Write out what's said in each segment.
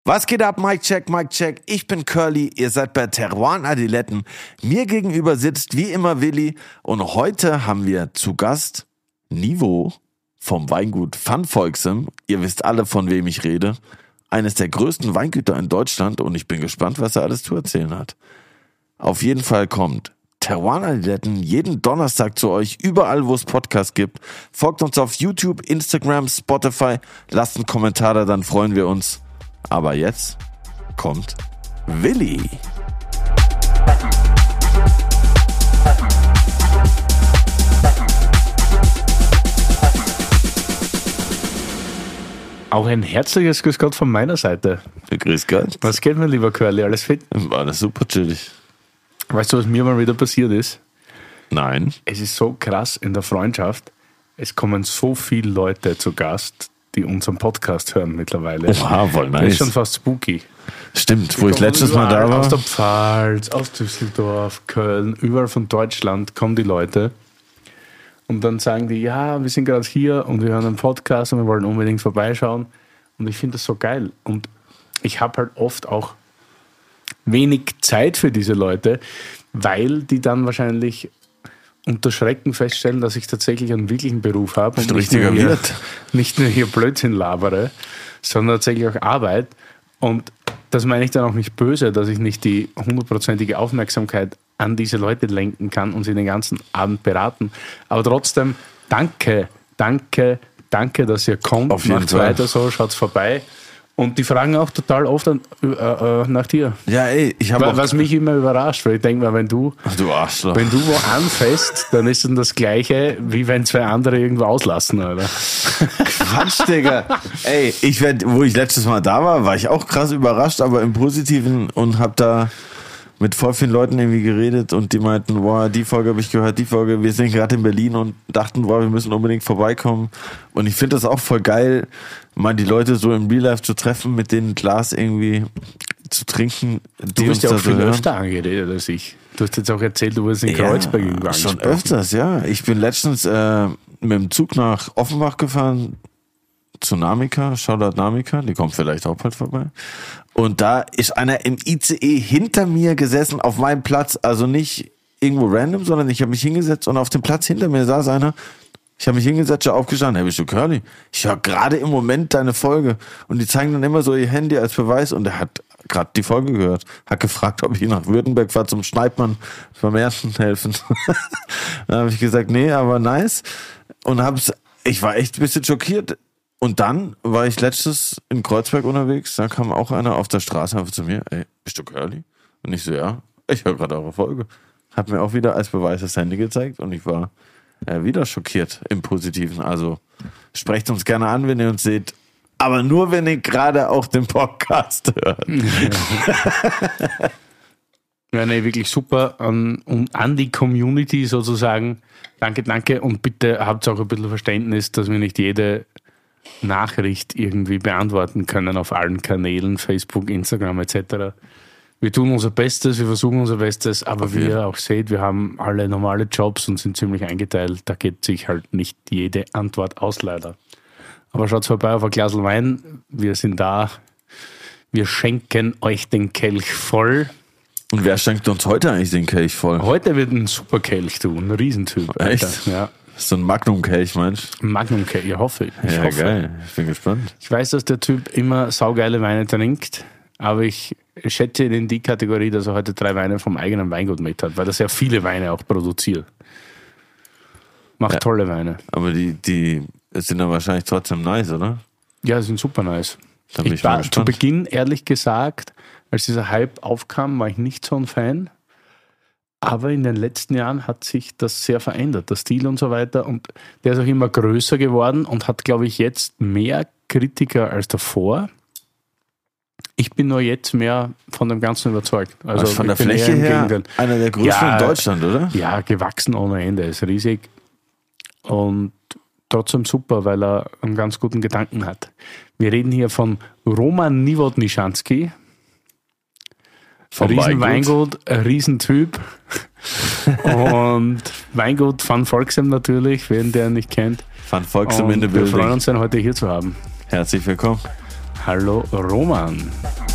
Was geht ab, Mic Check, ich bin Curly, ihr seid bei Teruan Adiletten. Mir gegenüber sitzt wie immer Willi und heute haben wir zu Gast Nivo vom Weingut Van Volxem. Ihr wisst alle, von wem ich rede. Eines der größten Weingüter in Deutschland und ich bin gespannt, was er alles zu erzählen hat. Auf jeden Fall kommt Teruan Adiletten jeden Donnerstag zu euch, überall wo es Podcasts gibt. Folgt uns auf YouTube, Instagram, Spotify, lasst einen Kommentar da, dann freuen wir uns. Aber jetzt kommt Willi. Auch ein herzliches Grüß Gott von meiner Seite. Grüß Gott. Was geht mir, lieber Curly? Alles fit? War das super chillig. Weißt du, was mir mal wieder passiert ist? Nein. Es ist so krass in der Freundschaft. Es kommen so viele Leute zu Gast, die unseren Podcast hören mittlerweile. Wow, voll nice. Das ist schon fast spooky. Stimmt, wo ich letztes Mal da war. Aus der Pfalz, aus Düsseldorf, Köln, überall von Deutschland kommen die Leute. Und dann sagen die, ja, wir sind gerade hier und wir hören einen Podcast und wir wollen unbedingt vorbeischauen. Und ich finde das so geil. Und ich habe halt oft auch wenig Zeit für diese Leute, weil die dann wahrscheinlich unter Schrecken feststellen, dass ich tatsächlich einen wirklichen Beruf habe und nicht nur hier Blödsinn labere, sondern tatsächlich auch Arbeit. Und das meine ich dann auch nicht böse, dass ich nicht die 100%ige Aufmerksamkeit an diese Leute lenken kann und sie den ganzen Abend beraten. Aber trotzdem, danke, dass ihr kommt. Auf jeden Macht's Fall. weiter so, schaut's vorbei. Und die fragen auch total oft nach dir. Ja, ey, ich habe Was mich immer überrascht, weil ich denke mal, wenn du Arschloch. wo anfährst, dann ist dann das Gleiche, wie wenn zwei andere irgendwo auslassen, oder? Quatsch, Digga. Ey, wo ich letztes Mal da war ich auch krass überrascht, aber im Positiven und hab da mit voll vielen Leuten irgendwie geredet und die meinten, boah, die Folge habe ich gehört, die Folge, wir sind gerade in Berlin und dachten, boah, wir müssen unbedingt vorbeikommen. Und ich finde das auch voll geil, mal die Leute so im Real Life zu treffen, mit denen ein Glas irgendwie zu trinken. Du bist ja auch viel öfter angeredet als ich. Du hast jetzt auch erzählt, du warst in Kreuzberg irgendwo schon öfters, ja. Ich bin letztens mit dem Zug nach Offenbach gefahren, zu Namika, Shoutout Namika, die kommt vielleicht auch bald vorbei. Und da ist einer im ICE hinter mir gesessen auf meinem Platz, also nicht irgendwo random, sondern ich habe mich hingesetzt und auf dem Platz hinter mir saß einer. Ich habe mich hingesetzt, schon aufgestanden, hey, bist du Curly? Ich höre gerade im Moment deine Folge. Und die zeigen dann immer so ihr Handy als Beweis und er hat gerade die Folge gehört. Hat gefragt, ob ich nach Württemberg fahre zum Schneidmann beim ersten helfen. Dann habe ich gesagt, nee, aber nice. Und ich war echt ein bisschen schockiert. Und dann war ich letztes in Kreuzberg unterwegs, da kam auch einer auf der Straße einfach zu mir, ey, bist du Curly? Und ich so, ja, ich höre gerade eure Folge. Hat mir auch wieder als Beweis das Handy gezeigt und ich war wieder schockiert im Positiven. Also sprecht uns gerne an, wenn ihr uns seht, aber nur, wenn ihr gerade auch den Podcast hört. Ja, nee, wirklich super. An die Community sozusagen. Danke und bitte habt auch ein bisschen Verständnis, dass wir nicht jede Nachricht irgendwie beantworten können auf allen Kanälen, Facebook, Instagram etc. Wir tun unser Bestes, wir versuchen unser Bestes, aber wie ihr auch seht, wir haben alle normale Jobs und sind ziemlich eingeteilt. Da geht sich halt nicht jede Antwort aus, leider. Aber schaut vorbei auf ein Glas Wein, wir sind da, wir schenken euch den Kelch voll. Und wer schenkt uns heute eigentlich den Kelch voll? Heute wird ein super Kelch tun, ein Riesentyp. Echt? Alter. Ja. So ein Magnum-Kelch, meinst du? Magnum-Kelch, ich hoffe. Ja, geil. Ich bin gespannt. Ich weiß, dass der Typ immer saugeile Weine trinkt, aber ich schätze ihn in die Kategorie, dass er heute 3 Weine vom eigenen Weingut mit hat, weil er sehr viele Weine auch produziert. Macht tolle Weine. Aber die sind dann wahrscheinlich trotzdem nice, oder? Ja, sind super nice. Da bin ich mal gespannt. Zu Beginn, ehrlich gesagt, als dieser Hype aufkam, war ich nicht so ein Fan. Aber in den letzten Jahren hat sich das sehr verändert, der Stil und so weiter. Und der ist auch immer größer geworden und hat, glaube ich, jetzt mehr Kritiker als davor. Ich bin nur jetzt mehr von dem Ganzen überzeugt. Also von der Fläche her einer der größten in Deutschland, oder? Ja, gewachsen ohne Ende, ist riesig. Und trotzdem super, weil er einen ganz guten Gedanken hat. Wir reden hier von Roman Nowotniczanski. Riesenweingut, ein Riesentyp. Und Weingut Van Volxem natürlich, wen der nicht kennt. Van Volxem in der Wir Building. freuen uns, ihn heute hier zu haben. Herzlich willkommen. Hallo Roman.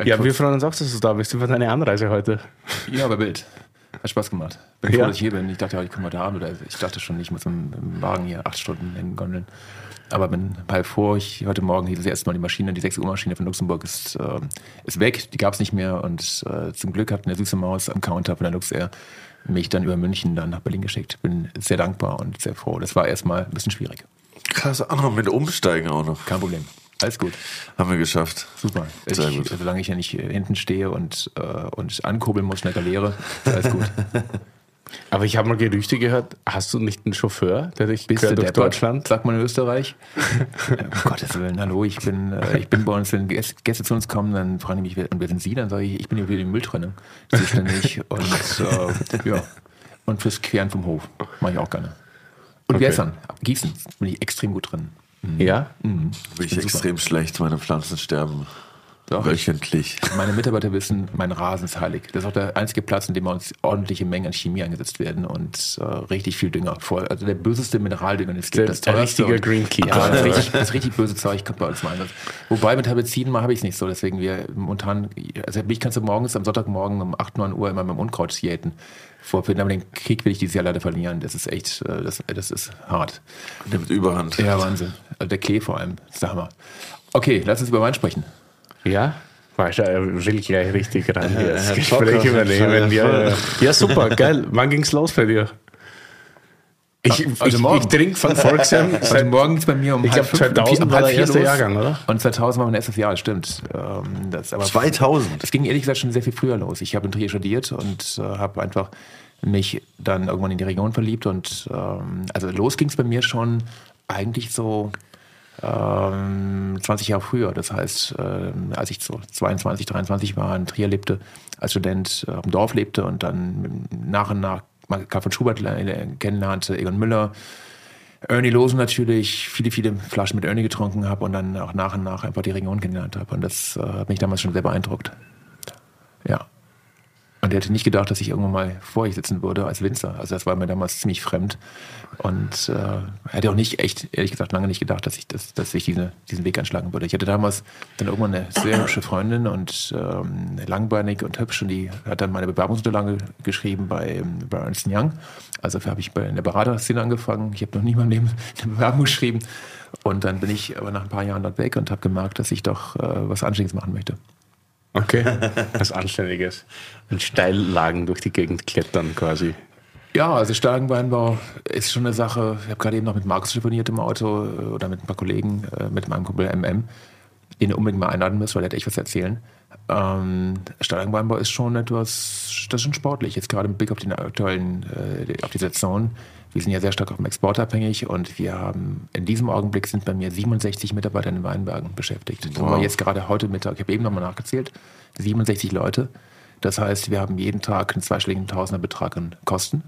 Ja, wir freuen uns auch, dass du da bist über deine Anreise heute. Ja, aber wild. Hat Spaß gemacht. Bin froh, dass ich hier bin. Ich dachte, ich komme heute Abend. Oder ich dachte schon, ich muss im Wagen hier 8 Stunden hingondeln. Aber bin halb vor. Heute Morgen hier das erste Mal die Maschine, die 6 Uhr Maschine von Luxemburg ist weg. Die gab es nicht mehr. Und zum Glück hat eine süße Maus am Counter von der Luxair mich dann über München dann nach Berlin geschickt. Bin sehr dankbar und sehr froh. Das war erstmal ein bisschen schwierig. Krass, auch noch mit Umsteigen auch noch. Kein Problem. Alles gut. Haben wir geschafft. Super. Sehr gut. Solange ich ja nicht hinten stehe und ankurbeln muss in der Galeere, ist alles gut. Aber ich habe mal Gerüchte gehört, hast du nicht einen Chauffeur, der dich Bist quer du durch deppert? Deutschland? Sagt man in Österreich. Um Gottes Willen, hallo, ich bin bei uns, wenn Gäste zu uns kommen, dann fragen die mich, und wer sind Sie? Dann sage ich bin hier für die Mülltrennung zuständig und und fürs Queren vom Hof. Mache ich auch gerne. Und Wässern, Gießen, bin ich extrem gut drin. Ja? Bin ich extrem schlecht, meine Pflanzen sterben. Doch, wöchentlich. Meine Mitarbeiter wissen, mein Rasen ist heilig. Das ist auch der einzige Platz, in dem bei uns ordentliche Mengen an Chemie eingesetzt werden und richtig viel Dünger. Also der böseste Mineraldünger, den es gibt. Das richtige Greenkeeper. Ja, das richtig böse Zeug kommt bei uns mal. Wobei mit Herbiziden habe ich es nicht so. Deswegen wir momentan, also mich kannst du morgens, am Sonntagmorgen um 8, 9 Uhr immer mit dem Unkraut jäten. Aber den Krieg will ich dieses Jahr leider verlieren. Das ist echt, das ist hart. Nimmt Überhand. Ja, Wahnsinn. Also der Klee vor allem, das ist der Hammer. Okay, lass uns über Wein sprechen. Ja? Weißt du, er will gleich richtig ran hier das Gespräch übernehmen. Ja, super, geil. Wann ging's los bei dir? Ich trinke von Volksheim. Heute Morgen ist bei mir um ich glaube 2000 war der erste Jahrgang, oder? Und 2000 war mein erstes Jahr, das stimmt. 2000? Das ging ehrlich gesagt schon sehr viel früher los. Ich habe in Trier studiert und habe einfach mich dann irgendwann in die Region verliebt. Und also los ging es bei mir schon eigentlich so 20 Jahre früher. Das heißt, als ich so 22, 23 war, in Trier lebte, als Student im Dorf lebte und dann nach und nach Karl von Schubert kennenlernte, Egon Müller, Ernie Losen natürlich, viele, viele Flaschen mit Ernie getrunken habe und dann auch nach und nach einfach die Region kennengelernt habe. Und das hat mich damals schon sehr beeindruckt. Ja. Und er hätte nicht gedacht, dass ich irgendwann mal vor euch sitzen würde als Winzer. Also das war mir damals ziemlich fremd. Und hätte auch nicht, echt, ehrlich gesagt, lange nicht gedacht, dass ich diesen Weg einschlagen würde. Ich hatte damals dann irgendwann eine sehr hübsche Freundin und langbeinig und hübsch. Und die hat dann meine Bewerbungsunterlage geschrieben bei Ernst & Young. Also dafür habe ich in der Beraterszene angefangen. Ich habe noch nie in meinem Leben eine Bewerbung geschrieben. Und dann bin ich aber nach ein paar Jahren dort weg und habe gemerkt, dass ich doch was Anständiges machen möchte. Okay, was Anständiges. Und Steillagen durch die Gegend klettern quasi. Ja, also Steillagenweinbau ist schon eine Sache. Ich habe gerade eben noch mit Markus telefoniert im Auto oder mit ein paar Kollegen, mit meinem Kumpel MM, den ihr unbedingt mal einladen müsst, weil der hat echt was zu erzählen. Steillagenweinbau ist schon etwas, das ist schon sportlich. Jetzt gerade mit Blick auf den aktuellen, auf die Saison. Wir sind ja sehr stark auf dem Export abhängig und wir haben, in diesem Augenblick sind bei mir 67 Mitarbeiter in den Weinbergen beschäftigt. Wow. Aber jetzt gerade heute Mittag, ich habe eben nochmal nachgezählt, 67 Leute. Das heißt, wir haben jeden Tag einen zweistelligen Tausenderbetrag an Kosten.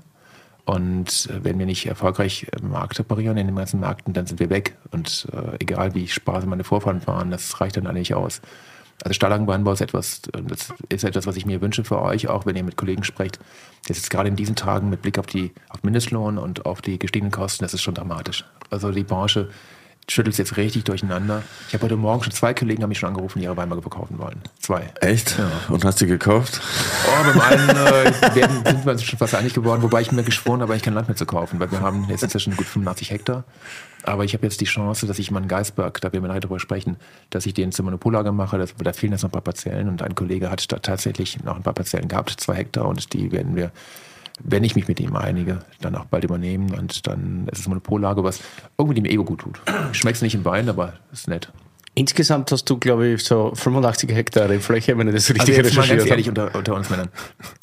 Und wenn wir nicht erfolgreich im Markt operieren, in den ganzen Märkten, dann sind wir weg. Und egal wie sparsam meine Vorfahren waren, das reicht dann alle nicht aus. Also Steillagenweinbau ist etwas, was ich mir wünsche für euch, auch wenn ihr mit Kollegen sprecht. Das ist gerade in diesen Tagen mit Blick auf Mindestlohn und auf die gestiegenen Kosten, das ist schon dramatisch. Also die Branche schüttelt es jetzt richtig durcheinander. Ich habe heute Morgen schon 2 Kollegen, haben mich schon angerufen, die ihre Weinberge verkaufen wollen. 2. Echt? Ja. Und hast du gekauft? Oh, beim einen sind wir uns schon fast einig geworden, wobei ich mir geschworen habe, eigentlich kein Land mehr zu kaufen, weil wir haben jetzt inzwischen gut 85 Hektar. Aber ich habe jetzt die Chance, dass ich meinen Geisberg, da werden wir nachher drüber sprechen, dass ich den zur Monopollage mache. Da fehlen jetzt noch ein paar Parzellen und ein Kollege hat tatsächlich noch ein paar Parzellen gehabt, 2 Hektar, und die werden wir, wenn ich mich mit ihm einige, dann auch bald übernehmen. Und dann ist es Monopollage, was irgendwie dem Ego gut tut. Schmeckt nicht im Wein, aber ist nett. Insgesamt hast du, glaube ich, so 85 Hektar Fläche, wenn ich das richtig recherchiert habe. Mal ganz ehrlich unter uns Männern.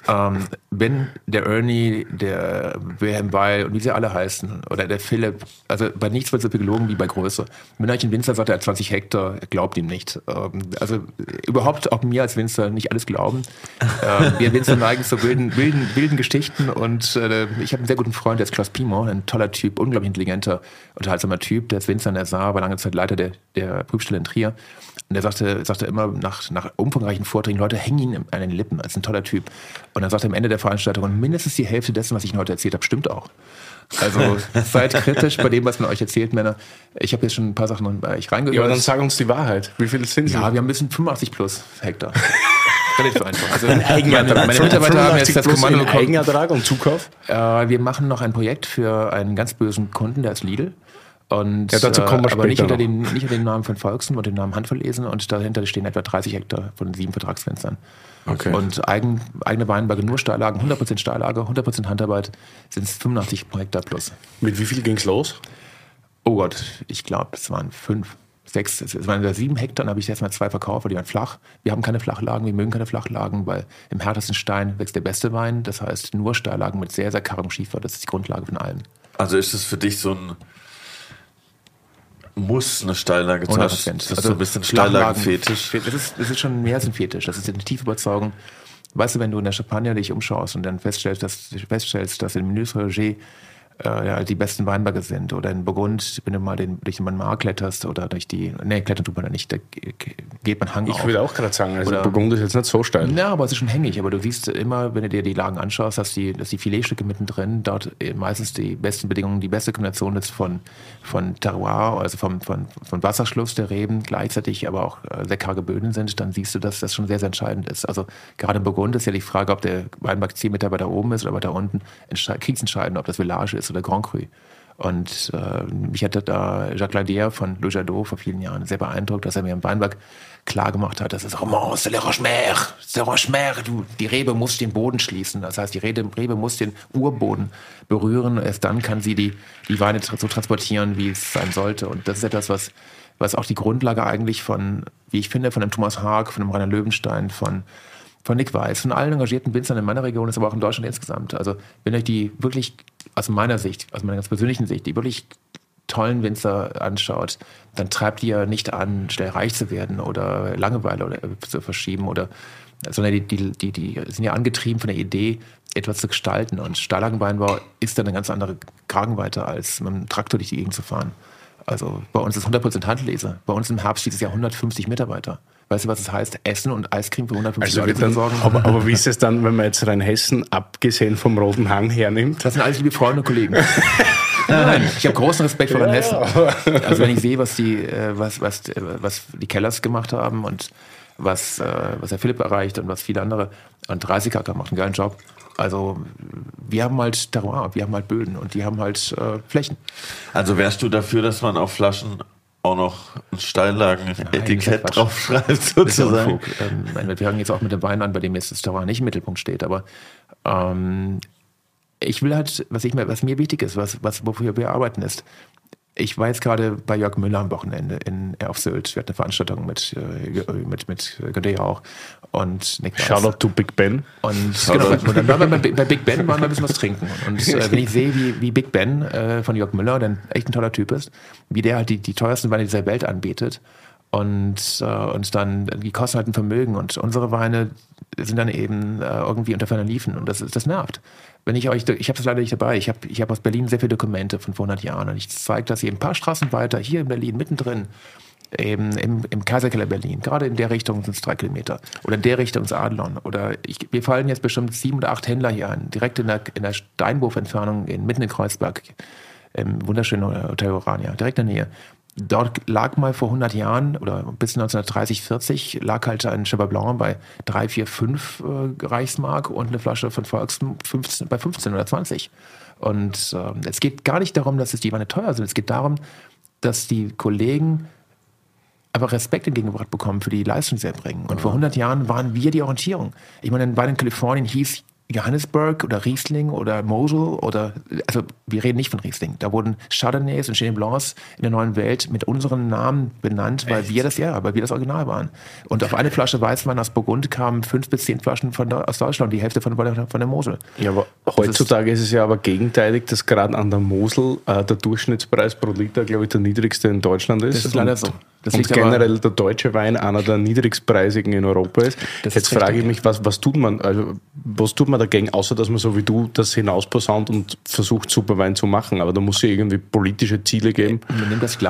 Wenn der Ernie, der Wilhelm Weil und wie sie alle heißen, oder der Philipp, also bei nichts wird so viel gelogen wie bei Größe. Wenn euch ein Winzer sagt, er hat 20 Hektar, glaubt ihm nicht. Also überhaupt auch mir als Winzer nicht alles glauben. Wir Winzer neigen zu wilden Geschichten und ich habe einen sehr guten Freund, der ist Klaus Pimon, ein toller Typ, unglaublich intelligenter, unterhaltsamer Typ, der ist Winzer in der Saar, war lange Zeit Leiter der Prüfstelle in Trier. Und er sagte immer nach umfangreichen Vorträgen, Leute hängen ihn an den Lippen, als ein toller Typ. Und dann sagt er am Ende der Veranstaltung, und mindestens die Hälfte dessen, was ich Ihnen heute erzählt habe, stimmt auch. Also seid kritisch bei dem, was man euch erzählt, Männer. Ich habe jetzt schon ein paar Sachen bei euch reingehört. Ja, aber dann sag uns die Wahrheit. Wie viel sind sie? Ja, wir haben ein bisschen 85 plus Hektar. Relativ einfach. Also meine Mitarbeiter haben jetzt das Kommando bekommen. Eigenertrag und Zukauf? Wir machen noch ein Projekt für einen ganz bösen Kunden, der ist Lidl. Und, ja, dazu kommen wir aber nicht unter noch. nicht unter dem Namen von Volkswagen und dem Namen handverlesen. Und dahinter stehen etwa 30 Hektar von 7 Vertragsfenstern. Okay. Und eigene Weinberge, nur Steillagen, 100% Steillager, 100% Handarbeit, sind es 85 Hektar plus. Mit wie viel ging es los? Oh Gott, ich glaube, es waren 5, 6, es waren 7 Hektar, dann habe ich jetzt mal 2 verkauft, die waren flach. Wir haben keine Flachlagen, wir mögen keine Flachlagen, weil im härtesten Stein wächst der beste Wein. Das heißt, nur Steillagen mit sehr, sehr kargem Schiefer, das ist die Grundlage von allem. Also ist es für dich so ein Muss eine Steillage zu haben? Das ist so ein bisschen Steillagenfetisch. Das ist schon mehr als ein Fetisch. Das ist eine tiefe Überzeugung. Weißt du, wenn du in der Champagne dich umschaust und dann feststellst, dass in Menüs Roger die besten Weinberge sind, oder in Burgund, wenn du mal durch den Mar kletterst oder klettern tut man da nicht, da geht man Hang auf. Ich würde auch gerade sagen, also Burgund ist jetzt nicht so steil. Ja, aber es ist schon hängig, aber du siehst immer, wenn du dir die Lagen anschaust, dass die Filetstücke mittendrin dort meistens die besten Bedingungen, die beste Kombination ist von Terroir, also von Wasserschluss der Reben, gleichzeitig aber auch sehr karge Böden sind, dann siehst du, dass das schon sehr, sehr entscheidend ist. Also gerade in Burgund ist ja die Frage, ob der Weinberg 10 Meter weiter oben ist oder weiter unten, kriegsentscheidend, ob das Village ist oder Grand Cru. Und mich hatte da Jacques Ladier von Le Jadot vor vielen Jahren sehr beeindruckt, dass er mir im Weinberg klar gemacht hat, das ist Romance, c'est le Rochemer. Die Rebe muss den Boden schließen. Das heißt, die Rebe muss den Urboden berühren. Erst dann kann sie die Weine so transportieren, wie es sein sollte. Und das ist etwas, was auch die Grundlage eigentlich von, wie ich finde, von dem Thomas Haag, von dem Rainer Löwenstein, von Nick Weiß, von allen engagierten Winzern in meiner Region ist, aber auch in Deutschland insgesamt. Also wenn euch die wirklich aus meiner ganz persönlichen Sicht, die wirklich tollen Winzer anschaut, dann treibt ihr nicht an, schnell reich zu werden oder Langeweile zu verschieben, sondern die sind ja angetrieben von der Idee, etwas zu gestalten. Und Steillagenweinbau ist dann eine ganz andere Kragenweite, als mit einem Traktor durch die Gegend zu fahren. Also bei uns ist 100% Handlese. Bei uns im Herbst dieses Jahr 150 Mitarbeiter. Weißt du, was es heißt? Essen und Eiscreme für 150 Leute zu versorgen? Aber wie ist es dann, wenn man jetzt Rheinhessen, abgesehen vom Roten Hang, hernimmt? Das sind alles liebe Freunde und Kollegen. Nein, ich habe großen Respekt vor Rheinhessen. Also wenn ich sehe, was die Kellers gemacht haben und was Herr Philipp erreicht und was viele andere, und 30er macht einen geilen Job. Also wir haben halt Terroir, wir haben halt Böden und die haben halt Flächen. Also wärst du dafür, dass man auf Flaschen auch noch ein Steillagen-Etikett draufschreibt, sozusagen? Wir fangen jetzt auch mit dem Wein an, bei dem jetzt das Terroir nicht im Mittelpunkt steht, aber ich will halt, was mir wichtig ist, wofür wir arbeiten, ist, ich war jetzt gerade bei Jörg Müller am Wochenende auf Sylt. Wir hatten eine Veranstaltung mit Günther Jauch und Nick Weiß. Shoutout to Big Ben. Und dann waren wir bei Big Ben, waren wir ein bisschen was trinken. Und wenn ich sehe, wie Big Ben von Jörg Müller, der echt ein toller Typ ist, wie der halt die teuersten Weine dieser Welt anbietet und dann, die kosten halt ein Vermögen. Und unsere Weine sind dann eben irgendwie unter ferner Liefen. Und das nervt. Ich habe das leider nicht dabei. Ich hab aus Berlin sehr viele Dokumente von vor 100 Jahren und ich zeige das hier ein paar Straßen weiter, hier in Berlin, mittendrin, eben im Kaiserkeller Berlin, gerade in der Richtung sind es 3 Kilometer oder in der Richtung ins Adlon. Wir fallen jetzt bestimmt 7 oder 8 Händler hier an, direkt in der Steinwurfentfernung mitten in Kreuzberg, im wunderschönen Hotel Orania, direkt in der Nähe. Dort lag mal vor 100 Jahren oder bis 1930, 40 lag halt ein Cheval Blanc bei 3, 4, 5 Reichsmark und eine Flasche von Volkswagen bei 15 oder 20. Und es geht gar nicht darum, dass die Weine teuer sind. Es geht darum, dass die Kollegen aber Respekt entgegengebracht bekommen für die Leistung, die sie erbringen. Und vor 100 Jahren waren wir die Orientierung. Ich meine, ein Wein in Kalifornien hieß Johannesburg oder Riesling oder Mosel also wir reden nicht von Riesling. Da wurden Chardonnays und Chenin Blancs in der neuen Welt mit unseren Namen benannt, weil wir das Original waren. Und auf eine Flasche Weißwein aus Burgund kamen 5 bis 10 Flaschen aus Deutschland, die Hälfte von der Mosel. Ja, aber heutzutage ist es ja aber gegenteilig, dass gerade an der Mosel der Durchschnittspreis pro Liter, glaube ich, der niedrigste in Deutschland ist. Das ist leider so. Und generell der deutsche Wein einer der niedrigstpreisigen in Europa ist. Jetzt frage ich mich, was tut man dagegen, außer dass man so wie du das hinausposaunt und versucht, super Wein zu machen. Aber da muss es ja irgendwie politische Ziele geben. Man nimmt das Glas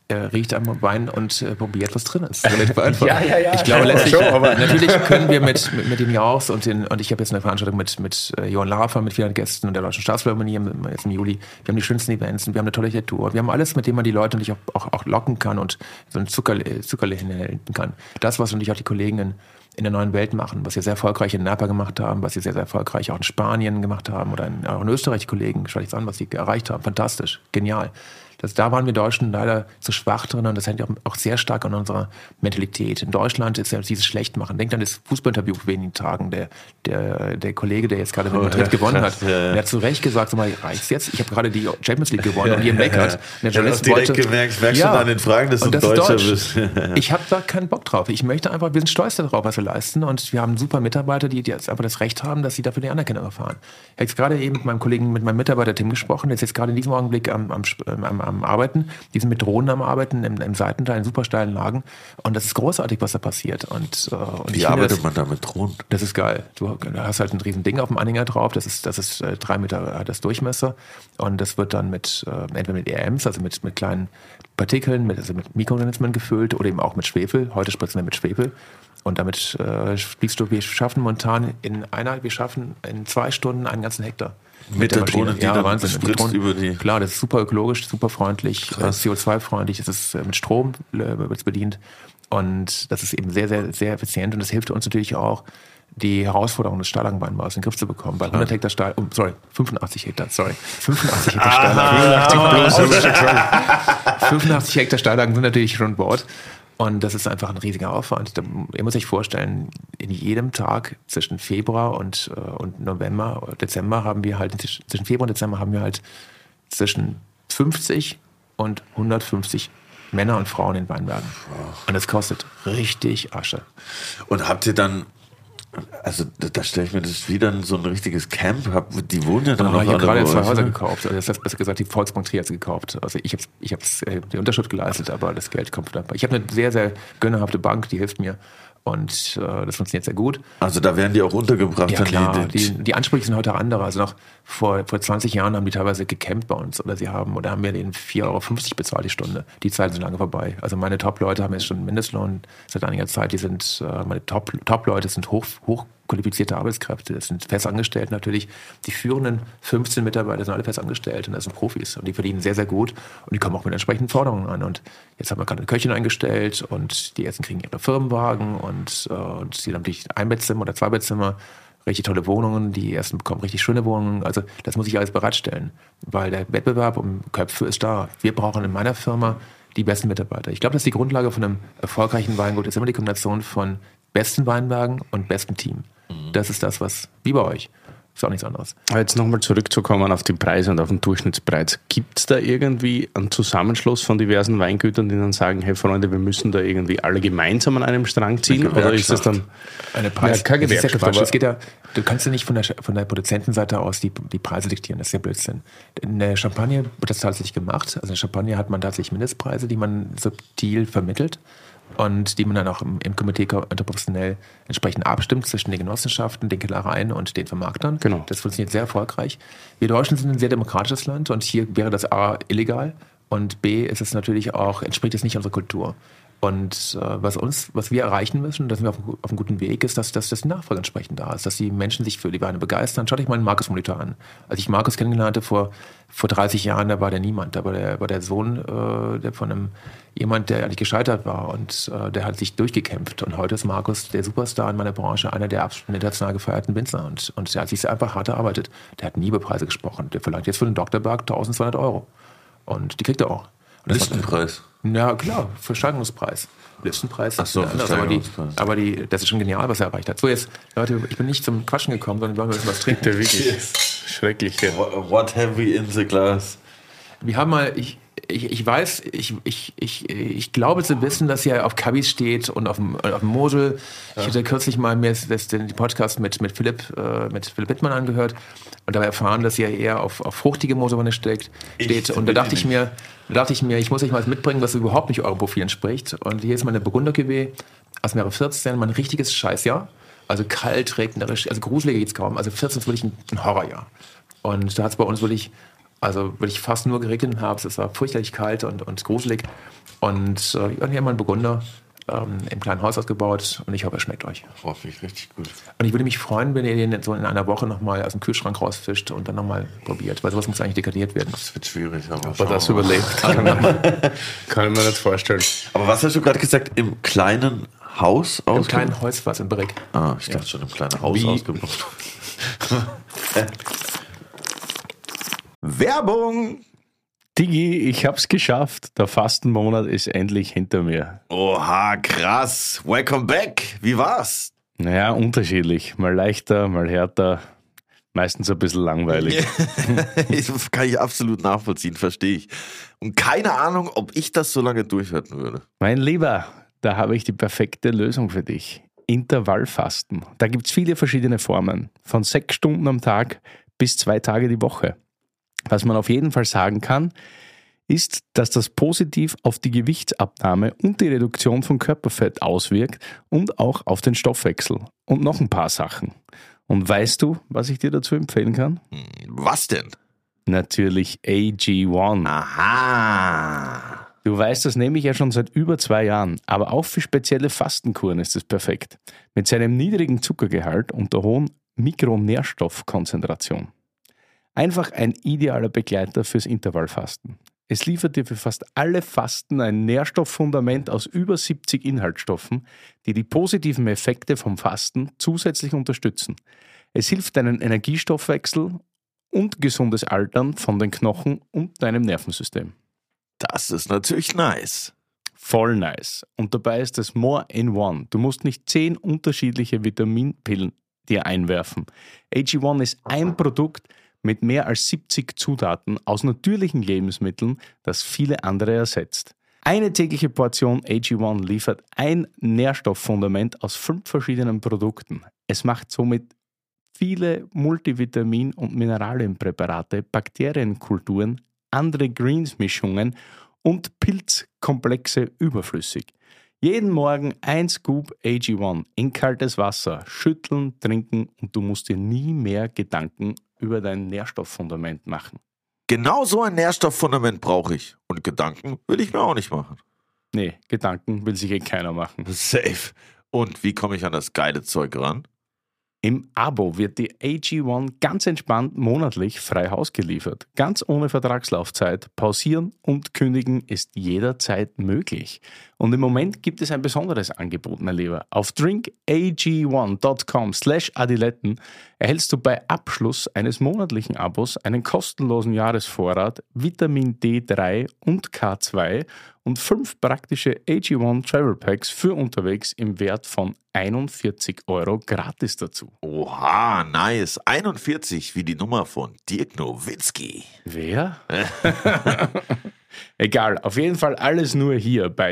riecht am Wein und probiert, was drin ist. Relativ einfach. Ja. Ich glaube letztlich, Schon, aber natürlich können wir mit dem Jaus und ich habe jetzt eine Veranstaltung mit Johann Lafer, mit 400 Gästen und der Deutschen Staatsphilharmonie jetzt im Juli. Wir haben die schönsten Events und wir haben eine tolle Architektur. Wir haben alles, mit dem man die Leute natürlich auch locken kann und so ein Zuckerle hinhalten kann. Das, was natürlich auch die Kollegen in der neuen Welt machen, was sie sehr erfolgreich in Napa gemacht haben, was sie sehr, sehr erfolgreich auch in Spanien gemacht haben oder auch in Österreich, die Kollegen, schau dich an, was sie erreicht haben. Fantastisch, genial. Da waren wir Deutschen leider zu schwach drin und das hängt auch sehr stark an unserer Mentalität. In Deutschland ist ja dieses Schlechtmachen. Denkt an das Fußballinterview vor wenigen Tagen. Der Kollege, der jetzt gerade mit Madrid gewonnen hat, der hat zu Recht gesagt, sag mal, reicht's jetzt? Ich habe gerade die Champions League gewonnen und ihr meckert. Der Journalist direkt gemerkt, merkst du an den Fragen, dass du ein Deutscher bist. Ich habe da keinen Bock drauf. Ich möchte einfach, wir sind stolz darauf, was wir leisten und wir haben super Mitarbeiter, die jetzt einfach das Recht haben, dass sie dafür die Anerkennung erfahren. Ich habe jetzt gerade eben mit meinem Mitarbeiter Tim gesprochen, der ist jetzt gerade in diesem Augenblick am Arbeiten. Die sind mit Drohnen am Arbeiten im Seitenteil in super steilen Lagen und das ist großartig, was da passiert. Und wie arbeitet man da mit Drohnen? Das ist geil. Du hast halt ein riesen Ding auf dem Anhänger drauf, das ist 3 Meter das Durchmesser und das wird dann entweder mit EMs, also mit kleinen Partikeln, mit Mikroorganismen gefüllt oder eben auch mit Schwefel. Heute spritzen wir mit Schwefel. Und damit fliegst du, wir schaffen momentan in 2 Stunden einen ganzen Hektar. Mit der Drohne, die dann Wahnsinn. spritzt über die... Klar, das ist super ökologisch, super freundlich, CO2-freundlich, das ist mit Strom wird's bedient. Und das ist eben sehr, sehr, sehr effizient und das hilft uns natürlich auch, die Herausforderung des Stahllagenweinbaus in den Griff zu bekommen. Bei 100 Hektar 85 Hektar Stahllagen. 85 Hektar Stahllagen sind natürlich schon an Bord. Und das ist einfach ein riesiger Aufwand. Ihr müsst euch vorstellen, in jedem Tag zwischen Februar und Dezember haben wir halt, zwischen Februar und Dezember haben wir halt zwischen 50 und 150 Männer und Frauen in Weinbergen. Und das kostet richtig Asche. Und habt ihr dann, also da stelle ich mir das wie dann so ein richtiges Camp, die wohnen ja dann noch ich habe gerade 2 Häuser ne? gekauft, also das heißt besser gesagt die Volksbank Trier hat sie gekauft. Also ich hab's die Unterschrift geleistet, aber das Geld kommt dabei. Ich habe eine sehr, sehr gönnerhafte Bank, die hilft mir und das funktioniert sehr gut. Also da werden die auch untergebracht? Ja klar, die Ansprüche sind heute andere. Also noch vor 20 Jahren haben die teilweise gecampt bei uns oder haben wir denen 4,50 Euro bezahlt die Stunde. Die Zeiten sind lange vorbei. Also meine Top-Leute haben jetzt schon einen Mindestlohn seit einiger Zeit. Meine Top-Leute sind hochqualifizierte Arbeitskräfte. Das sind festangestellt natürlich. Die führenden 15 Mitarbeiter sind alle festangestellt und das sind Profis. Und die verdienen sehr, sehr gut und die kommen auch mit entsprechenden Forderungen an. Und jetzt haben wir gerade eine Köchin eingestellt und die Ersten kriegen ihre Firmenwagen und sie haben natürlich ein Bettzimmer oder 2 Bettzimmer. Richtig tolle Wohnungen, die Ersten bekommen richtig schöne Wohnungen. Also das muss ich alles bereitstellen, weil der Wettbewerb um Köpfe ist da. Wir brauchen in meiner Firma die besten Mitarbeiter. Ich glaube, dass die Grundlage von einem erfolgreichen Weingut ist immer die Kombination von besten Weinbergen und bestem Team. Das ist das, was, wie bei euch, ist auch nichts anderes. Aber jetzt nochmal zurückzukommen auf die Preise und auf den Durchschnittspreis. Gibt es da irgendwie einen Zusammenschluss von diversen Weingütern, die dann sagen, hey Freunde, wir müssen da irgendwie alle gemeinsam an einem Strang ziehen? Oder ist das dann eine Preis? Ja, keine das ist ja Gewerkschaft, Quatsch. Das geht ja, du kannst ja nicht von der Produzentenseite aus die Preise diktieren. Das ist ja Blödsinn. In der Champagne wird das tatsächlich gemacht. Also in der Champagne hat man tatsächlich Mindestpreise, die man subtil vermittelt. Und die man dann auch im Komitee interprofessionell entsprechend abstimmt zwischen den Genossenschaften, den Kellereien und den Vermarktern. Genau. Das funktioniert sehr erfolgreich. Wir Deutschen sind ein sehr demokratisches Land und hier wäre das A illegal und B ist es natürlich auch, entspricht es nicht unserer Kultur. Und was wir erreichen müssen, da sind wir auf einem guten Weg, ist, dass die Nachfrage entsprechend da ist, dass die Menschen sich für die Weine begeistern. Schaut euch mal einen Markus-Monitor an. Als ich Markus kennengelernt habe vor 30 Jahren, da war der niemand. Da war der Sohn von jemand, der eigentlich gescheitert war und der hat sich durchgekämpft. Und heute ist Markus der Superstar in meiner Branche, einer der international gefeierten Winzer. Und der hat sich einfach hart erarbeitet. Der hat nie über Preise gesprochen. Der verlangt jetzt für den Doktorberg 1.200 Euro. Und die kriegt er auch. Listenpreis? Ja, klar, Versteigerungspreis. Listenpreis. Ach so, Versteigerungspreis. Aber das ist schon genial, was er erreicht hat. So, jetzt, Leute, ich bin nicht zum Quatschen gekommen, sondern wir wollen ein bisschen was trinken. der wirklich schrecklich. Ja. What have we in the glass? Wir haben mal, ich weiß, ich glaube zu wissen, dass ihr auf Cubbies steht und auf dem Mosel. Ja. Ich hatte kürzlich mal mir den Podcast mit Philipp Wittmann angehört und dabei erfahren, dass ihr eher auf fruchtige Moselweine steht. Und da dachte ich mir, ich muss euch mal was mitbringen, was überhaupt nicht eurem Profil entspricht. Und hier ist meine Burgunder Cuvée aus dem Jahre 14, mein richtiges Scheißjahr. Also kalt, regnerisch, also gruseliger geht's kaum. Also 14 ist wirklich ein Horrorjahr. Und da hat es bei uns wirklich Also wirklich fast nur geregnet habe. Es war fürchterlich kalt und gruselig. Und wir haben hier mal einen Burgunder im kleinen Haus ausgebaut und ich hoffe, er schmeckt euch. Hoffe ich, richtig gut. Und ich würde mich freuen, wenn ihr den so in einer Woche nochmal aus dem Kühlschrank rausfischt und dann nochmal probiert, weil sowas muss eigentlich dekadiert werden. Das wird schwierig. Aber das überlebt, kann ich mir nicht vorstellen. Aber was hast du gerade gesagt? Im kleinen Haus ausgebaut? Im kleinen Häusfass in Brick. Ich dachte schon im kleinen Haus ausgebaut. Werbung! Digi, ich hab's geschafft. Der Fastenmonat ist endlich hinter mir. Oha, krass. Welcome back. Wie war's? Naja, unterschiedlich. Mal leichter, mal härter. Meistens ein bisschen langweilig. Das kann ich absolut nachvollziehen, verstehe ich. Und keine Ahnung, ob ich das so lange durchhalten würde. Mein Lieber, da habe ich die perfekte Lösung für dich. Intervallfasten. Da gibt's viele verschiedene Formen. Von 6 Stunden am Tag bis 2 Tage die Woche. Was man auf jeden Fall sagen kann, ist, dass das positiv auf die Gewichtsabnahme und die Reduktion von Körperfett auswirkt und auch auf den Stoffwechsel. Und noch ein paar Sachen. Und weißt du, was ich dir dazu empfehlen kann? Was denn? Natürlich AG1. Aha. Du weißt, das nehme ich ja schon seit über 2 Jahren, aber auch für spezielle Fastenkuren ist es perfekt. Mit seinem niedrigen Zuckergehalt und der hohen Mikronährstoffkonzentration. Einfach ein idealer Begleiter fürs Intervallfasten. Es liefert dir für fast alle Fasten ein Nährstofffundament aus über 70 Inhaltsstoffen, die die positiven Effekte vom Fasten zusätzlich unterstützen. Es hilft deinen Energiestoffwechsel und gesundes Altern von den Knochen und deinem Nervensystem. Das ist natürlich nice. Voll nice. Und dabei ist es more in one. Du musst nicht 10 unterschiedliche Vitaminpillen dir einwerfen. AG1 ist ein Produkt mit mehr als 70 Zutaten aus natürlichen Lebensmitteln, das viele andere ersetzt. Eine tägliche Portion AG1 liefert ein Nährstofffundament aus 5 verschiedenen Produkten. Es macht somit viele Multivitamin- und Mineralienpräparate, Bakterienkulturen, andere Greens-Mischungen und Pilzkomplexe überflüssig. Jeden Morgen 1 Scoop AG1 in kaltes Wasser, schütteln, trinken und du musst dir nie mehr Gedanken über dein Nährstofffundament machen. Genau so ein Nährstofffundament brauche ich. Und Gedanken will ich mir auch nicht machen. Nee, Gedanken will sich keiner machen. Safe. Und wie komme ich an das geile Zeug ran? Im Abo wird die AG1 ganz entspannt monatlich frei Haus geliefert. Ganz ohne Vertragslaufzeit. Pausieren und kündigen ist jederzeit möglich. Und im Moment gibt es ein besonderes Angebot, mein Lieber. Auf drinkag1.com/adiletten erhältst du bei Abschluss eines monatlichen Abos einen kostenlosen Jahresvorrat Vitamin D3 und K2 und 5 praktische AG1 Travel Packs für unterwegs im Wert von 41 € gratis dazu. Oha, nice. 41 wie die Nummer von Dirk Nowitzki. Wer? Egal, auf jeden Fall alles nur hier bei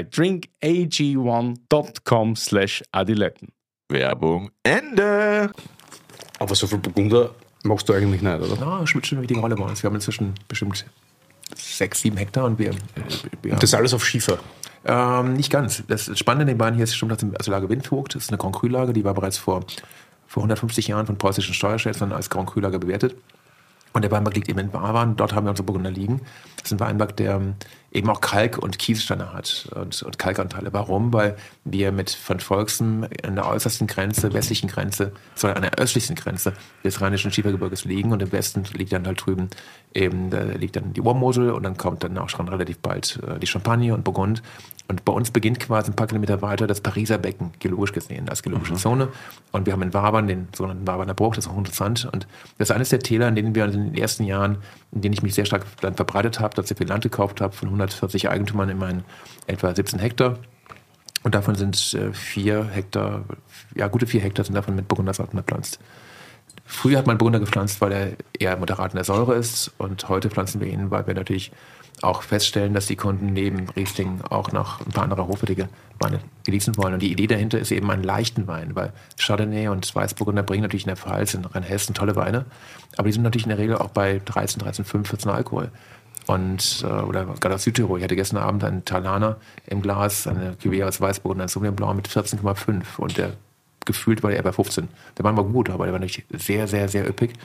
drinkag1.com/adiletten. Werbung Ende. Aber so viel Burgunder machst du eigentlich nicht, oder? Ja, das spielt schon eine wichtige Rolle bei uns. Wir haben inzwischen bestimmt 6, 7 Hektar und wir Und das alles auf Schiefer? Nicht ganz. Das Spannende an den Beinen hier ist stimmt, also Lage Windvogt. Das ist eine Grand Cru-Lage, die war bereits vor 150 Jahren von preußischen Steuerschätzern als Grand Cru-Lage bewertet. Und der Weinberg liegt eben in Bavaren. Dort haben wir unsere Burgunder liegen. Das ist ein Weinberg, der eben auch Kalk- und Kiessteine hat und Kalkanteile. Warum? Weil wir mit von Volksen an der äußersten Grenze, westlichen Grenze, sondern an der östlichsten Grenze des Rheinischen Schiefergebirges liegen. Und im Westen liegt dann halt drüben eben, da liegt dann die Obermosel und dann kommt dann auch schon relativ bald die Champagne und Burgund. Und bei uns beginnt quasi ein paar Kilometer weiter das Pariser Becken, geologisch gesehen, als geologische Zone. Und wir haben in Wabern den sogenannten Waberner Bruch, das ist auch interessant. Und das ist eines der Täler, in denen wir in den ersten Jahren, in denen ich mich sehr stark dann verbreitet habe, dass ich viel Land gekauft habe, von 140 Eigentümern in meinen etwa 17 Hektar. Und davon sind 4 Hektar, ja gute 4 Hektar sind davon mit Burgundersorten bepflanzt. Früher hat man Burgunder gepflanzt, weil er eher moderat in der Säure ist. Und heute pflanzen wir ihn, weil wir natürlich auch feststellen, dass die Kunden neben Riesling auch noch ein paar andere hochwertige Weine genießen wollen. Und die Idee dahinter ist eben einen leichten Wein, weil Chardonnay und Weißburgunder bringen natürlich in der Pfalz, in Rheinhessen tolle Weine, aber die sind natürlich in der Regel auch bei 13, 13,5, 14 Alkohol. Und, oder gerade aus Südtirol. Ich hatte gestern Abend einen Talaner im Glas, eine Cuvée aus Weißburgunder, ein Sauvignon Blanc mit 14,5 und der gefühlt war er bei 15. Der Wein war gut, aber der war natürlich sehr, sehr, sehr üppig.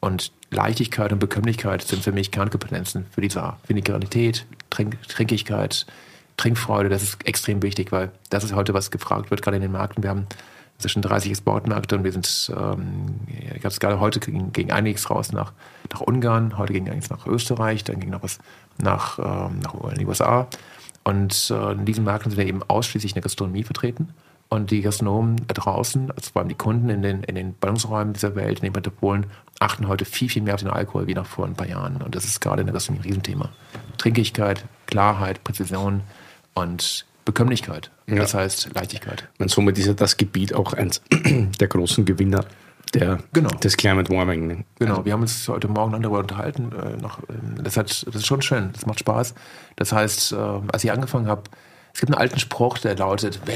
Und Leichtigkeit und Bekömmlichkeit sind für mich Kernkompetenzen für die Saar. Finigranität, Trinkigkeit, Trinkfreude, das ist extrem wichtig, weil das ist heute, was gefragt wird, gerade in den Märkten. Wir haben zwischen 30 Exportmärkte und wir sind, ich habe es gerade heute gegen einiges raus nach Ungarn, heute ging einiges nach Österreich, dann ging noch was nach den USA. Und in diesen Märkten sind wir eben ausschließlich in der Gastronomie vertreten. Und die Gastronomen da draußen, also vor allem die Kunden in den Ballungsräumen dieser Welt, in den Metropolen, achten heute viel, viel mehr auf den Alkohol wie noch vor ein paar Jahren. Und das ist gerade in der Gastronomie ein Riesenthema. Trinkigkeit, Klarheit, Präzision und Bekömmlichkeit. Ja. Das heißt Leichtigkeit. Und somit ist ja das Gebiet auch eins der großen Gewinner des Climate Warming. Genau, wir haben uns heute Morgen darüber unterhalten. Das ist schon schön, das macht Spaß. Das heißt, als ich angefangen habe, es gibt einen alten Spruch, der lautet, der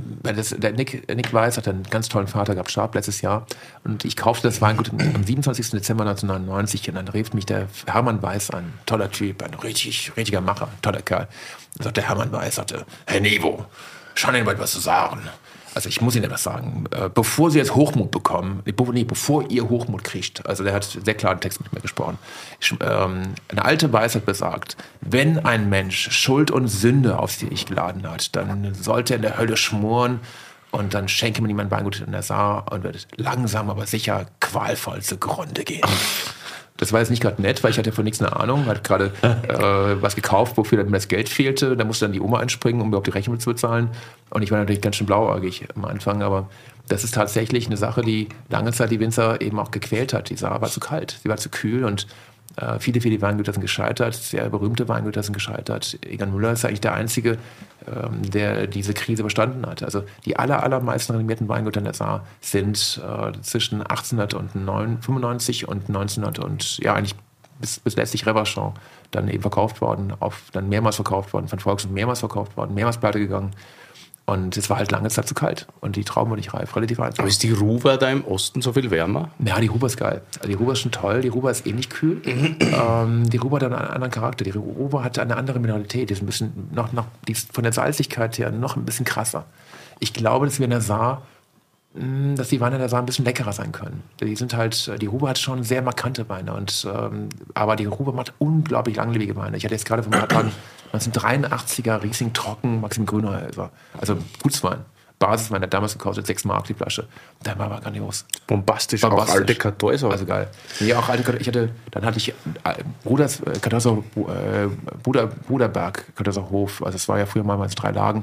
Nick Weiss hat einen ganz tollen Vater gehabt, starb letztes Jahr. Und ich kaufte das Weingut am 27. Dezember 1999 und dann rief mich der Hermann Weiss an, toller Typ, ein richtiger Macher, toller Kerl. Und sagte der Hermann Weiss, Herr Nivo, schon Ihnen was zu sagen. Also ich muss Ihnen etwas sagen, bevor Sie jetzt Hochmut bekommen, bevor ihr Hochmut kriegt, also der hat sehr klaren Text mit mir gesprochen. Eine alte Weisheit besagt, wenn ein Mensch Schuld und Sünde auf sich geladen hat, dann sollte er in der Hölle schmoren und dann schenke man ihm ein Weingut in der Saar und wird langsam, aber sicher qualvoll zugrunde gehen. Das war jetzt nicht gerade nett, weil ich hatte von nichts eine Ahnung, hatte gerade was gekauft, wofür mir das Geld fehlte. Da musste dann die Oma einspringen, um überhaupt die Rechnung zu bezahlen. Und ich war natürlich ganz schön blauäugig am Anfang, aber das ist tatsächlich eine Sache, die lange Zeit die Winzer eben auch gequält hat. Die Saar war zu kalt, sie war zu kühl und viele, viele Weingüter sind gescheitert, sehr berühmte Weingüter sind gescheitert. Egan Müller ist eigentlich der Einzige, der diese Krise bestanden hat. Also die allermeisten renommierten Weingüter in der Saar sind zwischen 1895 und 1900 und ja eigentlich bis letztlich Revachon dann eben verkauft worden, dann mehrmals verkauft worden, von Volks und mehrmals verkauft worden, mehrmals pleite gegangen. Und es war halt lange Zeit zu kalt. Und die Trauben waren nicht reif, relativ einfach. Aber ist die Ruwer da im Osten so viel wärmer? Ja, die Ruwer ist geil. Also die Ruwer ist schon toll. Die Ruwer ist eh nicht kühl. Die Ruwer hat einen anderen Charakter. Die Ruwer hat eine andere Mineralität. Die ist ein bisschen die ist von der Salzigkeit her noch ein bisschen krasser. Ich glaube, dass wir in der Saar, dass die Weine in der Saar ein bisschen leckerer sein können. Die Ruwer hat schon sehr markante Weine. Aber die Ruwer macht unglaublich langlebige Weine. Ich hatte jetzt gerade vor ein paar Tagen 1983er Riesling trocken, Maxim Grünhäuser. Also Gutswein. Basiswein, der damals gekostet 6 Mark die Flasche. Der war aber grandios. Bombastisch. Auch alte Kartäuser. Also geil. Ja, auch alte Kartäuser. Dann hatte ich Bruderberg Kartäuserhof. Also es war ja früher mal 3 Lagen.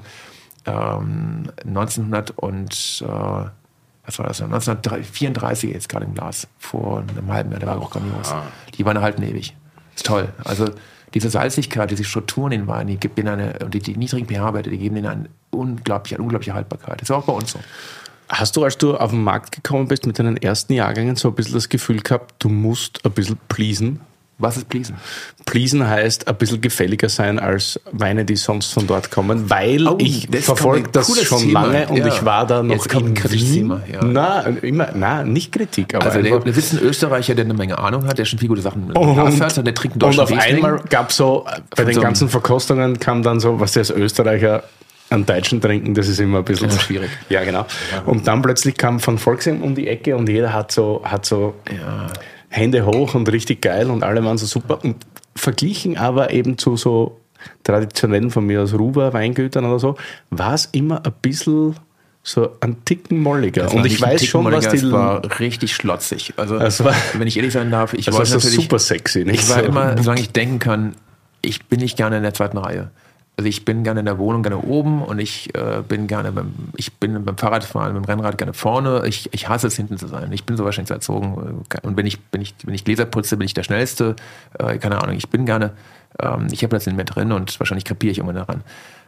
1934 jetzt gerade im Glas. Vor einem halben Jahr. Der war auch grandios. Die Weine halten ewig. Ist toll. Also diese Salzigkeit, diese Strukturen in den Wein, die geben die niedrigen pH-Werte, die geben ihnen eine unglaubliche Haltbarkeit. Das ist auch bei uns so. Hast du, als du auf den Markt gekommen bist mit deinen ersten Jahrgängen, so ein bisschen das Gefühl gehabt, du musst ein bisschen pleasen? Was ist pleasen? Pleasen heißt ein bisschen gefälliger sein als Weine, die sonst von dort kommen, weil ich verfolge das schon Thema. Lange und ich war da noch in Wien. Nicht Kritik. Aber also der ist ein Österreicher, der eine Menge Ahnung hat, der schon viele gute Sachen hat und der trinkt einen deutschen Und auf einmal gab es so, bei den ganzen Verkostungen kam dann so, was der als Österreicher an Deutschen trinken, das ist immer ein bisschen schwierig. Ja, genau. Und dann plötzlich kam von Volksheim um die Ecke und jeder hat so Hände hoch und richtig geil und alle waren so super. Und verglichen aber eben zu so traditionellen von mir aus Ruwer Weingütern oder so, war es immer ein bisschen so ein Ticken molliger. Und ich weiß schon, was die... Es war richtig schlotzig. Also, wenn ich ehrlich sein darf, ich war natürlich super sexy. Nicht ich war so. Immer, solange ich denken kann, ich bin nicht gerne in der zweiten Reihe. Also ich bin gerne in der Wohnung, gerne oben und ich bin beim Fahrradfahren, mit dem Rennrad gerne vorne. Ich hasse es, hinten zu sein. Ich bin so wahrscheinlich so erzogen. Und wenn ich Gläser putze, bin ich der Schnellste. Keine Ahnung, ich bin gerne, ich habe das in mir drin und wahrscheinlich kapiere ich immer daran.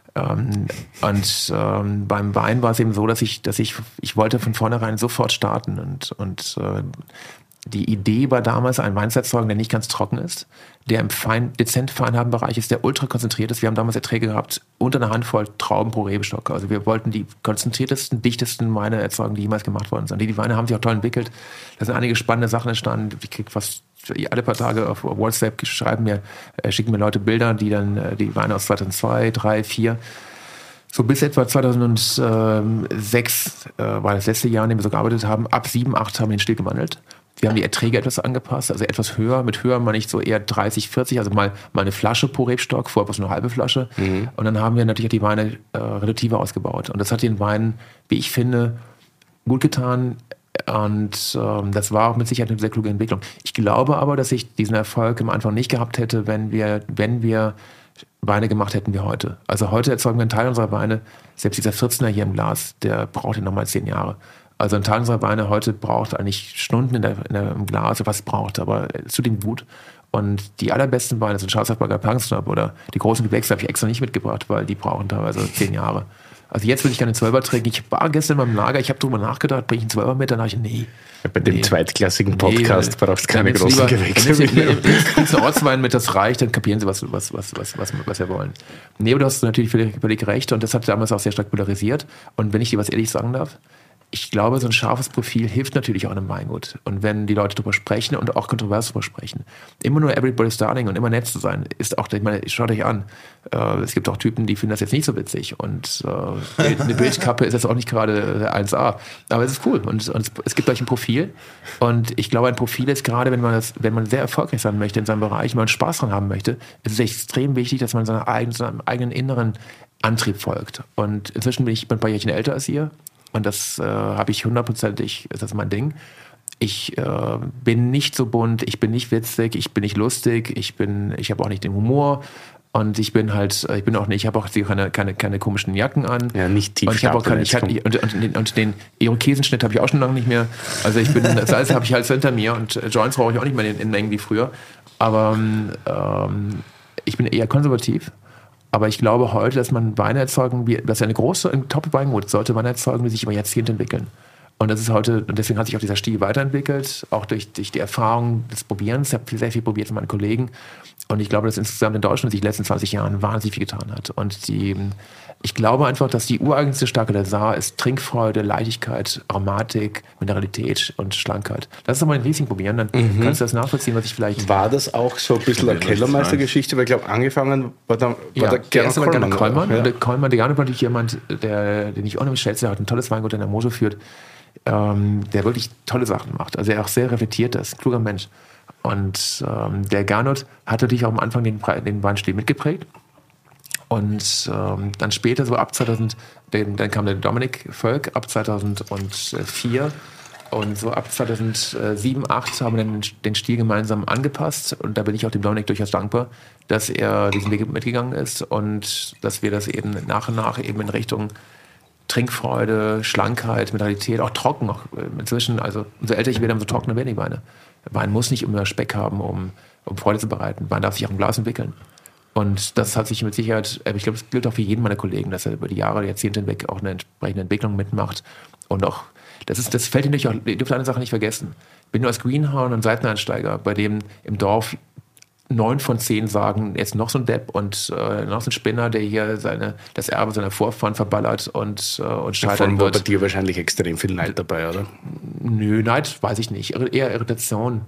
Beim Wein war es eben so, dass ich wollte von vornherein sofort starten und die Idee war damals, einen Wein zu erzeugen, der nicht ganz trocken ist, der im dezent feinharten Bereich ist, der ultra konzentriert ist. Wir haben damals Erträge gehabt, unter einer Handvoll Trauben pro Rebestock. Also wir wollten die konzentriertesten, dichtesten Weine erzeugen, die jemals gemacht worden sind. Die Weine haben sich auch toll entwickelt. Da sind einige spannende Sachen entstanden. Ich kriege fast alle paar Tage auf WhatsApp schicken mir Leute Bilder, die dann die Weine aus 2002, 3, 4... So bis etwa 2006 war das letzte Jahr, in dem wir so gearbeitet haben. Ab 7, 8 haben wir den Stil gewandelt. Wir haben die Erträge etwas angepasst, also etwas höher. Mit höher meine ich so eher 30, 40, also mal eine Flasche pro Rebstock, vorher bloß eine halbe Flasche. Und dann haben wir natürlich auch die Weine reduktiver ausgebaut. Und das hat den Weinen, wie ich finde, gut getan. Und das war auch mit Sicherheit eine sehr kluge Entwicklung. Ich glaube aber, dass ich diesen Erfolg am Anfang nicht gehabt hätte, wenn wir Weine gemacht hätten wie heute. Also heute erzeugen wir einen Teil unserer Weine, selbst dieser 14er hier im Glas, der braucht ja nochmal 10 Jahre. Also ein Teil unserer Weine heute braucht eigentlich Stunden im Glas, was es braucht, aber es tut ihm gut. Und die allerbesten Weine sind Schwarzwaldberger Pankstop oder die großen Gewächse habe ich extra nicht mitgebracht, weil die brauchen teilweise 10 Jahre. Also jetzt würde ich gerne einen 12er trinken. Ich war gestern beim Lager, ich habe darüber nachgedacht, bringe ich einen 12er mit? Dann habe ich, Bei dem zweitklassigen Podcast brauchst du keine großen Gewächse mehr. Wenn du einen Ortswein mit, das reicht, dann kapieren sie, was wir wollen. Nee, aber du hast natürlich völlig recht und das hat damals auch sehr stark polarisiert. Und wenn ich dir was ehrlich sagen darf, ich glaube, so ein scharfes Profil hilft natürlich auch einem Weingut. Und wenn die Leute darüber sprechen und auch kontrovers darüber sprechen, immer nur Everybody's Darling und immer nett zu sein, ist auch, ich meine, schaut euch an. Es gibt auch Typen, die finden das jetzt nicht so witzig. Und eine Bildkappe ist jetzt auch nicht gerade 1A. Aber es ist cool. Und es gibt euch ein Profil. Und ich glaube, ein Profil ist gerade, wenn man sehr erfolgreich sein möchte in seinem Bereich, wenn man Spaß dran haben möchte, ist es extrem wichtig, dass man seinem eigenen inneren Antrieb folgt. Und inzwischen bin ich ein paar Jährchen älter als ihr. Und das habe ich 100%, das ist mein Ding. Ich bin nicht so bunt, ich bin nicht witzig, ich bin nicht lustig, ich habe auch nicht den Humor und ich habe auch keine komischen Jacken an. Ja, nicht tief. Und ich habe auch und den Irokesenschnitt habe ich auch schon lange nicht mehr. Also das alles habe ich halt hinter mir und Joints rauche ich auch nicht mehr in Mengen wie früher. Aber ich bin eher konservativ. Aber ich glaube heute, dass man Weine erzeugen, dass ein Top-Weingut sollte Weine erzeugen, die sich über Jahrzehnte entwickeln. Und das ist heute, und deswegen hat sich auch dieser Stil weiterentwickelt, auch durch die Erfahrung des Probierens. Ich habe sehr viel probiert mit meinen Kollegen. Und ich glaube, dass insgesamt in Deutschland sich in den letzten 20 Jahren wahnsinnig viel getan hat. Und ich glaube einfach, dass die ureigenste Stärke der Saar ist Trinkfreude, Leichtigkeit, Aromatik, Mineralität und Schlankheit. Lass uns mal ein Riesling probieren, dann kannst du das nachvollziehen, was ich vielleicht... War das auch so ein bisschen eine Kellermeistergeschichte? Weil ich glaube, angefangen war der Gernot Kollmann. Ja. Der Kollmann, der Gernot war natürlich jemand, den ich unheimlich schätze, der hat ein tolles Weingut in der Mosel führt, der wirklich tolle Sachen macht. Also er auch sehr reflektiert ist, kluger Mensch. Und der Gernot hat natürlich auch am Anfang den Weinstil mitgeprägt. Und dann später, so ab 2000, dann kam der Dominik Völk ab 2004. Und so ab 2007, 2008 haben wir dann den Stil gemeinsam angepasst. Und da bin ich auch dem Dominik durchaus dankbar, dass er diesen Weg mitgegangen ist und dass wir das eben nach und nach eben in Richtung Trinkfreude, Schlankheit, Mineralität, auch trocken. Auch inzwischen, also umso älter ich werde, umso trockener werden die Weine. Wein muss nicht immer Speck haben, um Freude zu bereiten. Wein darf sich auch im Glas entwickeln. Und das hat sich mit Sicherheit, ich glaube, das gilt auch für jeden meiner Kollegen, dass er über die Jahre, Jahrzehnte hinweg auch eine entsprechende Entwicklung mitmacht. Und auch, das fällt Ihnen natürlich auch, ihr dürft eine Sache nicht vergessen. Ich bin nur als Greenhorn und Seiteneinsteiger, bei dem im Dorf 9 von 10 sagen, jetzt noch so ein Depp und noch so ein Spinner, der hier das Erbe seiner Vorfahren verballert und scheitern wird. Bei dir wahrscheinlich extrem viel Neid dabei, oder? Nö, Neid weiß ich nicht. Eher Irritation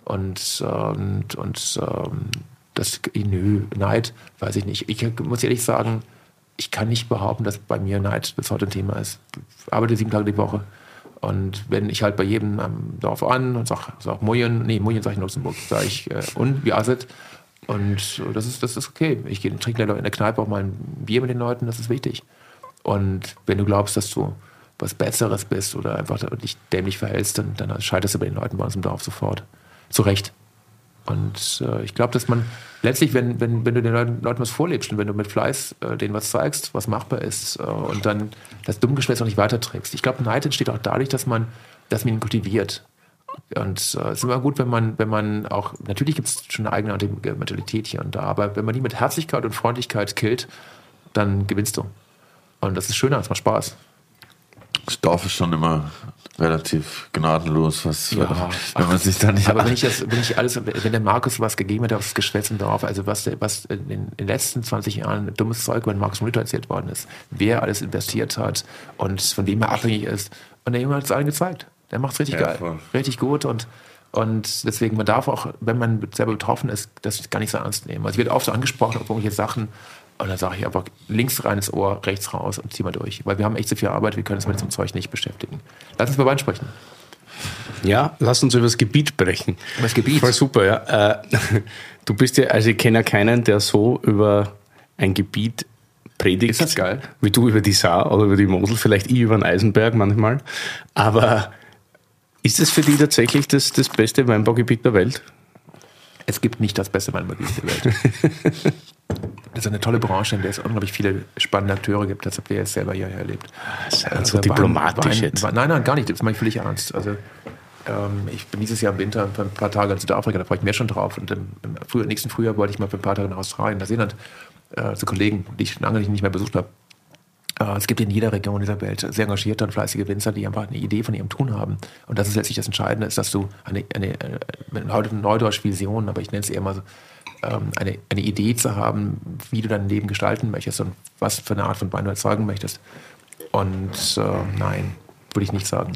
Neid weiß ich nicht. Ich muss ehrlich sagen, ich kann nicht behaupten, dass bei mir Neid bis heute ein Thema ist. Ich arbeite 7 Tage die Woche. Und wenn ich halt bei jedem am Dorf an und sag Mujen sage ich in Luxemburg, sage ich und wie asset. Und das ist okay. Ich trinke in der Kneipe auch mal ein Bier mit den Leuten, das ist wichtig. Und wenn du glaubst, dass du was Besseres bist oder einfach dich dämlich verhältst, dann scheiterst du bei den Leuten bei uns im Dorf sofort. Zu Recht. Und ich glaube, dass man letztlich, wenn du den Leuten was vorlebst und wenn du mit Fleiß denen was zeigst, was machbar ist und dann das Dummgeschwätz auch nicht weiterträgst. Ich glaube, Neid entsteht auch dadurch, dass man ihn kultiviert. Und es ist immer gut, wenn man auch, natürlich gibt es schon eine eigene Mentalität hier und da, aber wenn man die mit Herzlichkeit und Freundlichkeit killt, dann gewinnst du. Und das ist schöner, es macht Spaß. Das Dorf ist schon immer relativ gnadenlos, wenn man sich da nicht... Aber wenn der Markus was gegeben hat aufs Geschwätz im Dorf, also was in den letzten 20 Jahren dummes Zeug über den Markus Molitor erzählt worden ist, wer alles investiert hat und von wem er abhängig ist, und der Junge hat es allen gezeigt. Der macht es richtig geil, voll. Richtig gut und deswegen, man darf auch, wenn man selber betroffen ist, das gar nicht so ernst nehmen. Also ich werde oft so angesprochen auf irgendwelche Sachen, und dann sage ich einfach links rein ins Ohr, rechts raus und zieh mal durch. Weil wir haben echt so viel Arbeit, wir können uns mit diesem Zeug nicht beschäftigen. Lass uns über Wein sprechen. Ja, lass uns über das Gebiet sprechen. Über das Gebiet? Voll super, ja. Du bist ja, also ich kenne ja keinen, der so über ein Gebiet predigt. Ist das geil? Wie du über die Saar oder über die Mosel, vielleicht ich über den Eisenberg manchmal. Aber ist es für dich tatsächlich das beste Weinbaugebiet der Welt? Es gibt nicht das beste Weinbaugebiet der Welt. Das ist eine tolle Branche, in der es unglaublich viele spannende Akteure gibt. Das habt ihr jetzt selber hierher erlebt. Das ist also diplomatisch jetzt. Nein, gar nicht. Das meine ich völlig ernst. Also ich bin dieses Jahr im Winter für ein paar Tage in Südafrika, da freue ich mich schon drauf. Und im nächsten Frühjahr wollte ich mal für ein paar Tage nach Australien, Neuseeland, zu Kollegen, die ich lange nicht mehr besucht habe. Es gibt in jeder Region dieser Welt sehr engagierte und fleißige Winzer, die einfach eine Idee von ihrem Tun haben. Und das ist letztlich das Entscheidende, ist, dass du heute Neudeutsch Vision, aber ich nenne es eher mal so, eine Idee zu haben, wie du dein Leben gestalten möchtest und was für eine Art von Wein du erzeugen möchtest. Und nein, würde ich nicht sagen.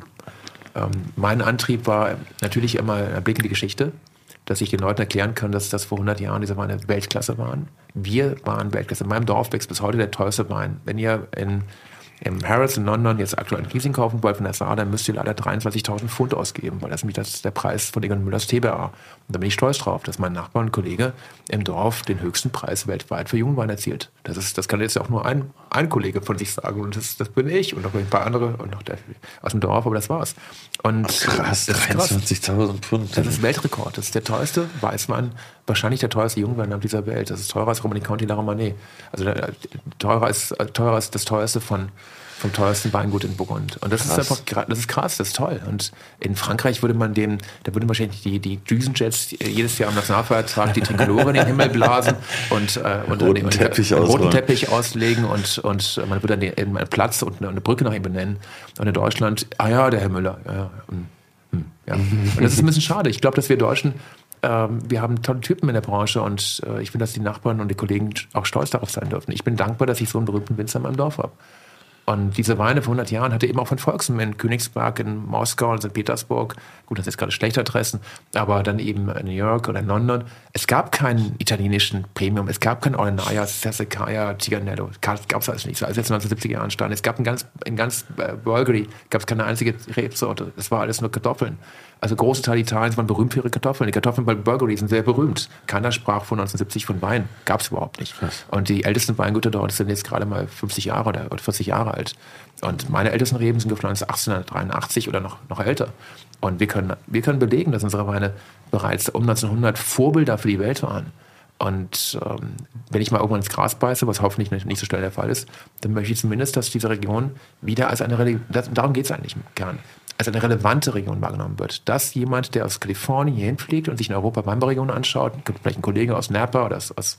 Mein Antrieb war natürlich immer ein Blick in die Geschichte, dass ich den Leuten erklären kann, dass das vor 100 Jahren diese Weine Weltklasse waren. Wir waren Weltklasse. In meinem Dorf wächst bis heute der teuerste Wein. Wenn ihr im Harrods in London jetzt aktuell einen Riesling kaufen wollt von der Saar, dann müsst ihr leider 23.000 Pfund ausgeben, weil das ist der Preis von Egon Müllers TBA. Und da bin ich stolz drauf, dass mein Nachbar und Kollege im Dorf den höchsten Preis weltweit für Jungwein erzielt. Das kann jetzt ja auch nur ein Kollege von sich sagen und das bin ich und noch ein paar andere und noch der aus dem Dorf, aber das war's. Und krass, 23.000 Pfund. Das ist Weltrekord. Das ist der teuerste Weißwein, wahrscheinlich der teuerste Jungwein auf dieser Welt. Das ist teurer als Romanée Conti La Romanée. Also teurer ist das teuerste vom teuersten Weingut in Burgund. Und das ist einfach, das ist krass, das ist toll. Und in Frankreich würde wahrscheinlich die Düsenjets jedes Jahr am Nationalfeiertag die Trikolore in den Himmel blasen und roten Teppich auslegen und man würde dann einen Platz und eine Brücke nach ihm benennen. Und in Deutschland, der Herr Müller. Ja. Und das ist ein bisschen schade. Ich glaube, dass wir Deutschen, wir haben tolle Typen in der Branche und ich finde, dass die Nachbarn und die Kollegen auch stolz darauf sein dürfen. Ich bin dankbar, dass ich so einen berühmten Winzer in meinem Dorf habe. Und diese Weine vor 100 Jahren hatte eben auch von Volksem in Königsberg, in Moskau, in St. Petersburg. Gut, das ist gerade schlechte Adressen, aber dann eben in New York oder in London. Es gab keinen italienischen Premium, es gab kein Ornellaia, Sassicaia, Tiganello. Gab es alles nicht. Als jetzt in den 1970er Jahren stand. Es gab in ganz Bulgari gab es keine einzige Rebsorte. Es war alles nur Kartoffeln. Also große Teile Italiens waren berühmt für ihre Kartoffeln. Die Kartoffeln bei Bulgari sind sehr berühmt. Keiner sprach von 1970 von Wein. Gab es überhaupt nicht. Und die ältesten Weingüter dort sind jetzt gerade mal 50 Jahre oder 40 Jahre alt. Und meine ältesten Reben sind gepflanzt 1883 oder noch älter. Und wir können belegen, dass unsere Weine bereits um 1900 Vorbilder für die Welt waren. Und wenn ich mal irgendwann ins Gras beiße, was hoffentlich nicht so schnell der Fall ist, dann möchte ich zumindest, dass diese Region wieder als darum geht es eigentlich gern, als eine relevante Region wahrgenommen wird. Dass jemand, der aus Kalifornien hier hinfliegt und sich in Europa Weinbauregionen anschaut, vielleicht ein Kollege aus Napa oder aus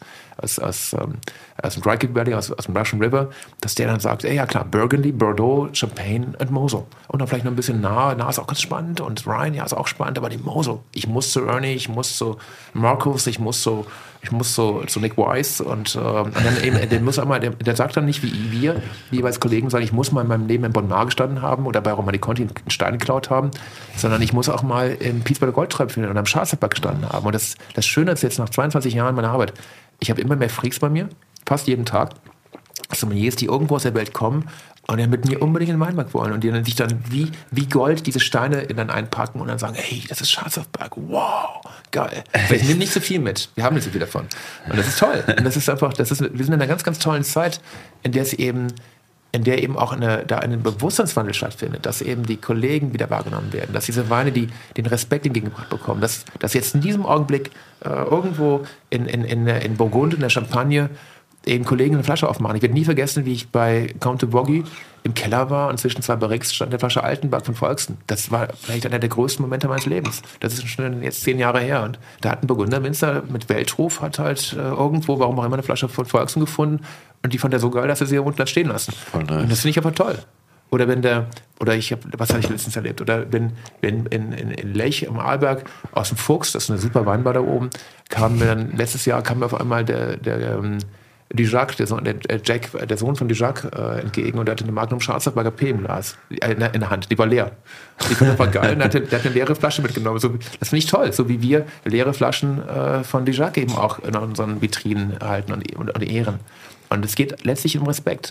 dem Dry Creek Valley, aus dem Russian River, dass der dann sagt, ja klar, Burgundy, Bordeaux, Champagne und Mosel. Und dann vielleicht noch ein bisschen nah ist auch ganz spannend und Rhine, ja, ist auch spannend, aber die Mosel. Ich muss zu Ernie, ich muss zu Marcus, ich muss zu Nick Weiss und dann eben, der sagt dann nicht, wie wir jeweils Kollegen sagen, ich muss mal in meinem Leben in Bonn-Mar gestanden haben oder bei Romanée Conti einen Stein geklaut haben, sondern ich muss auch mal im Piz bei der Goldtröpfchen oder am Schwarzwaldberg gestanden haben. Und das Schöne ist jetzt nach 22 Jahren meiner Arbeit, ich habe immer mehr Freaks bei mir, fast jeden Tag, Sommeliers, die irgendwo aus der Welt kommen und die mit mir unbedingt in den Weinberg wollen und die dann sich dann wie Gold diese Steine dann einpacken und dann sagen, hey, das ist Schwarzwaldberg, wow, geil. Ich nehme nicht so viel mit, wir haben nicht so viel davon. Und das ist toll. Und das ist einfach, wir sind in einer ganz, ganz tollen Zeit, in der eben auch ein Bewusstseinswandel stattfindet, dass eben die Kollegen wieder wahrgenommen werden, dass diese Weine den Respekt entgegengebracht bekommen, dass jetzt in diesem Augenblick irgendwo in Burgund, in der Champagne, eben Kollegen eine Flasche aufmachen. Ich werde nie vergessen, wie ich bei Count de Boggy im Keller war und zwischen zwei Barriques stand eine Flasche Altenberg von Volksem. Das war vielleicht einer der größten Momente meines Lebens. Das ist schon jetzt 10 Jahre her. Und da hat ein Burgunderwinzer mit Weltruf hat irgendwo, warum auch immer, eine Flasche von Volksem gefunden und die fand er so geil, dass er sie unten hat stehen lassen. Oh, nice. Und das finde ich aber toll. Oder was habe ich letztens erlebt? Oder wenn in Lech am Arlberg aus dem Fuchs, das ist eine super Weinbar da oben, letztes Jahr kam mir auf einmal der Dujac, der Sohn von Dujac, entgegen und er hatte eine Magnum Schwarzwaldberger P im Glas, in der Hand, die war leer. Die fand einfach geil und der hat eine leere Flasche mitgenommen. Das finde ich toll, so wie wir leere Flaschen von Dujac eben auch in unseren Vitrinen halten und ehren. Und es geht letztlich um Respekt.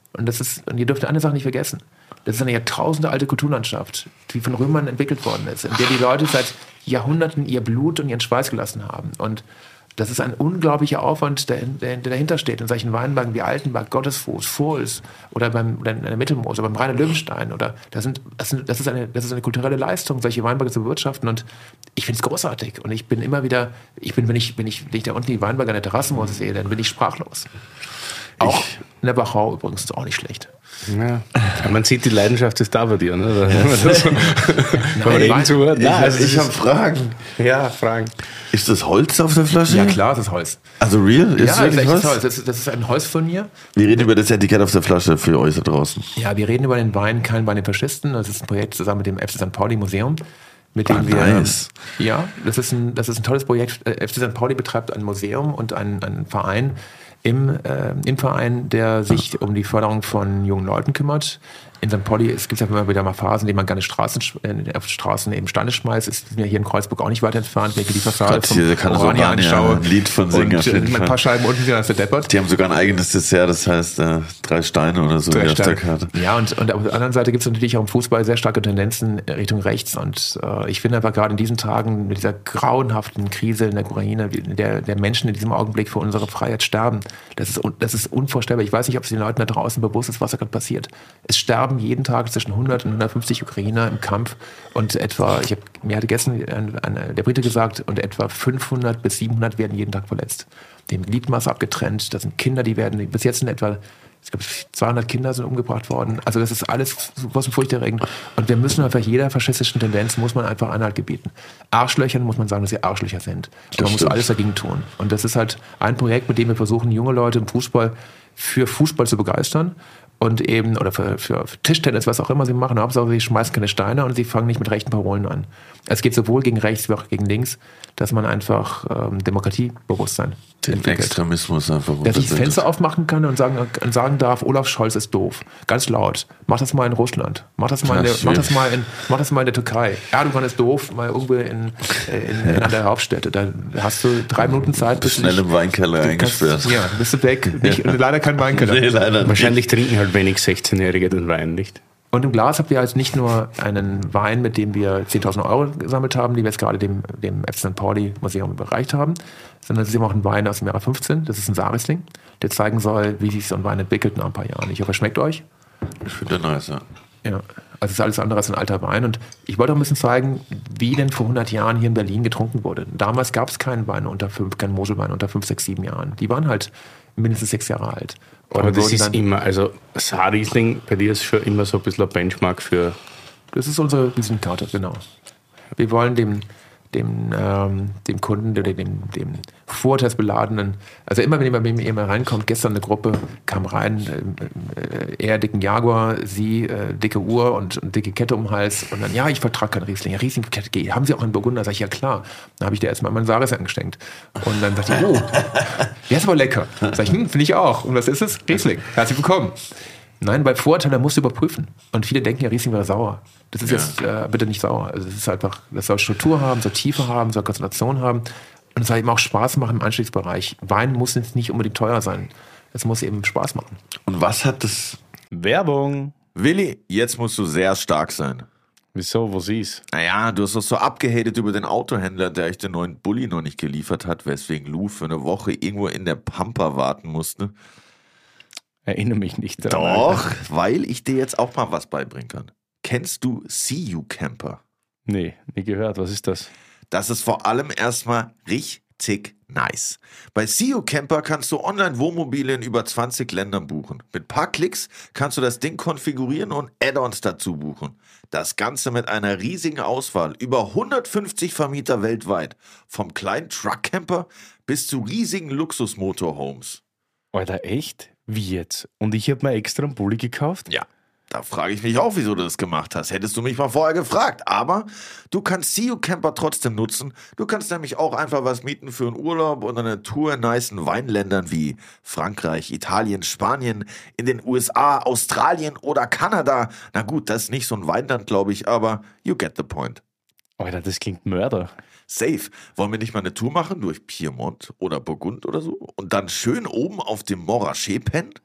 Und ihr dürft eine Sache nicht vergessen. Das ist eine Jahrtausende alte Kulturlandschaft, die von Römern entwickelt worden ist, in der die Leute seit Jahrhunderten ihr Blut und ihren Schweiß gelassen haben. Und das ist ein unglaublicher Aufwand, der dahinter steht. In solchen Weinbergen wie Altenberg, Gottesfuß, Vogels oder in der Mittelmoos oder beim Rainer Löwenstein. Das ist eine kulturelle Leistung, solche Weinberge zu bewirtschaften. Und ich finde es großartig. Und ich bin immer wieder, wenn ich da unten die Weinberge an der Terrassenmoose sehe, dann bin ich sprachlos. Auch in der Wachau übrigens ist auch nicht schlecht. Ja. Man sieht, die Leidenschaft ist da bei dir. Ne? Ich habe Fragen. Ja, Fragen. Ist das Holz auf der Flasche? Ja klar, das ist Holz. Also real? Ist Ja, das ist wirklich echtes Holz? Holz. Das ist ein Holzfurnier. Wir reden über das Etikett auf der Flasche für euch da draußen. Ja, wir reden über den Wein Kein Wein den Faschisten. Das ist ein Projekt zusammen mit dem FC St. Pauli Museum. Mit dem nice. Ja, das ist ein tolles Projekt. FC St. Pauli betreibt ein Museum und einen Verein im Verein, der sich um die Förderung von jungen Leuten kümmert. In St. Pauli gibt es ja immer wieder mal Phasen, in denen man gerne auf Straßen eben Steine schmeißt. Ist mir hier in Kreuzburg auch nicht weit entfernt, wenn ich die Fassade vom Orania anschaue. Ein Lied von singen. Und ein paar Scheiben unten sind als der Deppert. Die haben sogar ein eigenes Dessert, das heißt 3 Steine oder so auf der Karte. Ja, und auf der anderen Seite gibt es natürlich auch im Fußball sehr starke Tendenzen Richtung rechts. Und ich finde einfach gerade in diesen Tagen mit dieser grauenhaften Krise in der Ukraine, der Menschen in diesem Augenblick für unsere Freiheit sterben, das ist unvorstellbar. Ich weiß nicht, ob es den Leuten da draußen bewusst ist, was da gerade passiert. Es sterben jeden Tag zwischen 100 und 150 Ukrainer im Kampf und mir hatte gestern der Brite gesagt, und etwa 500 bis 700 werden jeden Tag verletzt. Dem Gliedmaß abgetrennt, das sind Kinder, bis jetzt sind etwa, ich glaube, 200 Kinder sind umgebracht worden. Also das ist alles was furchterregend. Und wir müssen einfach jeder faschistischen Tendenz muss man einfach Einhalt gebieten. Arschlöchern muss man sagen, dass sie Arschlöcher sind. Und man muss alles dagegen tun. Und das ist halt ein Projekt, mit dem wir versuchen, junge Leute im Fußball für Fußball zu begeistern. Und eben, oder für Tischtennis, was auch immer sie machen, Hauptsache sie schmeißen keine Steine und sie fangen nicht mit rechten Parolen an. Es geht sowohl gegen rechts wie auch gegen links, dass man einfach Demokratiebewusstsein entwickelt. Extremismus einfach. Dass ich das Fenster aufmachen kann und sagen darf, Olaf Scholz ist doof. Ganz laut. Mach das mal in Russland. Mach das mal in der Türkei. Erdogan ist doof, mal irgendwo in der Hauptstädte. Da hast du 3 Minuten Zeit. Bis schnell im Weinkeller eingesperrt. Ja, bist du weg. Leider kein Weinkeller. Nee, leider nicht. Wahrscheinlich trinken halt wenig 16-Jährige den Wein, nicht? Und im Glas habt ihr also nicht nur einen Wein, mit dem wir 10.000 Euro gesammelt haben, die wir jetzt gerade dem FC St. Pauli Museum überreicht haben, sondern es ist eben auch ein Wein aus dem Jahre 15. Das ist ein Sarisling, der zeigen soll, wie sich so ein Wein entwickelt nach ein paar Jahren. Ich hoffe, er schmeckt euch. Ich finde den nice, ja. Ja, also es ist alles andere als ein alter Wein. Und ich wollte auch ein bisschen zeigen, wie denn vor 100 Jahren hier in Berlin getrunken wurde. Damals gab es keinen Wein keinen Moselwein unter 5, 6, 7 Jahren. Die waren halt mindestens 6 Jahre alt. Aber das ist immer, also Saarriesling, bei dir ist schon immer so ein bisschen ein Benchmark für... Das ist unsere Visitenkarte, genau. Wir wollen dem Kunden oder dem vorurteilsbeladenen, also immer wenn jemand reinkommt, gestern eine Gruppe kam rein, er dicken Jaguar, sie dicke Uhr und dicke Kette um den Hals und dann, ja, ich vertrage keinen Riesling. Ja, Riesling-Kette, haben Sie auch einen Burgunder? Sag ich, ja klar. Dann habe ich dir erstmal meinen Sarisling geschenkt. Und dann dachte ich, oh, der ist aber lecker. Sag ich, finde ich auch. Und was ist es? Riesling. Herzlich willkommen. Nein, bei Vorurteilen musst du überprüfen. Und viele denken ja, Riesling wäre sauer. Das ist jetzt bitte nicht sauer. Also es ist einfach, das soll Struktur haben, soll Tiefe haben, soll Konzentration haben. Und es soll eben auch Spaß machen im Einstiegsbereich. Wein muss jetzt nicht unbedingt teuer sein. Es muss eben Spaß machen. Und was hat das... Werbung. Willi, jetzt musst du sehr stark sein. Wieso, wo sieh's? Naja, du hast doch so abgehatet über den Autohändler, der euch den neuen Bulli noch nicht geliefert hat, weswegen Lou für eine Woche irgendwo in der Pampa warten musste. Erinnere mich nicht daran. Doch, Alter. Weil ich dir jetzt auch mal was beibringen kann. Kennst du See You Camper? Nee, nie gehört. Was ist das? Das ist vor allem erstmal richtig nice. Bei See You Camper kannst du online Wohnmobile in über 20 Ländern buchen. Mit ein paar Klicks kannst du das Ding konfigurieren und Add-ons dazu buchen. Das Ganze mit einer riesigen Auswahl. Über 150 Vermieter weltweit. Vom kleinen Truckcamper bis zu riesigen Luxus-Motorhomes. Alter, echt? Wie jetzt? Und ich habe mir extra einen Bulli gekauft? Ja, da frage ich mich auch, wieso du das gemacht hast. Hättest du mich mal vorher gefragt. Aber du kannst See You Camper trotzdem nutzen. Du kannst nämlich auch einfach was mieten für einen Urlaub und eine Tour in nicen Weinländern wie Frankreich, Italien, Spanien, in den USA, Australien oder Kanada. Na gut, das ist nicht so ein Weinland, glaube ich, aber you get the point. Alter, das klingt Mörder. Safe. Wollen wir nicht mal eine Tour machen durch Piemont oder Burgund oder so? Und dann schön oben auf dem Morachet pennen?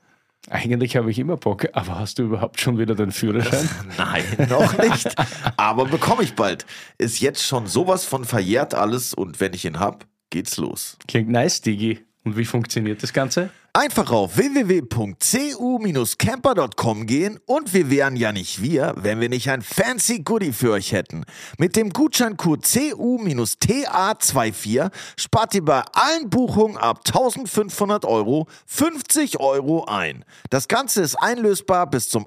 Eigentlich habe ich immer Bock, aber hast du überhaupt schon wieder den Führerschein? Nein, noch nicht. Aber bekomme ich bald. Ist jetzt schon sowas von verjährt alles und wenn ich ihn hab, geht's los. Klingt nice, Digi. Und wie funktioniert das Ganze? Einfach auf www.cu-camper.com gehen und wir wären ja nicht wir, wenn wir nicht ein fancy Goodie für euch hätten. Mit dem Gutscheincode CU-TA24 spart ihr bei allen Buchungen ab 1500 € 50 € ein. Das Ganze ist einlösbar bis zum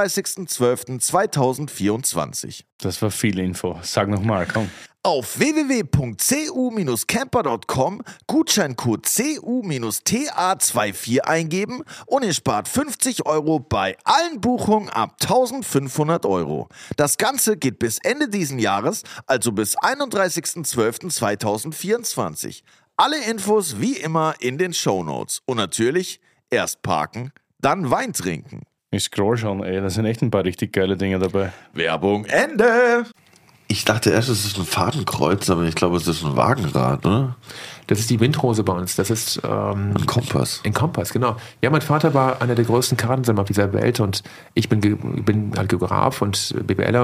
31.12.2024. Das war viel Info. Sag nochmal, komm. Auf www.cu-camper.com Gutscheincode CU-TA24 eingeben und ihr spart 50 € bei allen Buchungen ab 1500 €. Das Ganze geht bis Ende diesen Jahres, also bis 31.12.2024. Alle Infos wie immer in den Shownotes. Und natürlich erst parken, dann Wein trinken. Ich scroll schon, ey. Da sind echt ein paar richtig geile Dinge dabei. Werbung Ende! Ich dachte erst, es ist ein Fadenkreuz, aber ich glaube, es ist ein Wagenrad, oder? Das ist die Windrose bei uns. Das ist ein Kompass. Ein Kompass, genau. Ja, mein Vater war einer der größten Kartensammler auf dieser Welt und ich bin halt Geograf und BWLer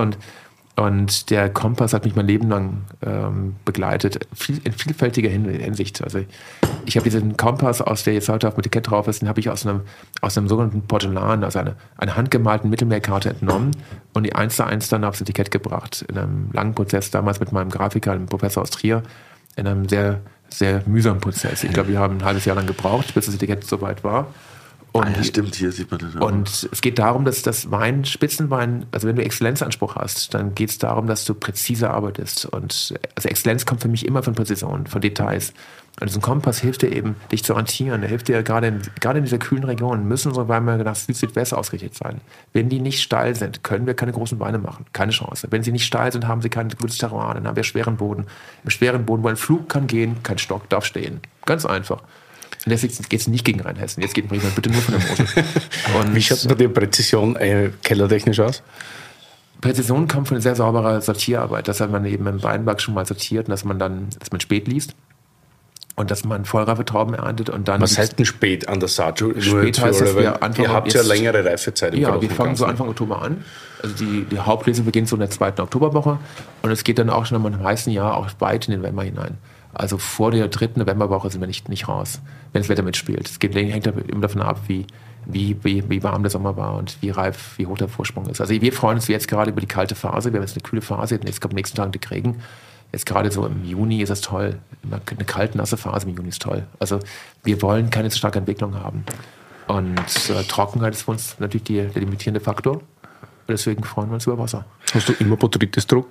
und der Kompass hat mich mein Leben lang begleitet, in vielfältiger Hinsicht. Also ich habe diesen Kompass, aus der jetzt heute auf dem Etikett drauf ist, den habe ich aus einem sogenannten Porzellan, also einer handgemalten Mittelmeerkarte entnommen und die 1:1 dann aufs Etikett gebracht. In einem langen Prozess, damals mit meinem Grafiker, dem Professor aus Trier, in einem sehr, sehr mühsamen Prozess. Ich glaube, wir haben ein halbes Jahr lang gebraucht, bis das Etikett soweit war. Und, ja, stimmt, hier sieht man das auch. Und es geht darum, dass das Spitzenwein, also wenn du Exzellenzanspruch hast, dann geht es darum, dass du präzise arbeitest. Und also Exzellenz kommt für mich immer von Präzision, von Details. Und so ein Kompass hilft dir eben, dich zu orientieren. Der hilft dir gerade in dieser kühlen Region, müssen unsere Weine nach Süd-Südwest ausgerichtet sein. Wenn die nicht steil sind, können wir keine großen Weine machen. Keine Chance. Wenn sie nicht steil sind, haben sie kein gutes Terroir. Dann haben wir schweren Boden. Im schweren Boden, wo ein Flug kann gehen, kein Stock darf stehen. Ganz einfach. Und deswegen geht es nicht gegen Rheinhessen. Jetzt geht Bremen bitte nur von der Mosel. Wie schaut bei dir Präzision kellertechnisch aus? Präzision kommt von einer sehr sauberer Sortierarbeit. Das hat man eben im Weinberg schon mal sortiert und dass man spät liest und dass man vollreife Trauben erntet. Und dann was heißt denn spät an der Saat? Spät heißt, dass wir anfangen. Ihr habt ja längere Reifezeit im Ja, wir fangen so Anfang Oktober an. Also die Hauptlese beginnt so in der 2. Oktoberwoche und es geht dann auch schon im heißen Jahr auch weit in den November hinein. Also vor der 3. Novemberwoche sind wir nicht raus, wenn das Wetter mitspielt. Es hängt immer davon ab, wie warm der Sommer war und wie hoch der Vorsprung ist. Also wir freuen uns jetzt gerade über die kalte Phase. Wir haben jetzt eine kühle Phase, jetzt kommt am nächsten Tag der Regen. Jetzt gerade so im Juni ist das toll. Eine kalte, nasse Phase im Juni ist toll. Also wir wollen keine so starke Entwicklung haben. Und Trockenheit ist für uns natürlich der limitierende Faktor. Und deswegen freuen wir uns über Wasser. Hast du immer Botrytis-Druck?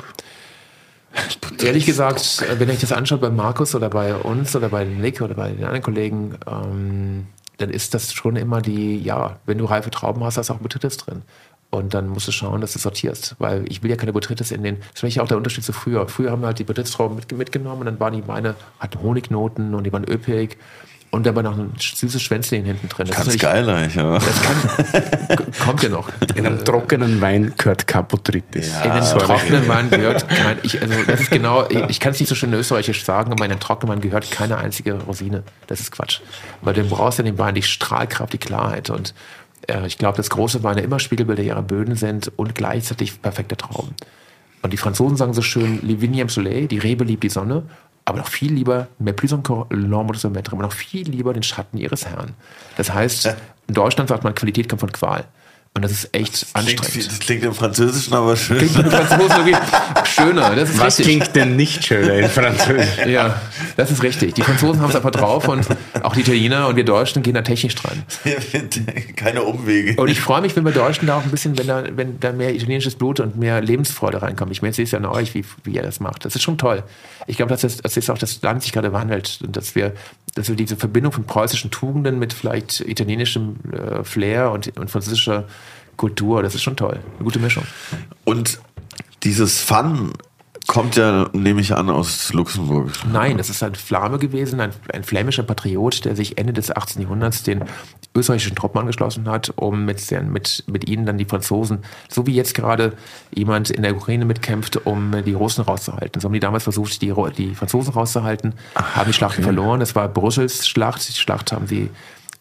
Ehrlich gesagt, wenn ich das anschaue bei Markus oder bei uns oder bei Nick oder bei den anderen Kollegen, dann ist das schon immer wenn du reife Trauben hast, hast du auch Botrytis drin. Und dann musst du schauen, dass du sortierst. Weil ich will ja keine Botrytis das ist vielleicht auch der Unterschied zu früher. Früher haben wir halt die Botrytis-Trauben mitgenommen und dann waren die Weine, hatten Honignoten und die waren öpig. Und da war noch ein süßes Schwänzchen hinten drin. Das ganz geil eigentlich, ja. Kommt ja noch. In einem trockenen Wein gehört kein Botrytis. Ja, in einem trockenen Wein gehört das ist genau, ich kann es nicht so schön österreichisch sagen, aber in einem trockenen Wein gehört keine einzige Rosine. Das ist Quatsch. Weil du brauchst ja in dem Wein die Strahlkraft, die Klarheit. Und ich glaube, dass große Weine immer Spiegelbilder ihrer Böden sind und gleichzeitig perfekte Trauben. Und die Franzosen sagen so schön, Le Vigne aime Soleil, die Rebe liebt die Sonne. Aber noch viel lieber, mais plus encore l'ombre de son maître, aber noch viel lieber den Schatten ihres Herrn. Das heißt, in Deutschland sagt man, Qualität kommt von Qual. Und das ist echt anstrengend. Das klingt im Französischen aber schön. Klingt im Franzosen irgendwie schöner, das ist was richtig. Klingt denn nicht schöner in Französisch? Ja, das ist richtig. Die Franzosen haben es einfach drauf und auch die Italiener und wir Deutschen gehen da technisch dran. Keine Umwege. Und ich freue mich, wenn wir Deutschen da auch ein bisschen, wenn da mehr italienisches Blut und mehr Lebensfreude reinkommt. Ich meine, jetzt sehe es ja an euch, wie ihr das macht. Das ist schon toll. Ich glaube, dass jetzt auch das Land sich gerade wandelt und dass wir diese Verbindung von preußischen Tugenden mit vielleicht italienischem Flair und französischer Kultur, das ist schon toll. Eine gute Mischung. Und dieses Fun kommt ja, nehme ich an, aus Luxemburg. Nein, das ist ein Flame gewesen, ein flämischer Patriot, der sich Ende des 18. Jahrhunderts den österreichischen Truppen angeschlossen hat, um mit ihnen dann die Franzosen, so wie jetzt gerade jemand in der Ukraine mitkämpft, um die Russen rauszuhalten. So haben die damals versucht, die Franzosen rauszuhalten, haben die Schlachten verloren. Das war Brüssels Schlacht. Die Schlacht haben sie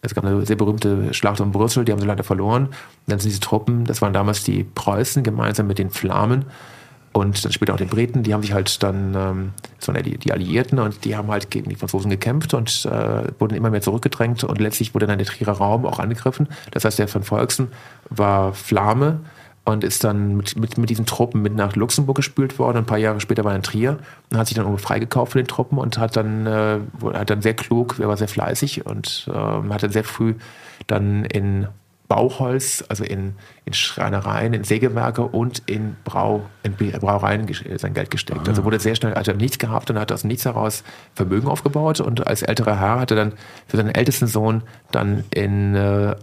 Es gab eine sehr berühmte Schlacht um Brüssel, die haben sie leider verloren. Und dann sind diese Truppen, das waren damals die Preußen gemeinsam mit den Flamen und dann später auch den Briten, die haben sich halt dann, das waren ja die Alliierten, und die haben halt gegen die Franzosen gekämpft und wurden immer mehr zurückgedrängt, und letztlich wurde dann der Trierer Raum auch angegriffen. Das heißt, der von Volksen war Flame und ist dann mit diesen Truppen mit nach Luxemburg gespült worden. Ein paar Jahre später war er in Trier und hat sich dann freigekauft von den Truppen und hat dann sehr klug, er war sehr fleißig und hat dann sehr früh dann in Bauholz, also in Schreinereien, in Sägewerke und in Brauereien sein Geld gesteckt. Also wurde sehr schnell, hat er nichts gehabt und hat aus nichts heraus Vermögen aufgebaut, und als älterer Herr hat er dann für seinen ältesten Sohn dann in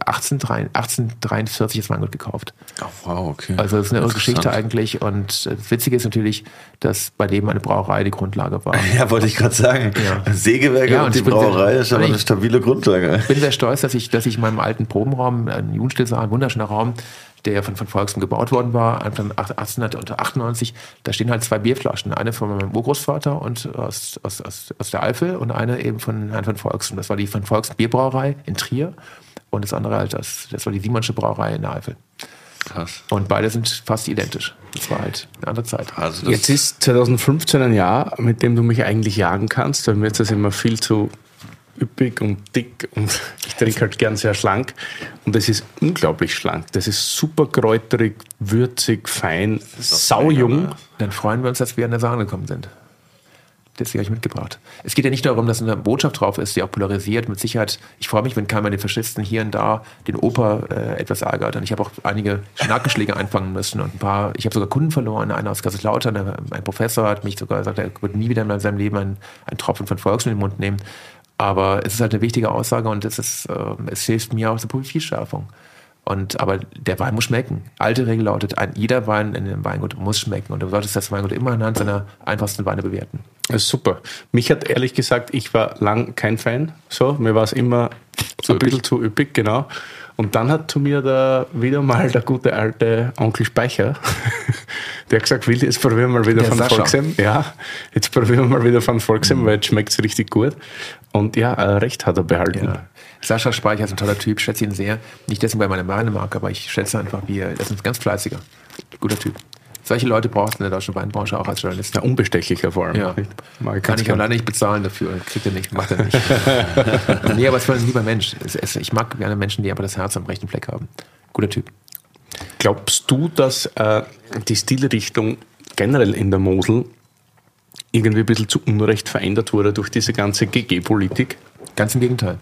1843 das Weingut gekauft. Oh, wow, okay. Also das ist eine irre Geschichte eigentlich, und das Witzige ist natürlich, dass bei dem eine Brauerei die Grundlage war. Ja, wollte ich gerade sagen. Ja. Sägewerke und die Brauerei ist aber eine stabile Grundlage. Ich bin sehr stolz, dass ich in meinem alten Probenraum, ein Jugendstilsaal, ein wunderschöner Raum, der von Volksem gebaut worden war, Anfang 1898, da stehen halt 2 Bierflaschen. Eine von meinem Urgroßvater und aus der Eifel und eine eben von Herrn von Volksem. Das war die von Volksem Bierbrauerei in Trier, und das andere halt, das war die Siemensche Brauerei in der Eifel. Krass. Und beide sind fast identisch. Das war halt eine andere Zeit. Also jetzt ist 2015 ein Jahr, mit dem du mich eigentlich jagen kannst, weil mir jetzt das immer viel zu üppig und dick, und ich trinke halt gern sehr schlank, und es ist unglaublich schlank. Das ist super kräuterig, würzig, fein, saujung. Dann freuen wir uns, dass wir an der Sahne gekommen sind. Deswegen habe ich mitgebracht. Es geht ja nicht darum, dass eine Botschaft drauf ist, die auch polarisiert. Mit Sicherheit, ich freue mich, wenn keiner den Faschisten hier und da den Opa etwas ärgert. Und ich habe auch einige Nackenschläge einfangen müssen und ich habe sogar Kunden verloren. Einer aus Kaiserslautern, ein Professor, hat mich sogar gesagt, er wird nie wieder in seinem Leben einen Tropfen von Volksem in den Mund nehmen. Aber es ist halt eine wichtige Aussage, und es hilft mir auch zur Profilschärfung. Aber der Wein muss schmecken. Alte Regel lautet, jeder Wein in einem Weingut muss schmecken. Und du solltest das Weingut immer anhand seiner einfachsten Weine bewerten. Das ist super. Mich hat ehrlich gesagt, ich war lang kein Fan. So, mir war es immer so ein bisschen zu üppig, genau. Und dann hat zu mir da wieder mal der gute alte Onkel Speicher, der hat gesagt, Willi, jetzt probieren wir mal wieder von Volksem. Ja, jetzt probieren wir mal wieder von Volksem, weil jetzt schmeckt es richtig gut. Und ja, recht hat er behalten. Ja. Sascha Speicher ist ein toller Typ, schätze ihn sehr. Nicht deswegen, weil meine Weine mag, aber ich schätze einfach, das ist ein ganz fleißiger, guter Typ. Solche Leute brauchst du in der deutschen Weinbranche auch als Journalist. Ja, unbestechlicher vor allem. Ja. Kann ich auch leider nicht bezahlen dafür. Kriegt er nicht, macht er nicht. Nee, aber es war ein lieber Mensch. Ich mag gerne Menschen, die einfach das Herz am rechten Fleck haben. Guter Typ. Glaubst du, dass die Stilrichtung generell in der Mosel irgendwie ein bisschen zu Unrecht verändert wurde durch diese ganze GG-Politik? Ganz im Gegenteil.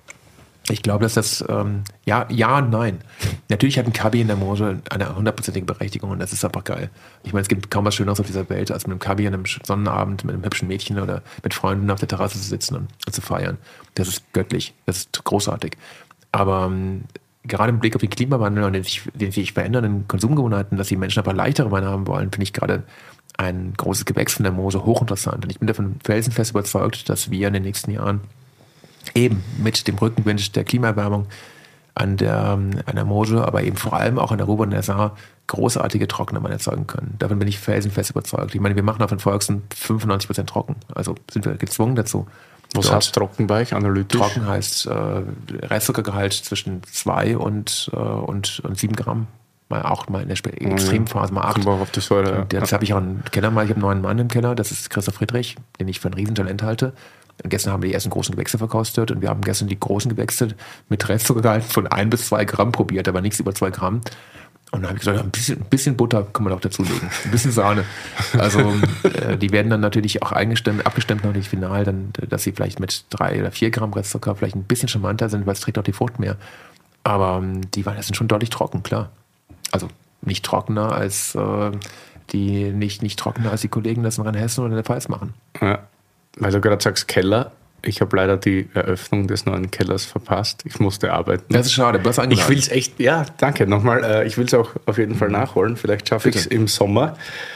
Ich glaube, dass das, ja und nein. Natürlich hat ein Kabi in der Mosel eine 100%ige Berechtigung, und das ist einfach geil. Ich meine, es gibt kaum was Schöneres auf dieser Welt, als mit einem Kabi an einem Sonnenabend mit einem hübschen Mädchen oder mit Freunden auf der Terrasse zu sitzen und zu feiern. Das ist göttlich, das ist großartig. Aber gerade im Blick auf den Klimawandel und den sich verändernden Konsumgewohnheiten, dass die Menschen aber leichtere Weine haben wollen, finde ich gerade ein großes Gewächs von der Mosel hochinteressant. Und ich bin davon felsenfest überzeugt, dass wir in den nächsten Jahren eben mit dem Rückenwind der Klimaerwärmung an der Mosel, aber eben vor allem auch an der Ruhr und der Saar großartige trockene Weine erzeugen können. Davon bin ich felsenfest überzeugt. Ich meine, wir machen auf den Volksen 95% trocken. Also sind wir gezwungen dazu. Was heißt trocken bei euch, analytisch? Trocken heißt Restzuckergehalt zwischen 2 und 7 Gramm. Mal in der Extremphase mal 8. Auf die Säure, ja. Jetzt habe ich auch einen Keller mal, ich habe einen neuen Mann im Keller, das ist Christoph Friedrich, den ich für ein Riesentalent halte. Und gestern haben wir die ersten großen Gewächse verkostet, und wir haben gestern die großen Gewächse mit Restzuckergehalt von 1 bis 2 Gramm probiert, aber nichts über 2 Gramm. Und dann habe ich gesagt, ein bisschen Butter kann man doch dazulegen, ein bisschen Sahne. Also die werden dann natürlich auch abgestimmt noch nicht final, dann, dass sie vielleicht mit 3 oder 4 Gramm Restzucker vielleicht ein bisschen charmanter sind, weil es trägt auch die Frucht mehr. Aber die Weine sind schon deutlich trocken, klar. Also nicht trockener als nicht trockener als die Kollegen das in Rheinhessen oder in der Pfalz machen. Ja. Weil du gerade sagst Keller, ich habe leider die Eröffnung des neuen Kellers verpasst. Ich musste arbeiten. Das ist schade, du hast eingeladen. Ich will es echt, ja, danke nochmal. Ich will es auch auf jeden Fall nachholen. Vielleicht schaffe ich es im Sommer.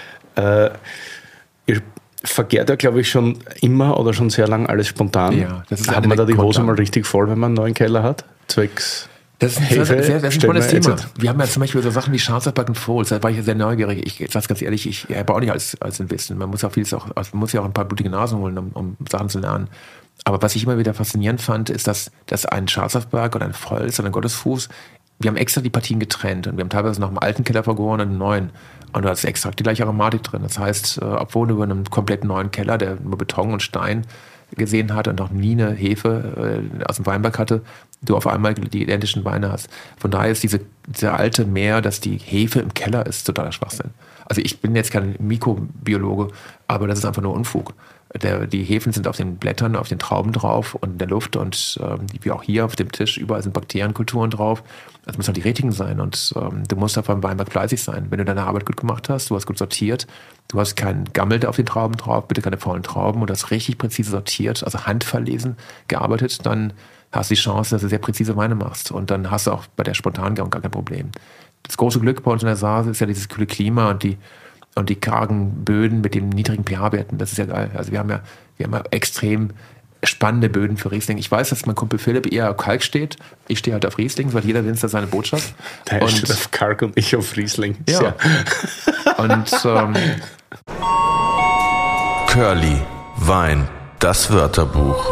Ihr verkehrt ja, glaube ich, schon immer oder schon sehr lang alles spontan. Ja, das ist hat man da die Hose mal richtig voll, wenn man einen neuen Keller hat? Zwecks Das ist ein spannendes Thema. Wir haben ja zum Beispiel so Sachen wie Schwarzwaldberg und Fohls, da war ich sehr neugierig. Ich sage ganz ehrlich, ich habe auch nicht als Wissen. Man muss ja auch ein paar blutige Nasen holen, um Sachen zu lernen. Aber was ich immer wieder faszinierend fand, ist, dass ein Schwarzwaldberg oder ein Volz oder ein Gottesfuß, wir haben extra die Partien getrennt und wir haben teilweise noch einen alten Keller vergoren und einen neuen. Und da ist extra die gleiche Aromatik drin. Das heißt, obwohl du über einem komplett neuen Keller, der nur Beton und Stein gesehen hat und noch nie eine Hefe aus dem Weinberg hatte, du auf einmal die identischen Weine hast. Von daher ist dieser alte Meer, dass die Hefe im Keller ist, totaler Schwachsinn. Also ich bin jetzt kein Mikrobiologe, aber das ist einfach nur Unfug. Die Hefen sind auf den Blättern, auf den Trauben drauf und in der Luft und wie auch hier auf dem Tisch, überall sind Bakterienkulturen drauf. Das müssen auch die richtigen sein und du musst auf einem Weinberg fleißig sein. Wenn du deine Arbeit gut gemacht hast, du hast gut sortiert, du hast keinen Gammel auf den Trauben drauf, bitte keine faulen Trauben und du hast richtig präzise sortiert, also handverlesen gearbeitet, dann hast du die Chance, dass du sehr präzise Weine machst und dann hast du auch bei der Spontangärung gar kein Problem. Das große Glück bei uns in der Saase ist ja dieses kühle Klima und die kargen Böden mit den niedrigen pH-Werten, das ist ja geil. Also wir haben ja extrem spannende Böden für Riesling. Ich weiß, dass mein Kumpel Philipp eher auf Kalk steht. Ich stehe halt auf Riesling, weil jeder Winzer seine Botschaft. Der steht auf Kalk und ich auf Riesling. Ja. Und Curly, Wein, das Wörterbuch.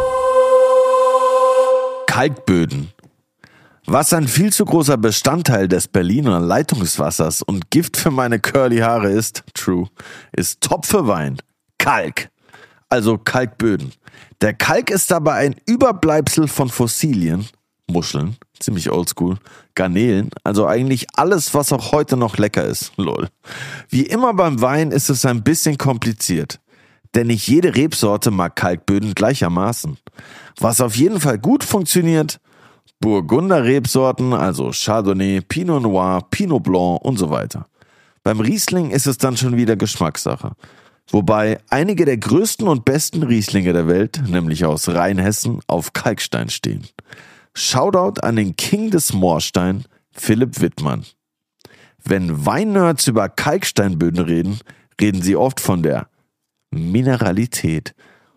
Kalkböden. Was ein viel zu großer Bestandteil des Berliner Leitungswassers und Gift für meine Curly-Haare ist, ist top für Wein. Kalk. Also Kalkböden. Der Kalk ist dabei ein Überbleibsel von Fossilien, Muscheln, ziemlich oldschool, Garnelen, also eigentlich alles, was auch heute noch lecker ist. Lol. Wie immer beim Wein ist es ein bisschen kompliziert. Denn nicht jede Rebsorte mag Kalkböden gleichermaßen. Was auf jeden Fall gut funktioniert, Burgunder-Rebsorten, also Chardonnay, Pinot Noir, Pinot Blanc und so weiter. Beim Riesling ist es dann schon wieder Geschmackssache. Wobei einige der größten und besten Rieslinge der Welt, nämlich aus Rheinhessen, auf Kalkstein stehen. Shoutout an den King des Moorstein, Philipp Wittmann. Wenn Weinnerds über Kalksteinböden reden, reden sie oft von der Mineralität.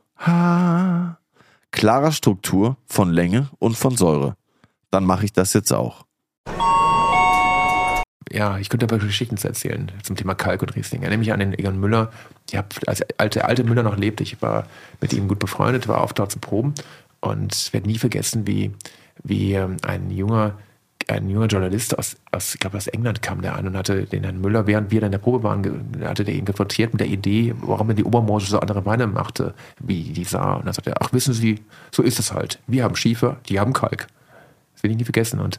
Klarer Struktur, von Länge und von Säure. Dann mache ich das jetzt auch. Ja, ich könnte aber Geschichten erzählen zum Thema Kalk und Riesling. Ich erinnere mich an den Egon Müller. Als alte Müller noch lebte, ich war mit ihm gut befreundet, war oft dort zu proben und werde nie vergessen, wie ein junger Journalist aus England kam der an und hatte den Herrn Müller, während wir dann in der Probe waren, hatte der ihn konfrontiert mit der Idee, warum denn die Obermorsche so andere Weine machte, wie die Saar. Und dann sagte er, ach, wissen Sie, so ist es halt. Wir haben Schiefer, die haben Kalk. Das will ich nie vergessen. Und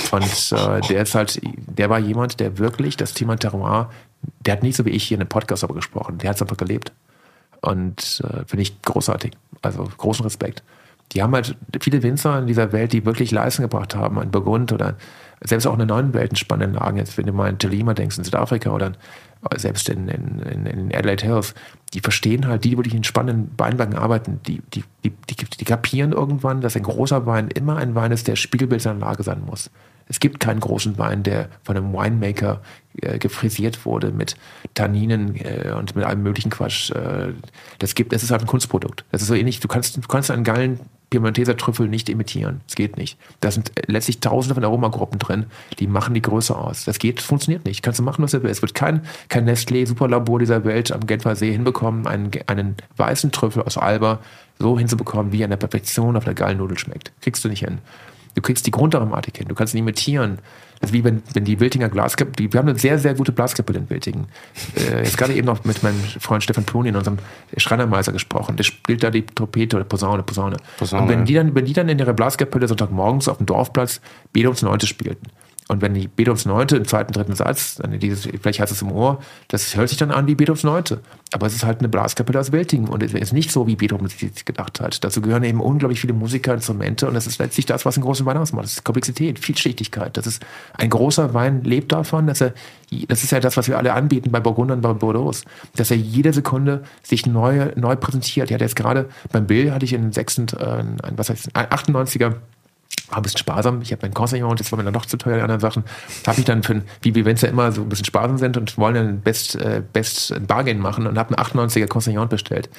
der war jemand, der wirklich das Thema Terroir, der hat nicht so wie ich hier in einem Podcast darüber gesprochen, der hat es einfach gelebt. Und finde ich großartig. Also großen Respekt. Die haben halt viele Winzer in dieser Welt, die wirklich Leistung gebracht haben, in Burgund oder selbst auch in der neuen Welt in spannenden Lagen. Jetzt, wenn du mal in Tolima denkst, in Südafrika oder selbst in Adelaide Hills, die verstehen halt, die wirklich in spannenden Weinbergen arbeiten, die kapieren irgendwann, dass ein großer Wein immer ein Wein ist, der Spiegelbild seiner Lage sein muss. Es gibt keinen großen Wein, der von einem Winemaker gefrisiert wurde mit Tanninen und mit allem möglichen Quatsch. Das ist halt ein Kunstprodukt. Das ist so ähnlich, du kannst einen geilen Piemonteser Trüffel nicht imitieren. Das geht nicht. Da sind letztlich tausende von Aromagruppen drin, die machen die Größe aus. Funktioniert nicht. Kannst du machen, was du willst. Es wird kein Nestlé Superlabor dieser Welt am Genfer See hinbekommen, einen weißen Trüffel aus Alba so hinzubekommen, wie er in der Perfektion auf einer geilen Nudel schmeckt. Kriegst du nicht hin. Du kriegst die Grundaromatik hin, du kannst ihn imitieren. Das ist wie wenn die Wiltinger Glaskapelle, wir haben eine sehr, sehr gute Blaskapelle in Wiltingen. Jetzt gerade eben noch mit meinem Freund Stefan Ploni, unserem Schreinermeister, gesprochen. Der spielt da die Trompete oder Posaune. Und wenn die dann in ihrer Blaskapelle Sonntagmorgens auf dem Dorfplatz Beethovens Neunte spielten, und wenn die Beethovens Neunte im zweiten, dritten Satz, dann vielleicht heißt es im Ohr, das hört sich dann an wie Beethovens Neunte. Aber es ist halt eine Blaskapelle aus Wiltingen und es ist nicht so, wie Beethoven sich gedacht hat. Dazu gehören eben unglaublich viele Musiker, Instrumente und das ist letztlich das, was einen großen Wein ausmacht. Das ist Komplexität, Vielschichtigkeit. Das ist ein großer Wein lebt davon, das ist ja das, was wir alle anbieten bei Burgundern, bei Bordeaux, dass er jede Sekunde sich neu präsentiert. Ich hatte jetzt gerade beim Bill hatte ich in den 98er war ein bisschen sparsam. Ich habe meinen Consignon und das war mir dann noch zu teuer, die anderen Sachen. Habe ich dann wie wir Winzer immer so ein bisschen sparsam sind und wollen dann Best Bargain machen und habe einen 98er Consignon bestellt.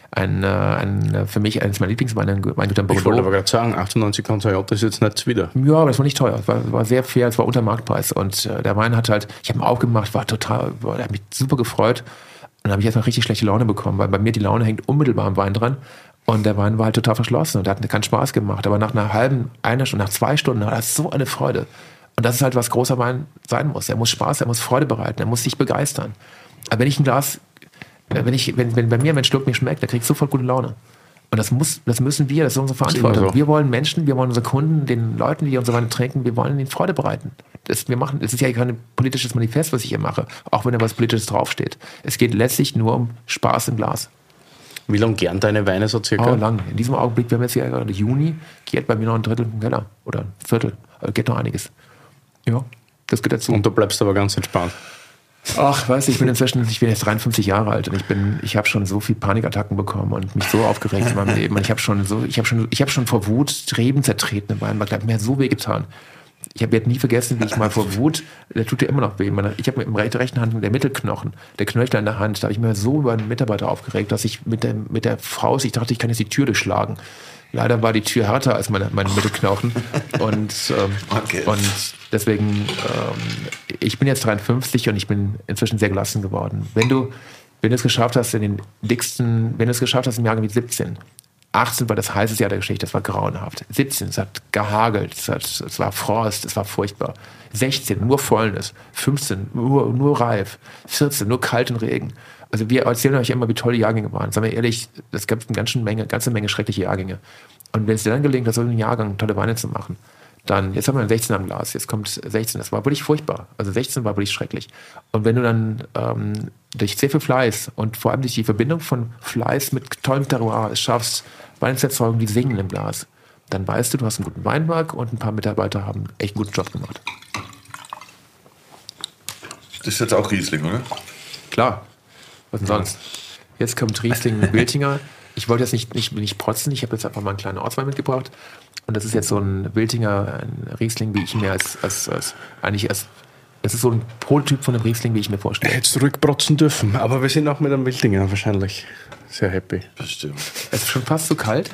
für mich eines meiner Lieblingsweine, ein Weingut am Ich wollte aber Bordeaux. gerade sagen, 98 Contagliotto ist jetzt nicht zuwider. Ja, aber das war nicht teuer. Es war sehr fair, es war unter Marktpreis. Und der Wein hat halt, ich habe ihn aufgemacht, der hat mich super gefreut. Und dann habe ich erstmal richtig schlechte Laune bekommen, weil bei mir die Laune hängt unmittelbar am Wein dran. Und der Wein war halt total verschlossen und der hat keinen Spaß gemacht. Aber nach einer Stunde, nach 2 Stunden hat er so eine Freude. Und das ist halt, was großer Wein sein muss. Er muss Spaß, er muss Freude bereiten, er muss sich begeistern. Aber wenn ich ein Glas, wenn bei mir ein Schluck mir schmeckt, dann krieg ich sofort gute Laune. Und das müssen wir, das ist unsere Verantwortung. immer so. Wir wollen Menschen, wir wollen unsere Kunden, den Leuten, die unsere Weine trinken, wir wollen ihnen Freude bereiten. Das ist ja kein politisches Manifest, was ich hier mache, auch wenn da was Politisches draufsteht. Es geht letztlich nur um Spaß im Glas. Wie lange gären deine Weine so circa? Oh, lang. In diesem Augenblick, wir haben jetzt hier gerade Juni, geht bei mir noch ein Drittel im Keller oder ein Viertel. Also geht noch einiges. Ja, das geht dazu. Und du bleibst aber ganz entspannt. Ach, weißt du, ich bin jetzt 53 Jahre alt und ich habe schon so viel Panikattacken bekommen und mich so aufgeregt in meinem Leben. Und ich habe schon vor Wut Reben zertreten im Weinberg. Das hat mir so weh getan. Ich habe jetzt nie vergessen, wie ich mal vor Wut, der tut dir immer noch weh. Ich habe mit der rechten Hand der Mittelknochen, der Knöchel in der Hand, da habe ich mir so über einen Mitarbeiter aufgeregt, dass ich mit der Faust, ich dachte, ich kann jetzt die Tür durchschlagen. Leider war die Tür härter als meine Mittelknochen. Und deswegen, ich bin jetzt 53 und ich bin inzwischen sehr gelassen geworden. Wenn du es geschafft hast wenn du es geschafft hast im Jahr mit 17, 18 war das heißeste Jahr der Geschichte, das war grauenhaft. 17, es hat gehagelt, es war Frost, es war furchtbar. 16, nur Fäulnis. 15, nur reif. 14, nur kalt und Regen. Also wir erzählen euch immer, wie toll die Jahrgänge waren. Sagen wir ehrlich, es gab eine ganze Menge schreckliche Jahrgänge. Und wenn es dir dann gelingt, aus so einem Jahrgang tolle Weine zu machen, dann, jetzt haben wir ein 16 am Glas, jetzt kommt 16, das war wirklich furchtbar. Also 16 war wirklich schrecklich. Und wenn du dann durch sehr viel Fleiß und vor allem durch die Verbindung von Fleiß mit tollem Terroir es schaffst, Weine zu erzeugen, die singen im Glas, dann weißt du, du hast einen guten Weinberg und ein paar Mitarbeiter haben echt einen guten Job gemacht. Das ist jetzt auch Riesling, oder? Klar, was denn sonst? Jetzt kommt Riesling mit Wiltinger. Ich wollte jetzt nicht protzen, ich habe jetzt einfach mal einen kleinen Ortswein mitgebracht. Und das ist jetzt so ein Wiltinger, ein Riesling, wie ich mir es ist so ein Prototyp von einem Riesling, wie ich mir vorstelle. Hättest du zurückprotzen dürfen, aber wir sind auch mit einem Wildinger wahrscheinlich sehr happy. Bestimmt. Es ist schon fast zu kalt.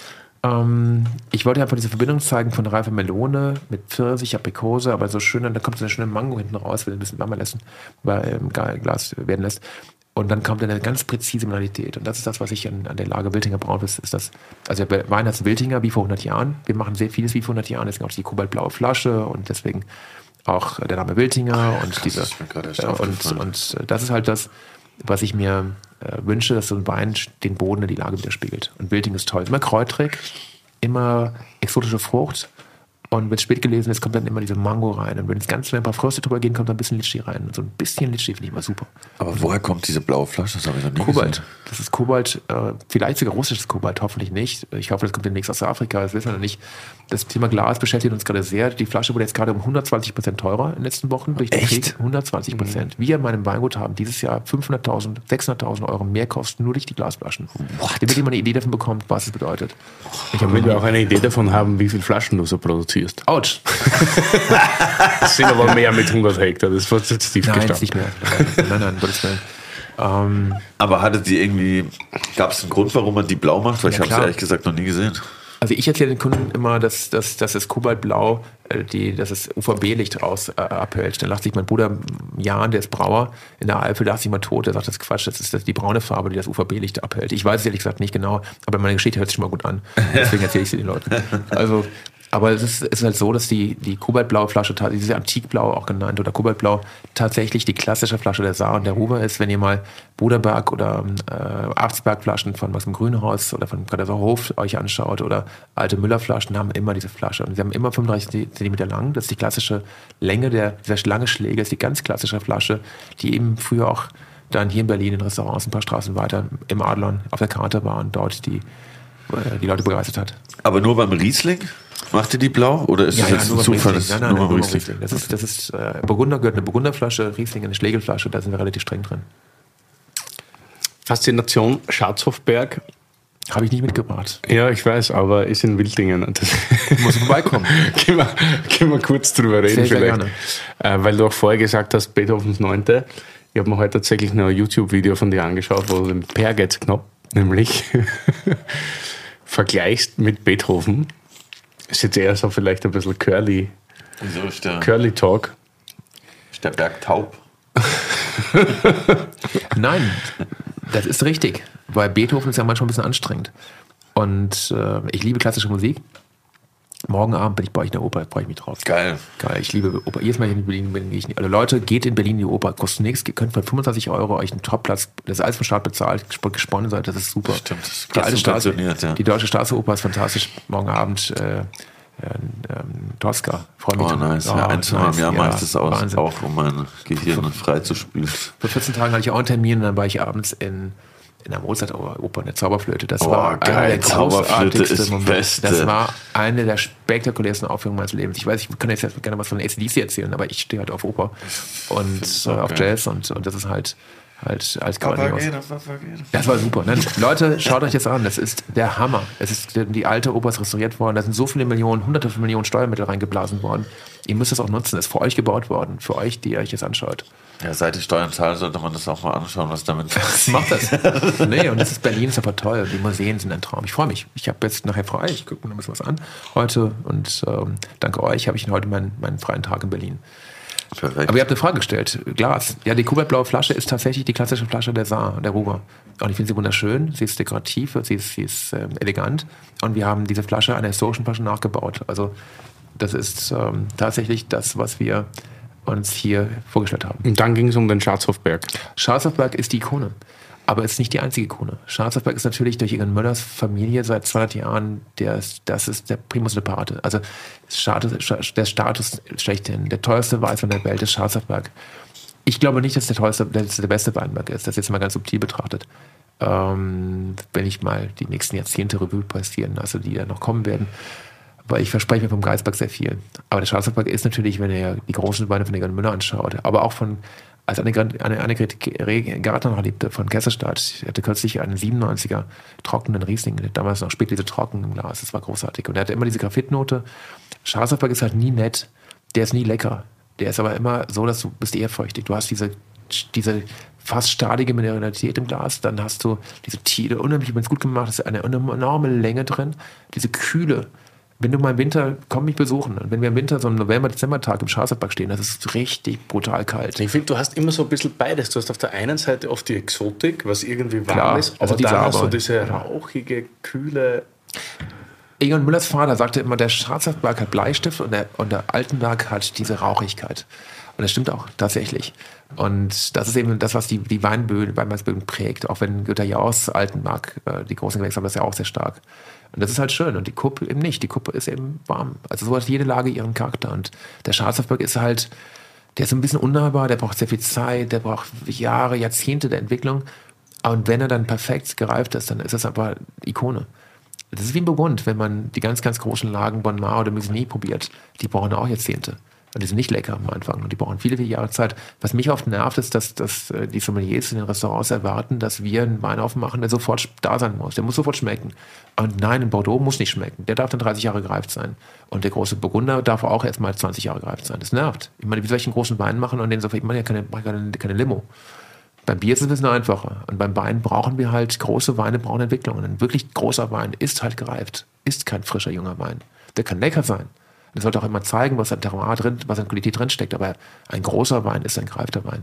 Ich wollte einfach diese Verbindung zeigen von reifer Melone mit Pfirsich, Aprikose, aber so schön, da kommt so eine schöne Mango hinten raus, wenn du ein bisschen wärmer lässt, im Glas werden lässt. Und dann kommt eine ganz präzise Mineralität. Und das ist das, was ich an der Lage Wiltinger braut. Also der Wein hat Wiltinger wie vor 100 Jahren. Wir machen sehr vieles wie vor 100 Jahren. Deswegen auch die kobaltblaue Flasche und deswegen auch der Name Wiltinger. Und und das ist halt das, was ich mir wünsche, dass so ein Wein den Boden in die Lage widerspiegelt. Und Wiltinger ist toll. Immer kräutrig, immer exotische Frucht. Und wenn es spät gelesen ist, kommt dann immer diese Mango rein. Und wenn es ganz schnell ein paar Fröste drüber gehen, kommt dann ein bisschen Litschi rein. Und so ein bisschen Litschi finde ich immer super. Aber woher kommt diese blaue Flasche? Das habe ich noch nie Kobalt. gesehen. Das ist Kobalt, vielleicht sogar russisches Kobalt, hoffentlich nicht. Ich hoffe, das kommt demnächst aus Afrika, das wissen wir noch nicht. Das Thema Glas beschäftigt uns gerade sehr. Die Flasche wurde jetzt gerade um 120% teurer in den letzten Wochen durch den Krieg. 120%. Wir in meinem Weingut haben dieses Jahr 500.000, 600.000 Euro mehr kosten, nur durch die Glasflaschen. Damit jemand eine Idee davon bekommt, was es bedeutet. Damit wir auch eine Idee davon haben, wie viele Flaschen du so produzierst. Autsch! Das sind aber mehr mit 100 Hektar, das war jetzt tief Nein, gestanden. nicht mehr. Nein, Gottes Willen. Aber gab es einen Grund, warum man die blau macht? Weil ich habe es klar. ehrlich gesagt noch nie gesehen. Also ich erkläre den Kunden immer, dass das Kobaltblau, dass das UVB-Licht raus abhält. Dann lacht sich mein Bruder Jan, der ist Brauer in der Eifel, lacht sich mal tot, der sagt, das ist Quatsch, das ist die braune Farbe, die das UVB-Licht abhält. Ich weiß es ehrlich gesagt nicht genau, aber meine Geschichte hört sich schon mal gut an. Deswegen erzähle ich sie den Leuten. Also, aber es ist halt so, dass die kobaltblaue Flasche, diese Antikblau auch genannt, oder Kobaltblau, tatsächlich die klassische Flasche der Saar und der Ruwer ist. Wenn ihr mal Bruderberg oder Arzberg-Flaschen von was im Grünhaus oder von Kaiser Hof euch anschaut oder alte Müller-Flaschen, haben immer diese Flasche. Und sie haben immer 35 cm lang. Das ist die klassische Länge dieser lange Schläge, ist die ganz klassische Flasche, die eben früher auch dann hier in Berlin in Restaurants ein paar Straßen weiter im Adlon auf der Karte war und dort die Leute begeistert hat. Aber nur beim Riesling? Macht ihr die blau? Oder ist das jetzt ein Zufall? Nein, nur beim Riesling. Das ist Burgunder gehört eine Burgunderflasche, Riesling eine Schlegelflasche, da sind wir relativ streng drin. Faszination Schatzhofberg. Habe ich nicht mitgebracht. Ja, ich weiß, aber ist in Wildingen. Muss vorbeikommen. Können wir kurz drüber reden sehr vielleicht. Gerne. Weil du auch vorher gesagt hast, Beethovens 9. Ich habe mir heute tatsächlich noch ein YouTube-Video von dir angeschaut, wo du den Perget-Knopf nämlich vergleichst mit Beethoven. Ist jetzt eher so vielleicht ein bisschen Curly Talk. Ist der Berg taub? Nein, das ist richtig, weil Beethoven ist ja manchmal ein bisschen anstrengend. Und ich liebe klassische Musik. Morgen Abend bin ich bei euch in der Oper, freue ich mich drauf. Geil. Ich liebe Oper. Jedes Mal, wenn ich in Berlin bin, gehe ich nicht. Also Leute, geht in Berlin in die Oper, kostet nichts. Ihr könnt für 25 € euch einen Topplatz, das ist alles vom Staat bezahlt, gesponsert, das ist super. Stimmt, das ist Die alte Straße, ja. Die Deutsche Staatsoper ist fantastisch. Morgen Abend Tosca. Freue mich. Oh, nice. Ja, ein, zwei Mal im Jahr mache ich das Wahnsinn. auch, um mein Gehirn freizuspielen. Vor 14 Tagen hatte ich auch einen Termin und dann war ich abends in der Mozart-Oper, in der Zauberflöte. Das war geil. einer der Zauberflöte ist großartigsten Momente. Beste. Das war eine der spektakulärsten Aufführungen meines Lebens. Ich weiß, ich kann jetzt gerne was von AC/DC erzählen, aber ich stehe halt auf Oper und auf Jazz und das ist halt als grandios. Das war super. Ne? Leute, schaut euch das an. Das ist der Hammer. Die alte Oper ist restauriert worden. Da sind so viele Millionen, hunderte von Millionen Steuermittel reingeblasen worden. Ihr müsst das auch nutzen. Das ist für euch gebaut worden. Für euch, die ihr euch das anschaut. Ja, seit ich Steuern zahle, sollte man das auch mal anschauen, was damit passiert. Macht das. Nee, und das ist Berlin, ist aber toll. Die Museen sind ein Traum. Ich freue mich. Ich habe jetzt nachher frei. Ich gucke mir noch ein bisschen was an heute. Und dank euch habe ich heute meinen freien Tag in Berlin. Perfekt. Aber ihr habt eine Frage gestellt. Glas. Ja, die kobaltblaue Flasche ist tatsächlich die klassische Flasche der Saar, der Ruhr. Und ich finde sie wunderschön. Sie ist dekorativ, sie ist elegant. Und wir haben diese Flasche einer historischen Flasche nachgebaut. Also das ist tatsächlich das, was wir uns hier vorgestellt haben. Und dann ging es um den Schatzhofberg. Schatzhofberg ist die Ikone. Aber es ist nicht die einzige Ikone. Schatzhofberg ist natürlich durch Egon Müllers Familie seit 200 Jahren, das ist der Primus inter pares. Also der Status schlechthin. Der teuerste Weißwein der Welt ist Schatzhofberg. Ich glaube nicht, dass der beste Weinberg ist. Das ist jetzt mal ganz subtil betrachtet. Wenn ich mal die nächsten Jahrzehnte Revue passieren lasse, die da noch kommen werden. Weil ich verspreche mir vom Geisberg sehr viel. Aber der Schatzhofberg ist natürlich, wenn ihr die großen Weine von Egon Müller anschaut, aber auch als Annegret Gärtner noch lebte, von Kesselstadt. Ich hatte kürzlich einen 97er trockenen Riesling, damals noch Spätlese trocken im Glas. Das war großartig. Und er hatte immer diese Graphitnote. Schatzhofberg ist halt nie nett. Der ist nie lecker. Der ist aber immer so, dass du bist ehrfürchtig. Du hast diese fast stadige Mineralität im Glas. Dann hast du diese Tiefe, unheimlich, wenn es gut gemacht ist, eine enorme Länge drin. Diese Kühle. Wenn du mal im Winter, komm mich besuchen. Und wenn wir im Winter so einen November-Dezember-Tag im Schatzhofberg stehen, das ist richtig brutal kalt. Ich finde, du hast immer so ein bisschen beides. Du hast auf der einen Seite oft die Exotik, was irgendwie warm ist, also aber dann hast du diese rauchige, kühle... Egon Müllers Vater sagte immer, der Schatzhofberg hat Bleistift und der Altenberg hat diese Rauchigkeit. Und das stimmt auch, tatsächlich. Und das ist eben das, was die Weinbergsböden prägt. Auch wenn Günter Jauch Altenberg, die großen Gewächse haben das ja auch sehr stark. Und das ist halt schön. Und die Kuppe eben nicht. Die Kuppe ist eben warm. Also so hat jede Lage ihren Charakter. Und der Schatzhofberg ist halt, der ist ein bisschen unnahbar, der braucht sehr viel Zeit, der braucht Jahre, Jahrzehnte der Entwicklung. Und wenn er dann perfekt gereift ist, dann ist das aber Ikone. Das ist wie ein Burgund, wenn man die ganz, ganz großen Lagen Bonnes oder Musigny probiert. Die brauchen auch Jahrzehnte. Und die sind nicht lecker am Anfang und die brauchen viele, viele Jahre Zeit. Was mich oft nervt, ist, dass die Sommeliers in den Restaurants erwarten, dass wir einen Wein aufmachen, der sofort da sein muss. Der muss sofort schmecken. Und nein, ein Bordeaux muss nicht schmecken. Der darf dann 30 Jahre gereift sein. Und der große Burgunder darf auch erst mal 20 Jahre gereift sein. Das nervt. Ich meine, wie soll ich einen großen Wein machen und den sofort, ich meine ja keine Limo. Beim Bier ist es ein bisschen einfacher. Und beim Wein brauchen wir halt, große Weine brauchen Entwicklung. Und ein wirklich großer Wein ist halt gereift. Ist kein frischer, junger Wein. Der kann lecker sein. Das sollte auch immer zeigen, was an Terroir drin, was an Qualität drin steckt. Aber ein großer Wein ist ein gereifter Wein.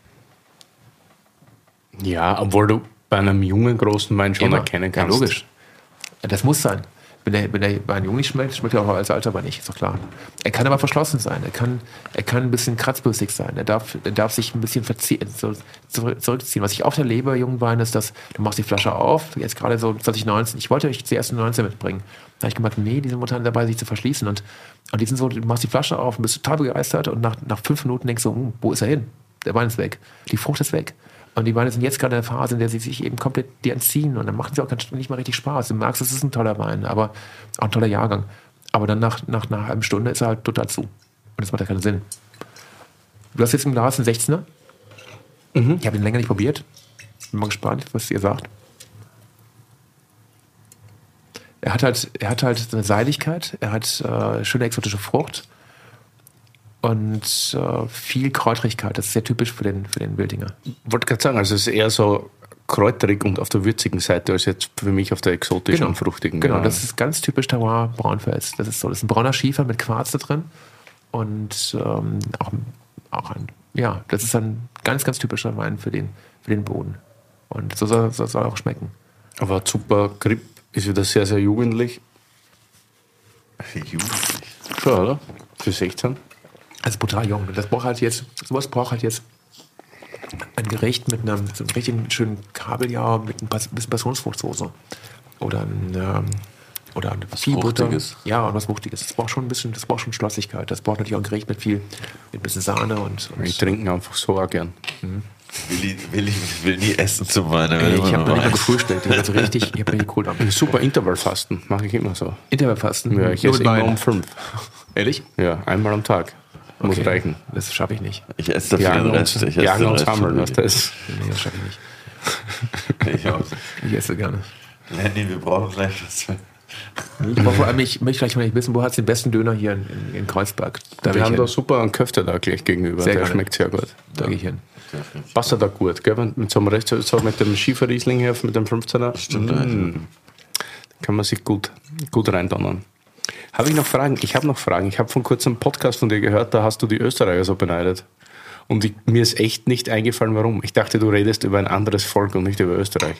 Ja, obwohl du bei einem jungen, großen Wein schon erkennen kannst. Ja, logisch. Das muss sein. Wenn der Wein jung nicht schmeckt, schmeckt er auch als alter Wein nicht, ist doch klar. Er kann aber verschlossen sein. Er kann ein bisschen kratzbürstig sein. Er darf sich ein bisschen zurückziehen. Was ich oft erlebe bei jungen Weinen ist, dass du machst die Flasche auf, jetzt gerade so 2019, ich wollte euch die ersten 19 mitbringen. Da habe ich gemerkt, nee, die sind momentan dabei, sich zu verschließen. Und die sind so, du machst die Flasche auf und bist total begeistert und nach 5 Minuten denkst du, wo ist er hin? Der Wein ist weg. Die Frucht ist weg. Und die Weine sind jetzt gerade in der Phase, in der sie sich eben komplett dir entziehen. Und dann machen sie auch nicht mal richtig Spaß. Du merkst, es ist ein toller Wein, aber auch ein toller Jahrgang. Aber dann nach einer halben Stunde ist er halt total zu. Und das macht ja keinen Sinn. Du hast jetzt im Glas einen 16er. Mhm. Ich habe ihn länger nicht probiert. Bin mal gespannt, was ihr sagt. Er hat halt eine Seidigkeit. Er hat schöne exotische Frucht. Und viel Kräutrigkeit. Das ist sehr typisch für den Wildinger. Ich wollte gerade sagen, also es ist eher so kräuterig und auf der würzigen Seite als jetzt für mich auf der exotischen und fruchtigen. Genau, Ja. das ist ganz typisch Terroir Braunfels. Das ist so, das ist ein brauner Schiefer mit Quarz da drin und auch ein, ja, das ist ein ganz, ganz typischer Wein für den Boden. Und so soll auch schmecken. Aber super Grip ist wieder sehr, sehr jugendlich. Schon, oder? Für 16. Das ist brutal jung. Sowas braucht halt jetzt ein Gericht mit einem so einem richtigen schönen Kabeljau mit ein bisschen Passionsfruchtsoße. Oder ein viel Butter. Fruchtiges. Ja, und was Fruchtiges. Das braucht schon Schlossigkeit. Das braucht natürlich auch ein Gericht mit ein bisschen Sahne und Ich trinke einfach so auch gern. Willi will nie essen zum Weinen. ich habe noch nicht mal gefrühstückt. Ich habe richtig Kohldampf. Super Intervallfasten, mache ich immer so. Intervallfasten. Ja, ich Nur esse mit immer Wein. um 5. Ehrlich? Ja, einmal am Tag. Muss Okay. reichen. Das schaffe ich nicht. Ich esse dafür den Rest. Ich esse Jagen den und Rest sammeln, von was das? Nee, das schaffe ich nicht. Ich auch. Ich esse gerne. Lenny, wir brauchen gleich was. Ich brauche vor allem, ich möchte vielleicht mal wissen, wo hat es den besten Döner hier in Kreuzberg? Da Wir will haben ich da hin. super einen Köfte da gleich gegenüber. Sehr Der gerne. schmeckt sehr gut. Da gehe ich hin. Passt ja da gut, gell? Mit so einem so mit dem Schieferriesling hier, mit dem 15er. Stimmt. Kann man sich gut reindonnern. Habe ich noch Fragen? Ich habe noch Fragen. Ich habe vor kurzem einen Podcast von dir gehört, da hast du die Österreicher so beneidet. Und mir ist echt nicht eingefallen, warum. Ich dachte, du redest über ein anderes Volk und nicht über Österreich.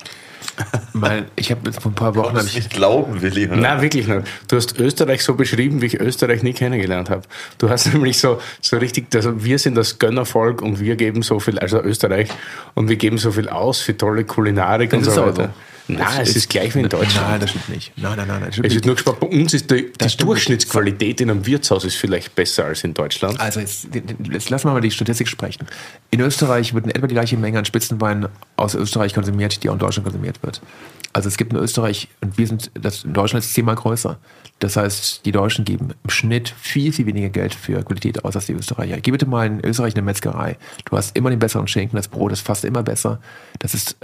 Ich habe vor ein paar Wochen Kannst du nicht glauben, Willi, oder? Nein, wirklich nicht. Du hast Österreich so beschrieben, wie ich Österreich nie kennengelernt habe. Du hast nämlich so richtig, also wir sind das Gönnervolk und wir geben so viel, also Österreich, und wir geben so viel aus für tolle Kulinarik und Das so ist aber weiter. Nein, es ist gleich wie in Deutschland. Nein, das stimmt nicht. Nein. Das stimmt Es ist nicht. nur gespannt, bei uns ist die stimmt Durchschnittsqualität in einem Wirtshaus ist vielleicht besser als in Deutschland. Also jetzt lassen wir mal die Statistik sprechen. In Österreich wird in etwa die gleiche Menge an Spitzenwein aus Österreich konsumiert, die auch in Deutschland konsumiert wird. Also es gibt in Österreich, und in Deutschland ist es 10-mal größer. Das heißt, die Deutschen geben im Schnitt viel, viel weniger Geld für Qualität aus als die Österreicher. Geh bitte mal in Österreich in eine Metzgerei. Du hast immer den besseren Schinken, das Brot ist fast immer besser. Das ist,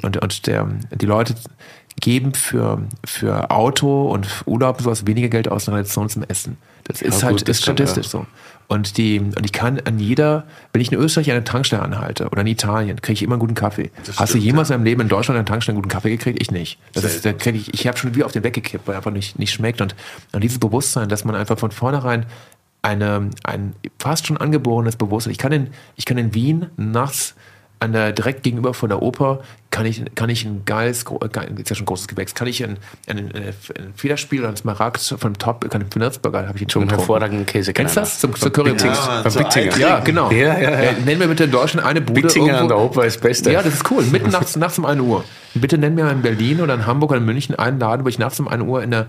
die Leute geben für Auto und Urlaub und sowas weniger Geld aus in Relation zum Essen. Das ist gut, das ist kann, statistisch ja. so. Und ich kann wenn ich in Österreich an eine Tankstelle anhalte oder in Italien, kriege ich immer einen guten Kaffee. Hast du jemals in deinem Leben in Deutschland an einer Tankstelle einen guten Kaffee gekriegt? Ich nicht. Ich habe schon wie auf den Weg gekippt, weil er einfach nicht schmeckt. Und dieses Bewusstsein, dass man einfach von vornherein ein fast schon angeborenes Bewusstsein, ich kann in Wien nachts direkt gegenüber von der Oper kann ich ein geiles, ist ja schon ein großes Gewächs, kann ich ein Federspiel oder ein Smaragd von Top, kann einen Würzburger, habe ich ihn schon Zum getrunken. hervorragenden Käse. Kennst du das? Zur Currywurst. Ja, Beim zur Bitzinger. Ja, genau. Ja. Nenn mir bitte in Deutschland eine Bude Bitzinger an der irgendwo. Oper ist das Beste. Ja, das ist cool. Mitten nachts um 1 Uhr. Bitte nenn mir in Berlin oder in Hamburg oder in München einen Laden, wo ich nachts um 1 Uhr in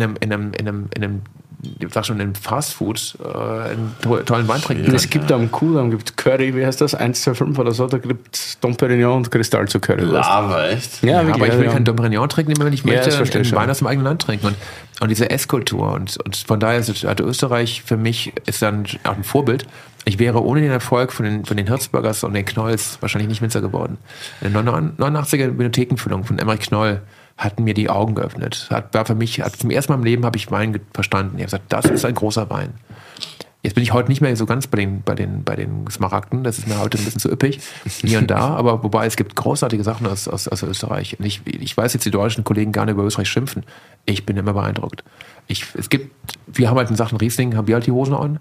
einem ich sag schon, in Fastfood einen tollen Wein trinken kann. Es gibt am Kudamm gibt Curry, wie heißt das? 125 oder so, da gibt es Dom Perignon und Kristall zur Currywurst. Lava, echt? Ja, wirklich, aber ich will ja. keinen Dom Perignon trinken, wenn ich Ja, das möchte verstehe ich einen schon. Wein aus dem eigenen Land trinken. Und diese Esskultur. Und von daher hat Österreich für mich ist dann auch ein Vorbild. Ich wäre ohne den Erfolg von den Hirzburgers und den Knolls wahrscheinlich nicht Winzer geworden. Eine 89er Bibliothekenfüllung von Emmerich Knoll hat mir die Augen geöffnet. Zum ersten Mal im Leben habe ich Wein verstanden. Ich habe gesagt, das ist ein großer Wein. Jetzt bin ich heute nicht mehr so ganz bei den Smaragden. Das ist mir heute ein bisschen zu üppig. Hier und da. Aber wobei, es gibt großartige Sachen aus Österreich. Und ich weiß jetzt, die deutschen Kollegen gerne über Österreich schimpfen. Ich bin immer beeindruckt. Wir haben halt in Sachen Riesling, haben wir halt die Hosen an.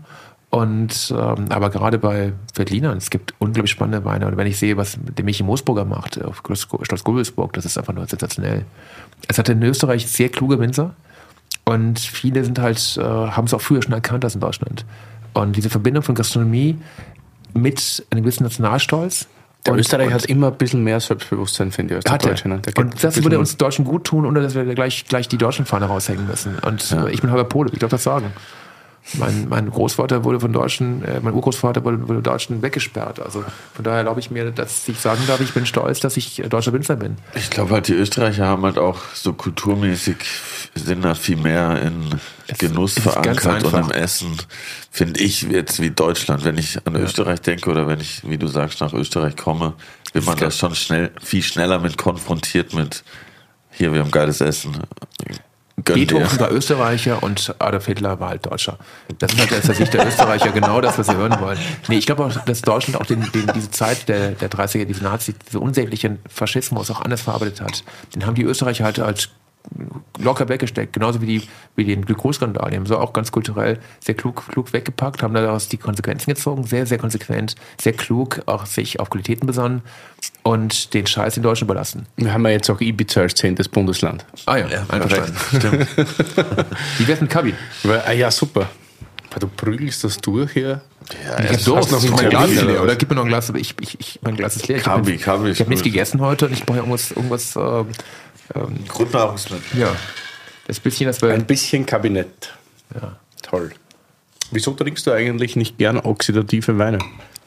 Aber gerade bei Veltlinern, es gibt unglaublich spannende Weine. Und wenn ich sehe, was der Michi Moosburger macht auf Schloss Gobelsburg, das ist einfach nur sensationell. Es hatte in Österreich sehr kluge Winzer. Und viele sind haben es auch früher schon erkannt als in Deutschland. Und diese Verbindung von Gastronomie mit einem gewissen Nationalstolz. Der Österreicher hat immer ein bisschen mehr Selbstbewusstsein, finde ich, als der Deutsche. Ne? Und das würde uns Deutschen gut tun, ohne dass wir gleich die Deutschlandfahne raushängen müssen. Und ich bin halber Pole, ich darf das sagen. Mein Großvater wurde mein Urgroßvater wurde von Deutschen weggesperrt. Also von daher glaube ich mir, dass ich sagen darf, ich bin stolz, dass ich deutscher Winzer bin. Ich glaube halt, die Österreicher haben halt auch so kulturmäßig, sind da viel mehr in Genuss verankert und im Essen, finde ich, jetzt wie Deutschland. Wenn ich an Österreich denke oder wenn ich, wie du sagst, nach Österreich komme, wird man da schon viel schneller mit konfrontiert mit, hier, wir haben geiles Essen. Beethoven war Österreicher und Adolf Hitler war halt Deutscher. Das ist halt aus der Sicht der Österreicher genau das, was sie hören wollen. Nee, ich glaube auch, dass Deutschland auch diese Zeit der 30er, diese Nazis, diese unsäglichen Faschismus auch anders verarbeitet hat. Den haben die Österreicher halt als locker weggesteckt, genauso wie den Glykolskandal. Die haben so auch ganz kulturell sehr klug weggepackt, haben daraus die Konsequenzen gezogen, sehr, sehr konsequent, sehr klug, auch sich auf Qualitäten besonnen und den Scheiß in Deutschland überlassen. Wir haben ja jetzt auch Ibiza als 10. Bundesland. Ah ja, einverstanden. Stimmt. Wie wär's mit Kabi? Ja, super. Du prügelst das durch hier. Ja, ich hab Durst. Mein Glas ist leer, oder? Gib mir noch ein Glas. Mein Glas ist leer. Ich habe nichts gegessen heute und ich brauche irgendwas Grundnahrungsmittel. Ja. Das bisschen, das wir ein bisschen Kabinett. Ja. Toll. Wieso trinkst du eigentlich nicht gern oxidative Weine?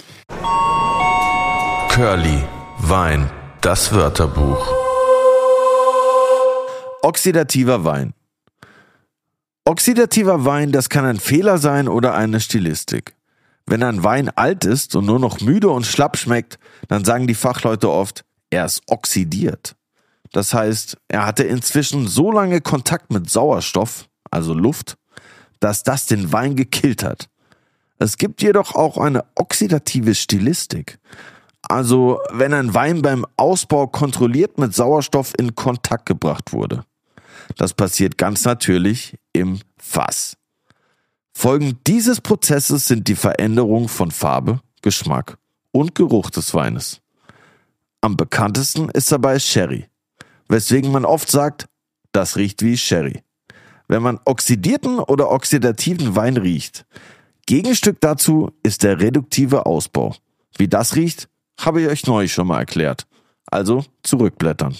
Curly, Wein, das Wörterbuch. Oxidativer Wein. Oxidativer Wein, das kann ein Fehler sein oder eine Stilistik. Wenn ein Wein alt ist und nur noch müde und schlapp schmeckt, dann sagen die Fachleute oft, er ist oxidiert. Das heißt, er hatte inzwischen so lange Kontakt mit Sauerstoff, also Luft, dass das den Wein gekillt hat. Es gibt jedoch auch eine oxidative Stilistik. Also wenn ein Wein beim Ausbau kontrolliert mit Sauerstoff in Kontakt gebracht wurde. Das passiert ganz natürlich im Fass. Folgen dieses Prozesses sind die Veränderung von Farbe, Geschmack und Geruch des Weines. Am bekanntesten ist dabei Sherry, weswegen man oft sagt, das riecht wie Sherry. Wenn man oxidierten oder oxidativen Wein riecht. Gegenstück dazu ist der reduktive Ausbau. Wie das riecht, habe ich euch neulich schon mal erklärt. Also zurückblättern.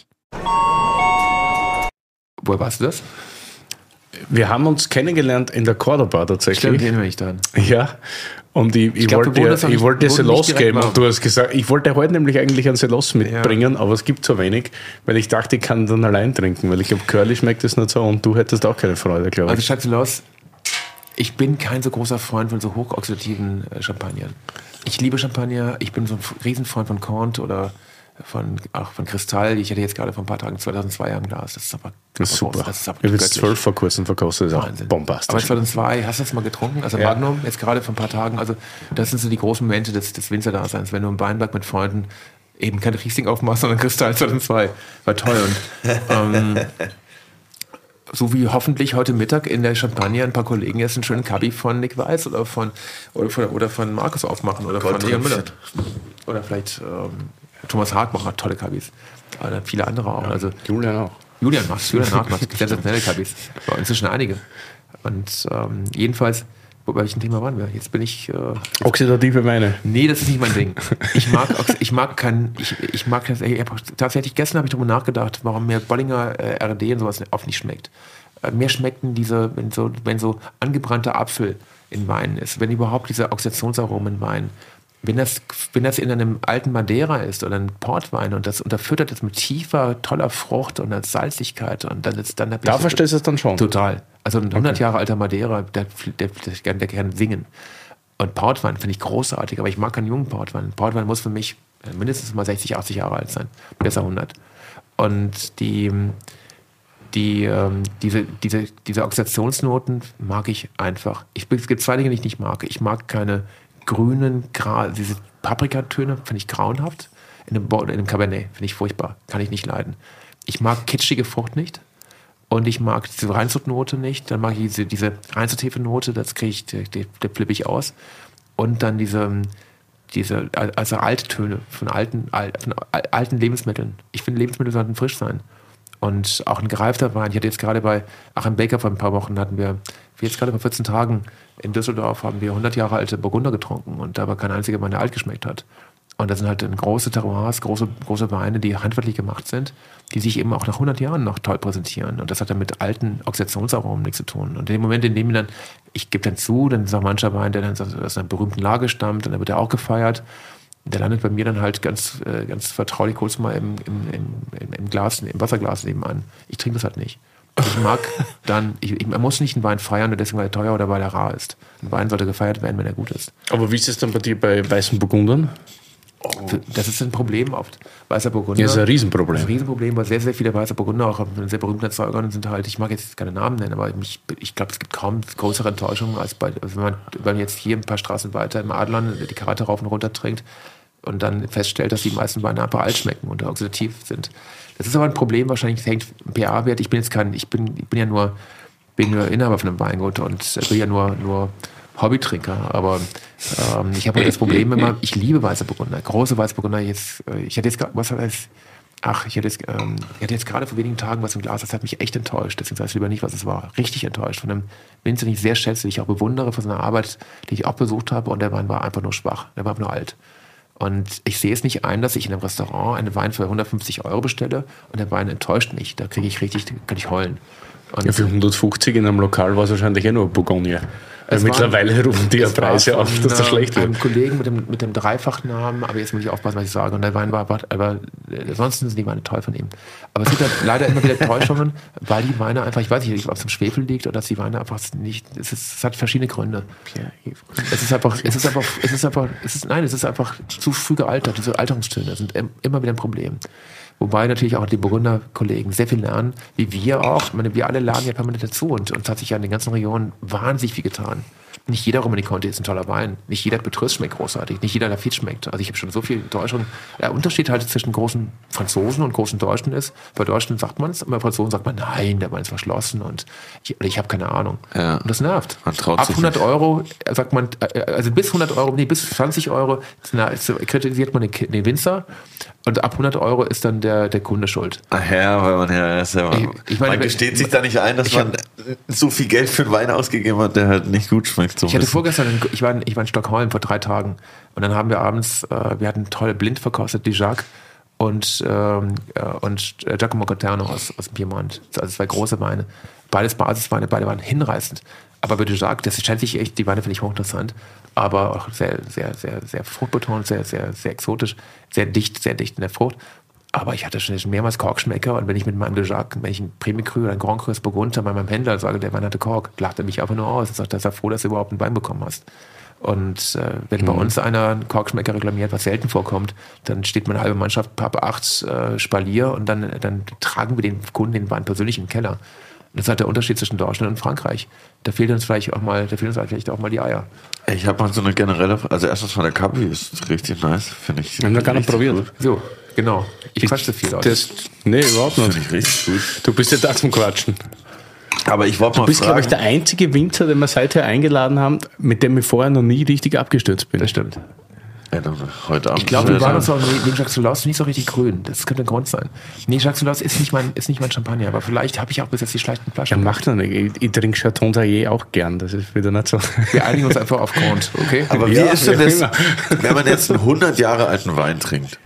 Woher weißt du das? Wir haben uns kennengelernt in der Cordoba tatsächlich. Stimmt, erinnere mich daran. Ja, und ich wollte dir Celos geben und du hast gesagt, ich wollte heute nämlich eigentlich ein Celos mitbringen, aber es gibt so wenig, weil ich dachte, ich kann dann allein trinken, weil ich glaube, Curly schmeckt es nicht so und du hättest auch keine Freude, glaube ich. Also statt Celos, ich bin kein so großer Freund von so hochoxidativen Champagnern. Ich liebe Champagner, ich bin so ein Riesenfreund von Comte oder von Kristall. Ich hatte jetzt gerade vor ein paar Tagen 2002 am Glas. Das ist aber super. Das ist ich habe jetzt 12 vor kurzem verkostet. Das ist auch bombastisch. Aber 2002, hast du das mal getrunken? Also Magnum, jetzt gerade vor ein paar Tagen. Also das sind so die großen Momente des Winzerdaseins. Wenn du im Weinberg mit Freunden eben kein Riesling aufmachst, sondern Kristall 2002. War toll. Und so wie hoffentlich heute Mittag in der Champagne ein paar Kollegen jetzt einen schönen Kabi von Nick Weiß oder von Markus aufmachen oder von Leon Müller. Oder vielleicht Thomas Hart macht tolle Kabis. Oder viele andere auch. Also Julian auch. Julian macht sensationelle Kabis. Aber inzwischen einige. Und jedenfalls, bei welchem Thema waren wir? Jetzt bin ich... oxidative Weine. Nee, das ist nicht mein Ding. Ich habe tatsächlich gestern habe ich darüber nachgedacht, warum mir Bollinger RD und sowas oft nicht schmeckt. Mir schmeckten diese, wenn so angebrannter Apfel in Wein ist, wenn überhaupt diese Oxidationsaromen in Wein, wenn das in einem alten Madeira ist oder ein Portwein und das unterfüttert ist mit tiefer, toller Frucht und Salzigkeit und dann da verstehst du es dann schon? Total. Also ein 100 Jahre alter Madeira, der kann singen. Und Portwein finde ich großartig, aber ich mag keinen jungen Portwein. Portwein muss für mich mindestens mal 60, 80 Jahre alt sein. Besser 100. Und diese Oxidationsnoten mag ich einfach. Es gibt zwei Dinge, die ich nicht mag. Ich mag keine grünen, diese Paprikatöne, finde ich grauenhaft. In einem Cabernet finde ich furchtbar. Kann ich nicht leiden. Ich mag kitschige Frucht nicht. Und ich mag diese Reinzuchtnote nicht. Dann mag ich diese Reinzuchthefe-Note, das kriege ich, der flippe ich aus. Und dann diese alte Töne von alten Lebensmitteln. Ich finde, Lebensmittel sollten frisch sein. Und auch ein gereifter Wein. Ich hatte jetzt gerade bei Achim Baker vor ein paar Wochen, jetzt gerade vor 14 Tagen in Düsseldorf, haben wir 100 Jahre alte Burgunder getrunken. Und da war kein einziger Wein, der alt geschmeckt hat. Und das sind halt große Terroirs, große Weine, die handwerklich gemacht sind, die sich eben auch nach 100 Jahren noch toll präsentieren. Und das hat dann mit alten Oxidationsaromen nichts zu tun. Und in dem Moment, in dem ich gebe dann zu, dann ist auch mancher Wein, der dann aus einer berühmten Lage stammt, und dann wird er auch gefeiert. Der landet bei mir dann halt ganz vertraulich kurz mal im Wasserglas nebenan. Ich trinke das halt nicht. Ich mag man muss nicht einen Wein feiern, und deswegen, weil er teuer oder weil er rar ist. Ein Wein sollte gefeiert werden, wenn er gut ist. Aber wie ist es dann bei dir bei weißen Burgundern? Das ist ein Problem oft. Weißer Burgunder. Ja, das ist ein Riesenproblem. Das ist ein Riesenproblem, weil sehr, sehr viele weißer Burgunder, auch sehr berühmte Erzeuger, sind halt, ich mag jetzt keine Namen nennen, aber ich glaube, es gibt kaum größere Enttäuschungen, als wenn man jetzt hier ein paar Straßen weiter im Adlon die Karte rauf und runter trinkt und dann feststellt, dass die meisten Weine einfach alt schmecken und oxidativ sind. Das ist aber ein Problem, wahrscheinlich hängt pH-Wert. Ich bin ja nur Inhaber von einem Weingut und bin ja nur Hobbytrinker, aber ich habe das Problem immer, ich liebe weiße Burgunder, große weiße Burgunder. Ich hatte jetzt gerade vor wenigen Tagen was im Glas, das hat mich echt enttäuscht, deswegen sage ich lieber nicht, was es war. Richtig enttäuscht von einem Winzer, den ich sehr schätze, den ich auch bewundere für seine Arbeit, die ich auch besucht habe, und der Wein war einfach nur schwach, der war einfach nur alt. Und ich sehe es nicht ein, dass ich in einem Restaurant einen Wein für 150 € bestelle und der Wein enttäuscht mich, da kann ich heulen. Und Ja, für 150 in einem Lokal war es wahrscheinlich nur Bourgogne. Mittlerweile rufen die ja Preise auf, dass das schlecht wird. Ein Kollegen mit dem Dreifachnamen, aber jetzt muss ich aufpassen, was ich sage. Und der Wein war, aber ansonsten sind die Weine toll von ihm. Aber es gibt halt leider immer wieder Täuschungen, weil die Weine einfach, ich weiß nicht, ob es am Schwefel liegt oder dass die Weine einfach nicht, es hat verschiedene Gründe. Es ist einfach zu früh gealtert. Diese Alterungstöne sind immer wieder ein Problem. Wobei natürlich auch die Burgunder-Kollegen sehr viel lernen, wie wir auch. Ich meine, wir alle lernen ja permanent dazu und uns hat sich ja in den ganzen Regionen wahnsinnig viel getan. Nicht jeder Romani Conti ist ein toller Wein. Nicht jeder Petrus schmeckt großartig. Nicht jeder Lafite schmeckt. Also ich habe schon so viel Enttäuschung. Der Unterschied halt zwischen großen Franzosen und großen Deutschen ist, bei Deutschen sagt man es, bei Franzosen sagt man, nein, der Wein ist verschlossen und ich habe keine Ahnung. Ja. Und das nervt. Man traut Ab sich 100 € sagt man, also bis 100 €, nee, bis 20 € kritisiert man den Winzer. Und ab 100 € ist dann der Kunde schuld. Ach ja, weil man ja selber. Man gesteht sich da nicht ein, dass man so viel Geld für einen Wein ausgegeben hat, der halt nicht gut schmeckt. Ich hatte vorgestern, ich war in Stockholm vor 3 Tagen und dann haben wir abends, wir hatten tolle blind verkostet, die Jacques und Giacomo Caterno aus dem Piemont. Also 2 große Weine. Beides Basisweine, beide waren hinreißend. Aber bei Jacques, das schätze ich echt, die Weine finde ich hochinteressant, aber auch sehr, sehr, sehr, sehr fruchtbetont, sehr, sehr, sehr exotisch, sehr dicht in der Frucht. Aber ich hatte schon mehrmals Korkschmecker und wenn ich mit meinem de Jacques, wenn ich einen Premier Cru oder einen Grand Cru Burgunder bei meinem Händler sage, der Wein hatte Kork, lacht er mich einfach nur aus und sagt, er sei froh, dass du überhaupt einen Wein bekommen hast. Und wenn bei uns einer einen Korkschmecker reklamiert, was selten vorkommt, dann steht meine halbe Mannschaft Pappe 8 Spalier und dann tragen wir den Kunden den Wein persönlich im Keller. Und das ist halt der Unterschied zwischen Deutschland und Frankreich. Da fehlen uns vielleicht auch mal die Eier. Ich habe mal so eine generelle, also erstens mal der Kabi ist richtig nice, finde ich. Wir haben noch gar nicht probiert. Gut. So, genau. Ich quatsche viel, Leute. Nee, überhaupt nicht. Finde ich richtig gut. Du bist ja da zum Quatschen. Aber ich wollte mal Du bist, glaube ich, fragen, der einzige Winzer, den wir seither eingeladen haben, mit dem ich vorher noch nie richtig abgestürzt bin. Das stimmt. ja, dann heute Abend. Ich glaube, wir waren uns auch neben Jacques Soulaus nicht so richtig grün. Das könnte ein Grund sein. Nee, Jacques Soulaus ist nicht mein Champagner, aber vielleicht habe ich auch bis jetzt die schlechten Ja, Flaschen. macht er nicht. Ich trinke Chateau Taillé auch gern. Das ist wieder nicht so. Wir einigen uns einfach auf Grund, okay? Aber wie Ja, ist denn wie das, immer. wenn man jetzt einen 100 Jahre alten Wein trinkt?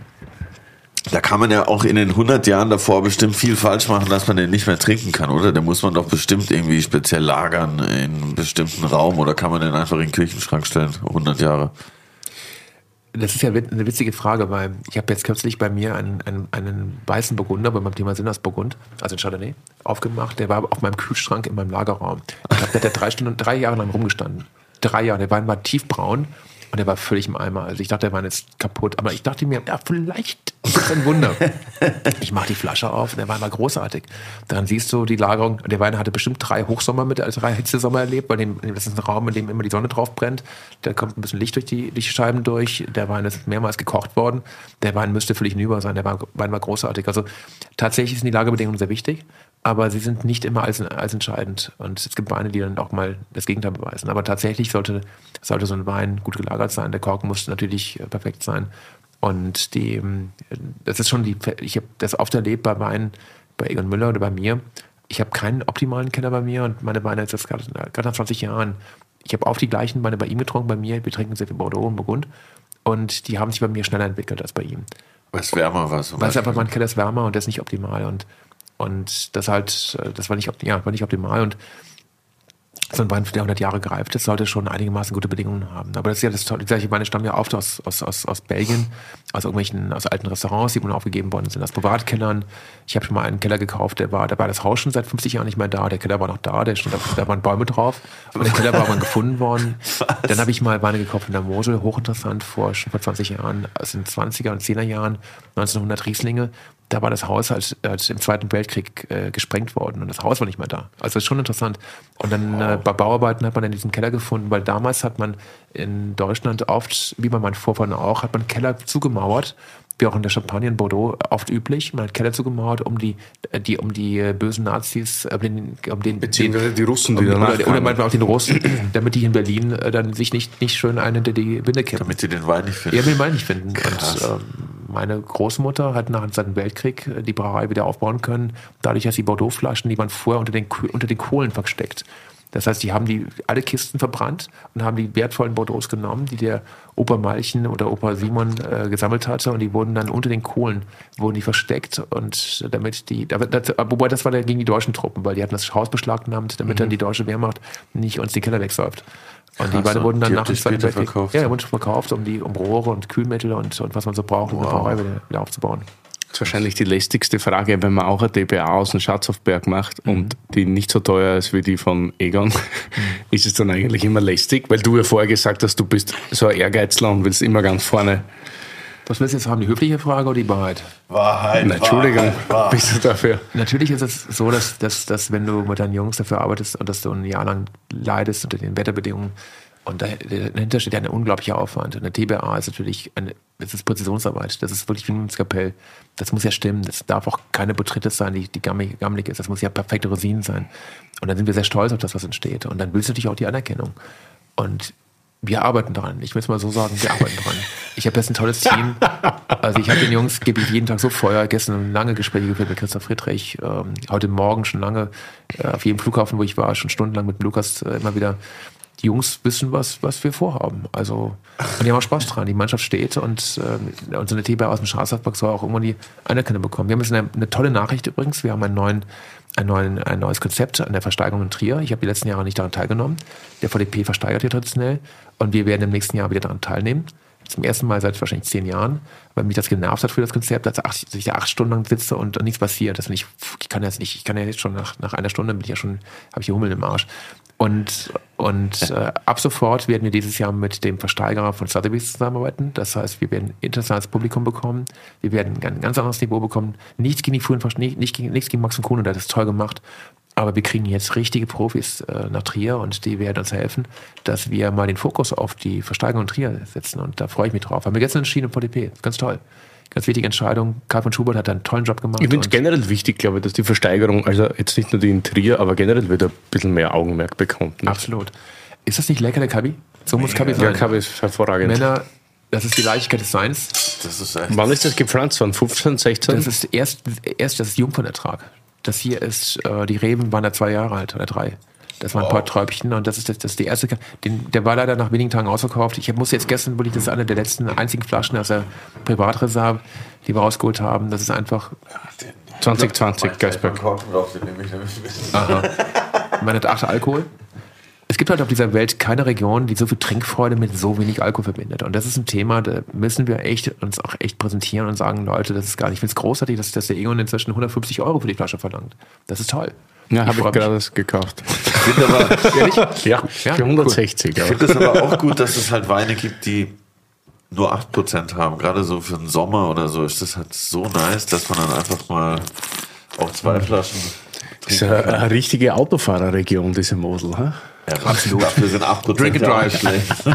Da kann man ja auch in den 100 Jahren davor bestimmt viel falsch machen, dass man den nicht mehr trinken kann, oder? Da muss man doch bestimmt irgendwie speziell lagern in einem bestimmten Raum oder kann man den einfach in den Küchenschrank stellen, 100 Jahre? Das ist ja eine witzige Frage, weil ich habe jetzt kürzlich bei mir einen weißen Burgunder bei meinem Thema Sinn aus Burgund, also in Chardonnay, aufgemacht. Der war auf meinem Kühlschrank in meinem Lagerraum. Ich glaube, der hat 3 Jahre lang rumgestanden. 3 Jahre. Der Wein war tiefbraun und der war völlig im Eimer. Also ich dachte, der Wein ist kaputt. Aber ich dachte mir, ja, vielleicht ist das ein Wunder. Ich mache die Flasche auf und der Wein war großartig. Dann siehst du die Lagerung. Der Wein hatte bestimmt 3 Hochsommer also 3 Hitzesommer erlebt, weil das ist ein Raum, in dem immer die Sonne drauf brennt. Da kommt ein bisschen Licht durch die Scheiben durch. Der Wein ist mehrmals gekocht worden. Der Wein müsste völlig hinüber sein. Der Wein war großartig. Also tatsächlich sind die Lagerbedingungen sehr wichtig, aber sie sind nicht immer als entscheidend. Und es gibt Weine, die dann auch mal das Gegenteil beweisen. Aber tatsächlich sollte so ein Wein gut gelagert sein. Der Korken muss natürlich perfekt sein. Und das ist schon ich habe das oft erlebt bei Weinen, bei Egon Müller oder bei mir. Ich habe keinen optimalen Keller bei mir und meine Weine jetzt gerade nach 20 Jahren. Ich habe auch die gleichen Weine bei ihm getrunken, bei mir. Wir trinken sehr viel Bordeaux und Burgund. Und die haben sich bei mir schneller entwickelt als bei ihm. Weil es wärmer war. Weil es einfach, mein Keller ist wärmer und der ist nicht optimal. Und das war nicht optimal. Und so ein Wein, der 100 Jahre gereift ist, sollte schon einigermaßen gute Bedingungen haben. Aber das ist ja das Tolle. Die Weine stammen ja oft aus Belgien, aus alten Restaurants, die wurden aufgegeben worden sind, aus Privatkellern. Ich habe schon mal einen Keller gekauft, da war das Haus schon seit 50 Jahren nicht mehr da. Der Keller war noch da, da waren Bäume drauf. Und der Keller war mal gefunden worden. Dann habe ich mal Weine gekauft in der Mosel, hochinteressant, schon vor 20 Jahren, aus den 20er und 10er Jahren, 1900 Rieslinge. Da war das Haus halt im Zweiten Weltkrieg gesprengt worden und das Haus war nicht mehr da. Also das ist schon interessant. Und dann bei Bauarbeiten hat man dann diesen Keller gefunden, weil damals hat man in Deutschland oft, wie bei meinen Vorfahren auch, hat man Keller zugemauert, wie auch in der Champagne in Bordeaux oft üblich. Man hat Keller zugemauert, um die bösen Nazis, beziehungsweise die Russen, die danach oder manchmal auch den Russen, damit die in Berlin dann sich nicht schön einen hinter die Winde kippen. Damit sie den Wein nicht finden. Ja, den Wein nicht finden. Krass. Und meine Großmutter hat nach dem Zweiten Weltkrieg die Brauerei wieder aufbauen können, dadurch, dass die Bordeaux-Flaschen, die waren vorher unter den Kohlen versteckt. Das heißt, die haben alle Kisten verbrannt und haben die wertvollen Bordeaux genommen, die der Opa Malchen oder Opa Simon gesammelt hatte, und die wurden dann unter den Kohlen versteckt, und wobei das war dann gegen die deutschen Truppen, weil die hatten das Haus beschlagnahmt, damit dann die deutsche Wehrmacht nicht uns den Keller wegsäuft. Und die Weine wurden dann nach dem Zweiten Weltkrieg verkauft, um Rohre und Kühlmittel und was man so braucht, um eine Brauerei wieder aufzubauen. Das ist wahrscheinlich die lästigste Frage, wenn man auch eine TBA aus dem Schatzhofberg macht und die nicht so teuer ist wie die von Egon. Ist es dann eigentlich immer lästig? Weil du ja vorher gesagt hast, du bist so ein Ehrgeizler und willst immer ganz vorne. Was willst du jetzt haben, die höfliche Frage oder die Wahrheit? Wahrheit. Nein, Entschuldigung, Wahrheit. bist du dafür? Natürlich ist es so, dass wenn du mit deinen Jungs dafür arbeitest und dass du ein Jahr lang leidest unter den Wetterbedingungen, und dahinter steht ja ein unglaublicher Aufwand. Und eine TBA ist natürlich das ist Präzisionsarbeit. Das ist wirklich wie ein Skapell. Das muss ja stimmen. Das darf auch keine Botrytis sein, die gammelig ist. Das muss ja perfekte Rosinen sein. Und dann sind wir sehr stolz auf das, was entsteht. Und dann willst du natürlich auch die Anerkennung. Und wir arbeiten daran. Ich will es mal so sagen, wir arbeiten daran. Ich habe jetzt ein tolles Team. Also ich habe den Jungs, gebe ich jeden Tag so Feuer. Gestern lange Gespräche geführt mit Christoph Friedrich. Heute Morgen schon lange auf jedem Flughafen, wo ich war, schon stundenlang mit Lukas immer wieder. Die Jungs wissen, was wir vorhaben. Also, und die haben auch Spaß dran. Die Mannschaft steht und so eine TBA aus dem Schafsberg soll auch irgendwann die Anerkennung bekommen. Wir haben jetzt eine tolle Nachricht übrigens. Wir haben ein neues Konzept an der Versteigerung in Trier. Ich habe die letzten Jahre nicht daran teilgenommen. Der VDP versteigert hier traditionell und wir werden im nächsten Jahr wieder daran teilnehmen. Zum ersten Mal seit wahrscheinlich 10 Jahren, weil mich das genervt hat für das Konzept, dass ich da 8 Stunden lang sitze und nichts passiert. Ich kann ja jetzt schon nach einer Stunde habe ich Hummeln im Arsch. Und ab sofort werden wir dieses Jahr mit dem Versteigerer von Sotheby's zusammenarbeiten. Das heißt, wir werden internationales Publikum bekommen. Wir werden ein ganz anderes Niveau bekommen. Nichts gegen die frühen nichts gegen Max und Kuhn, der hat das toll gemacht. Aber wir kriegen jetzt richtige Profis nach Trier und die werden uns helfen, dass wir mal den Fokus auf die Versteigerung in Trier setzen. Und da freue ich mich drauf. Haben wir gestern entschieden im VDP. Das ist ganz toll. Ganz wichtige Entscheidung. Karl von Schubert hat einen tollen Job gemacht. Ich finde es generell wichtig, glaube ich, dass die Versteigerung, also jetzt nicht nur die in Trier, aber generell wieder ein bisschen mehr Augenmerk bekommt. Nicht? Absolut. Ist das nicht lecker, der Kabi? So muss Kabi sein. Ja, Kabi ist hervorragend. Männer, das ist die Leichtigkeit des Seins. Das ist echt. Wann ist das gepflanzt worden? 15, 16? Das ist erst das Jungfernertrag. Das hier ist, die Reben waren da 2 Jahre alt oder 3. Das waren ein paar Träubchen und das ist die erste. Der war leider nach wenigen Tagen ausverkauft. Ich muss jetzt gestern, das ist eine der letzten einzigen Flaschen aus der Privatreserve, die wir rausgeholt haben. Das ist einfach 2020, Geisberg. Man hat 8 Alkohol. Es gibt halt auf dieser Welt keine Region, die so viel Trinkfreude mit so wenig Alkohol verbindet. Und das ist ein Thema, da müssen wir uns auch echt präsentieren und sagen, Leute, das ist gar nicht. Ich finde es großartig, dass der Egon inzwischen 150 € für die Flasche verlangt. Das ist toll. Ja, habe ich gerade gekauft. Ich finde aber, Ehrlich? Ja, für 160. Ich finde es aber auch gut, dass es halt Weine gibt, die nur 8% haben. Gerade so für den Sommer oder so ist das halt so nice, dass man dann einfach mal auch 2 Flaschen Das ist eine richtige Autofahrerregion, diese Mosel. Huh? Ja, absolut. Dafür sind 8% Drink and drive. schlecht.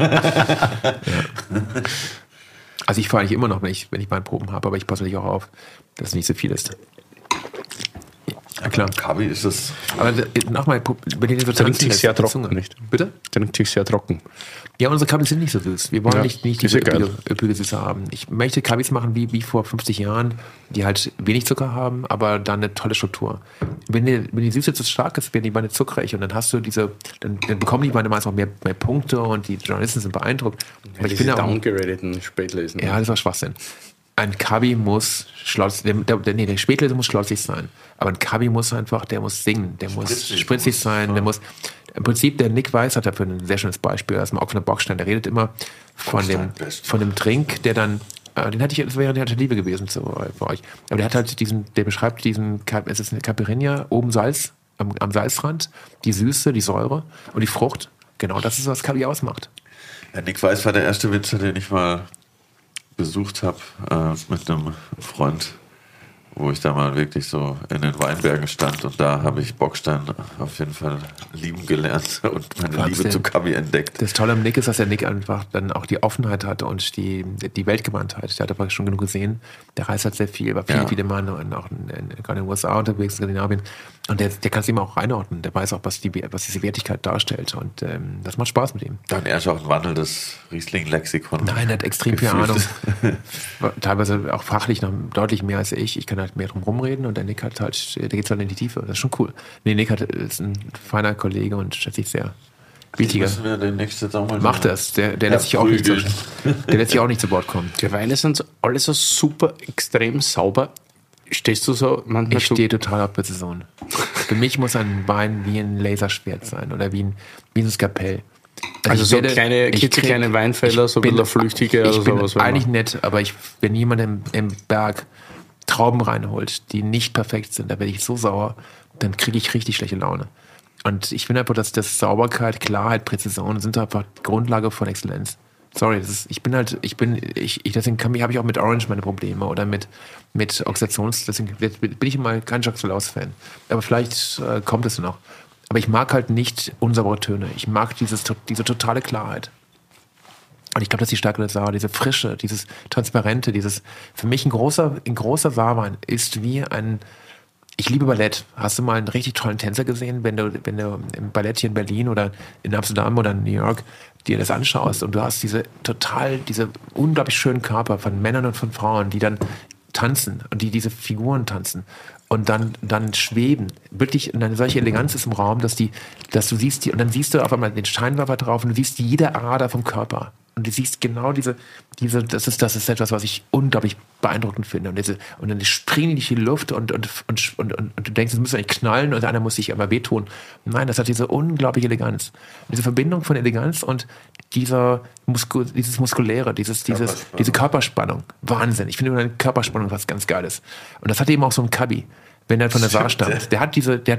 Also ich fahre eigentlich immer noch, wenn ich meine Proben habe, aber ich passe natürlich auch auf, dass es nicht so viel ist. Ja, klar. Kabi ist es. Aber nochmal, wenn ihr so Trinkt sich sehr trocken, nicht? Bitte? Trinkt sich sehr trocken. Ja, unsere Kabis sind nicht so süß. Wir wollen Ja, nicht ist diese egal. üppige Süße haben. Ich möchte Kabis machen wie vor 50 Jahren, die halt wenig Zucker haben, aber dann eine tolle Struktur. Wenn die Süße zu stark ist, werden die Weine zuckrig und dann hast du dann bekommen die Weine meist auch mehr Punkte und die Journalisten sind beeindruckt. Aber ich finde auch, downgerateten Spätlesen. ja, das war Schwachsinn. ein Kabi muss der Spätlese muss schlossig sein. Aber ein Kabi muss einfach, der muss singen, der muss spritzig sein, der muss. Im Prinzip, der Nick Weiss hat dafür ein sehr schönes Beispiel. Das ist mal auch von der Bockstein. Der redet immer von dem Trink, der dann. Den hatte ich, das wäre die Liebe gewesen für euch. Aber der hat halt der beschreibt es ist eine Caipirinha, oben Salz, am Salzrand, die Süße, die Säure und die Frucht. Genau, das ist, was Kabi ausmacht. Ja, Nick Weiss war der erste Winzer, den ich mal besucht habe mit einem Freund, wo ich da mal wirklich so in den Weinbergen stand und da habe ich Bockstein auf jeden Fall lieben gelernt und meine Liebe zu Kabi entdeckt. Das Tolle am Nick ist, dass der Nick einfach dann auch die Offenheit hat und die Weltgewandtheit. Der hat aber schon genug gesehen. Der reist halt sehr viel, war viele Mann und auch gerade in den USA unterwegs, in Skandinavien. Und der kann es ihm auch einordnen. Der weiß auch, was diese Wertigkeit darstellt. Und das macht Spaß mit ihm. Dann er ist auch ein wandelndes Riesling-Lexikon. Nein, er hat extrem viel Ahnung. Teilweise auch fachlich noch deutlich mehr als ich. Ich kann halt mehr drum rumreden und der Nick der geht halt in die Tiefe. Das ist schon cool. Nee, Nick ist ein feiner Kollege und schätze ich sehr. Wichtiger. Müssen wir den nächsten auch mal Macht das. Der lässt sich auch nicht zu Wort kommen. Die Weine sind alle so super extrem sauber. Stehst du so manchmal? Ich stehe total auf Präzision. Für mich muss ein Wein wie ein Laserschwert sein oder wie ein Skalpell. Also so klitzekleine Weinfelder, so ein bisschen flüchtige oder sowas. Ich bin eigentlich nett, aber wenn jemand im Berg Trauben reinholt, die nicht perfekt sind, da werde ich so sauer, dann kriege ich richtig schlechte Laune. Und ich finde einfach, dass das Sauberkeit, Klarheit, Präzision sind einfach Grundlage von Exzellenz. Sorry, deswegen habe ich auch mit Orange meine Probleme oder mit deswegen bin ich immer kein Jacques Solous-Fan. Aber vielleicht kommt es noch. Aber ich mag halt nicht unsaubere Töne. Ich mag diese totale Klarheit. Und ich glaube, das ist die Stärke der Sauer, diese Frische, dieses Transparente, für mich ein großer Sauerwein ist wie ein. Ich liebe Ballett. Hast du mal einen richtig tollen Tänzer gesehen, wenn du im Ballett hier in Berlin oder in Amsterdam oder in New York dir das anschaust und du hast diese unglaublich schönen Körper von Männern und von Frauen, die dann tanzen und die diese Figuren tanzen und dann schweben. Wirklich eine solche Eleganz ist im Raum, dass du siehst und dann siehst du auf einmal den Scheinwerfer drauf und du siehst jede Ader vom Körper. Und du siehst genau das ist etwas, was ich unglaublich beeindruckend finde. Und dann springen die durch die Luft und du denkst, es müsste eigentlich knallen und einer muss sich aber wehtun. Nein, das hat diese unglaubliche Eleganz. Und diese Verbindung von Eleganz und dieses Muskuläre, diese Körperspannung. Wahnsinn. Ich finde eine Körperspannung was ganz Geiles. Und das hat eben auch so ein Kabi, wenn er von der Saar stammt. Der hat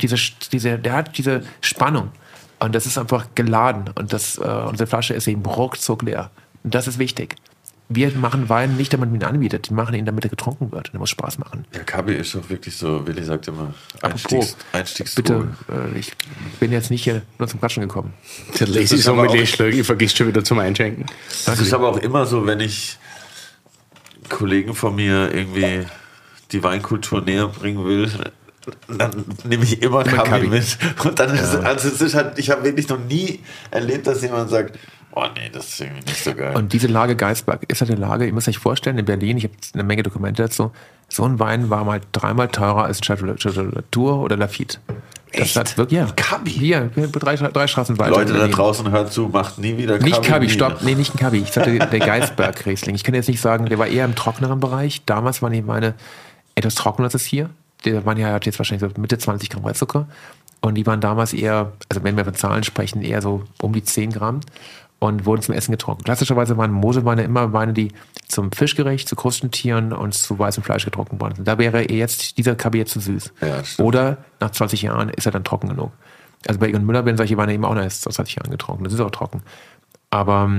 diese Spannung. Und das ist einfach geladen. Und unsere Flasche ist eben ruckzuck leer. Und das ist wichtig. Wir machen Wein nicht, damit man ihn anbietet. Die machen ihn, damit er getrunken wird. Und er muss Spaß machen. Ja, Kabi ist doch wirklich so, Willi sagt immer, Einstiegsdroge. Bitte, ich bin jetzt nicht hier nur zum Quatschen gekommen. Der Lazy Sommelier vergisst schon wieder zum Einschenken. Das ist aber auch immer so, wenn ich Kollegen von mir irgendwie die Weinkultur näher bringen will, dann nehme ich immer Kabi mit. Und dann es ist halt, ich habe wirklich noch nie erlebt, dass jemand sagt, oh nee, das ist irgendwie nicht so geil. Und diese Lage Geisberg ist halt eine Lage, ihr müsst euch vorstellen, in Berlin, ich habe eine Menge Dokumente dazu, so ein Wein war mal 3-mal teurer als Chateau Latour oder Lafite. Das hat wirklich, Kabi? Hier, drei Straßen weiter. Leute da draußen, hört zu, macht nie wieder Kabi. Nicht Kabi, stopp, nee, nicht ein Kabi. Ich sagte der Geisberg-Riesling. Ich kann jetzt nicht sagen, der war eher im trockeneren Bereich. Damals waren die Weine etwas trockener als es hier. Der Wein hat jetzt wahrscheinlich so Mitte 20 Gramm Restzucker. Und die waren damals eher, also wenn wir von Zahlen sprechen, eher so um die 10 Gramm und wurden zum Essen getrunken. Klassischerweise waren Moselweine immer Weine, die zum Fischgericht, zu Krustentieren und zu weißem Fleisch getrunken worden sind. Da wäre jetzt dieser Kabi jetzt zu süß. Ja, oder nach 20 Jahren ist er dann trocken genug. Also bei Egon Müller werden solche Weine eben auch noch erst aus 20 Jahren getrunken. Das ist auch trocken. Aber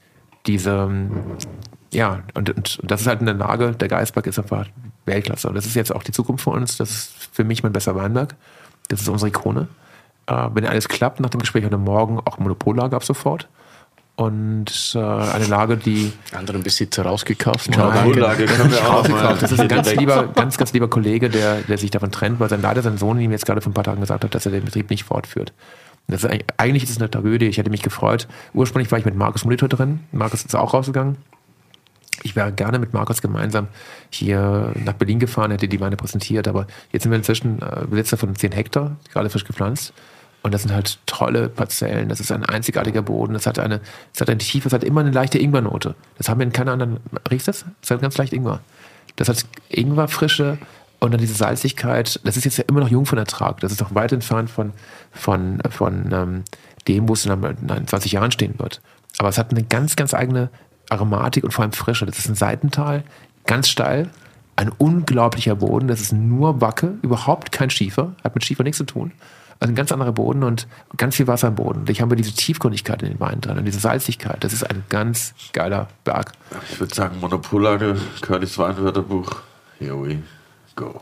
und das ist halt eine Lage, der Geisberg ist einfach Weltklasse. Und das ist jetzt auch die Zukunft für uns. Das ist für mich mein besser Weinberg. Das ist unsere Ikone. Wenn alles klappt, nach dem Gespräch heute Morgen auch Monopollage ab sofort. Und eine Lage, die... Andere Besitzer rausgekauft. Monopollage können wir auch mal. Das ist ein ganz lieber Kollege, der sich davon trennt, weil sein Sohn ihm jetzt gerade vor ein paar Tagen gesagt hat, dass er den Betrieb nicht fortführt. Das ist eigentlich ist es eine Tragödie. Ich hätte mich gefreut. Ursprünglich war ich mit Markus Molitor drin. Markus ist auch rausgegangen. Ich wäre gerne mit Markus gemeinsam hier nach Berlin gefahren, hätte die Weine präsentiert, aber jetzt sind wir inzwischen Besitzer von 10 Hektar, gerade frisch gepflanzt. Und das sind halt tolle Parzellen. Das ist ein einzigartiger Boden. Das hat eine Tiefe, das hat immer eine leichte Ingwernote. Das haben wir in keiner anderen. Riechst du das? Das hat ganz leicht Ingwer. Das hat Ingwerfrische und dann diese Salzigkeit. Das ist jetzt ja immer noch jung von Ertrag. Das ist doch weit entfernt von dem, wo es in 20 Jahren stehen wird. Aber es hat eine ganz, ganz eigene Aromatik und vor allem Frische. Das ist ein Seitental, ganz steil, ein unglaublicher Boden. Das ist nur Wacke, überhaupt kein Schiefer, hat mit Schiefer nichts zu tun. Also ein ganz anderer Boden und ganz viel Wasser im Boden. Und ich habe diese Tiefgründigkeit in den Weinen drin und diese Salzigkeit. Das ist ein ganz geiler Berg. Ich würde sagen, Monopollage, Curlys Weinwörterbuch. Here we go.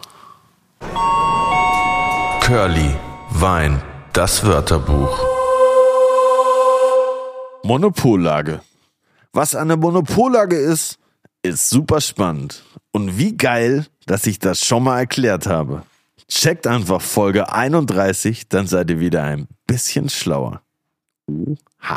Curly, Wein, das Wörterbuch. Monopollage. Was eine Monopollage ist super spannend. Und wie geil, dass ich das schon mal erklärt habe. Checkt einfach Folge 31, dann seid ihr wieder ein bisschen schlauer. Oha.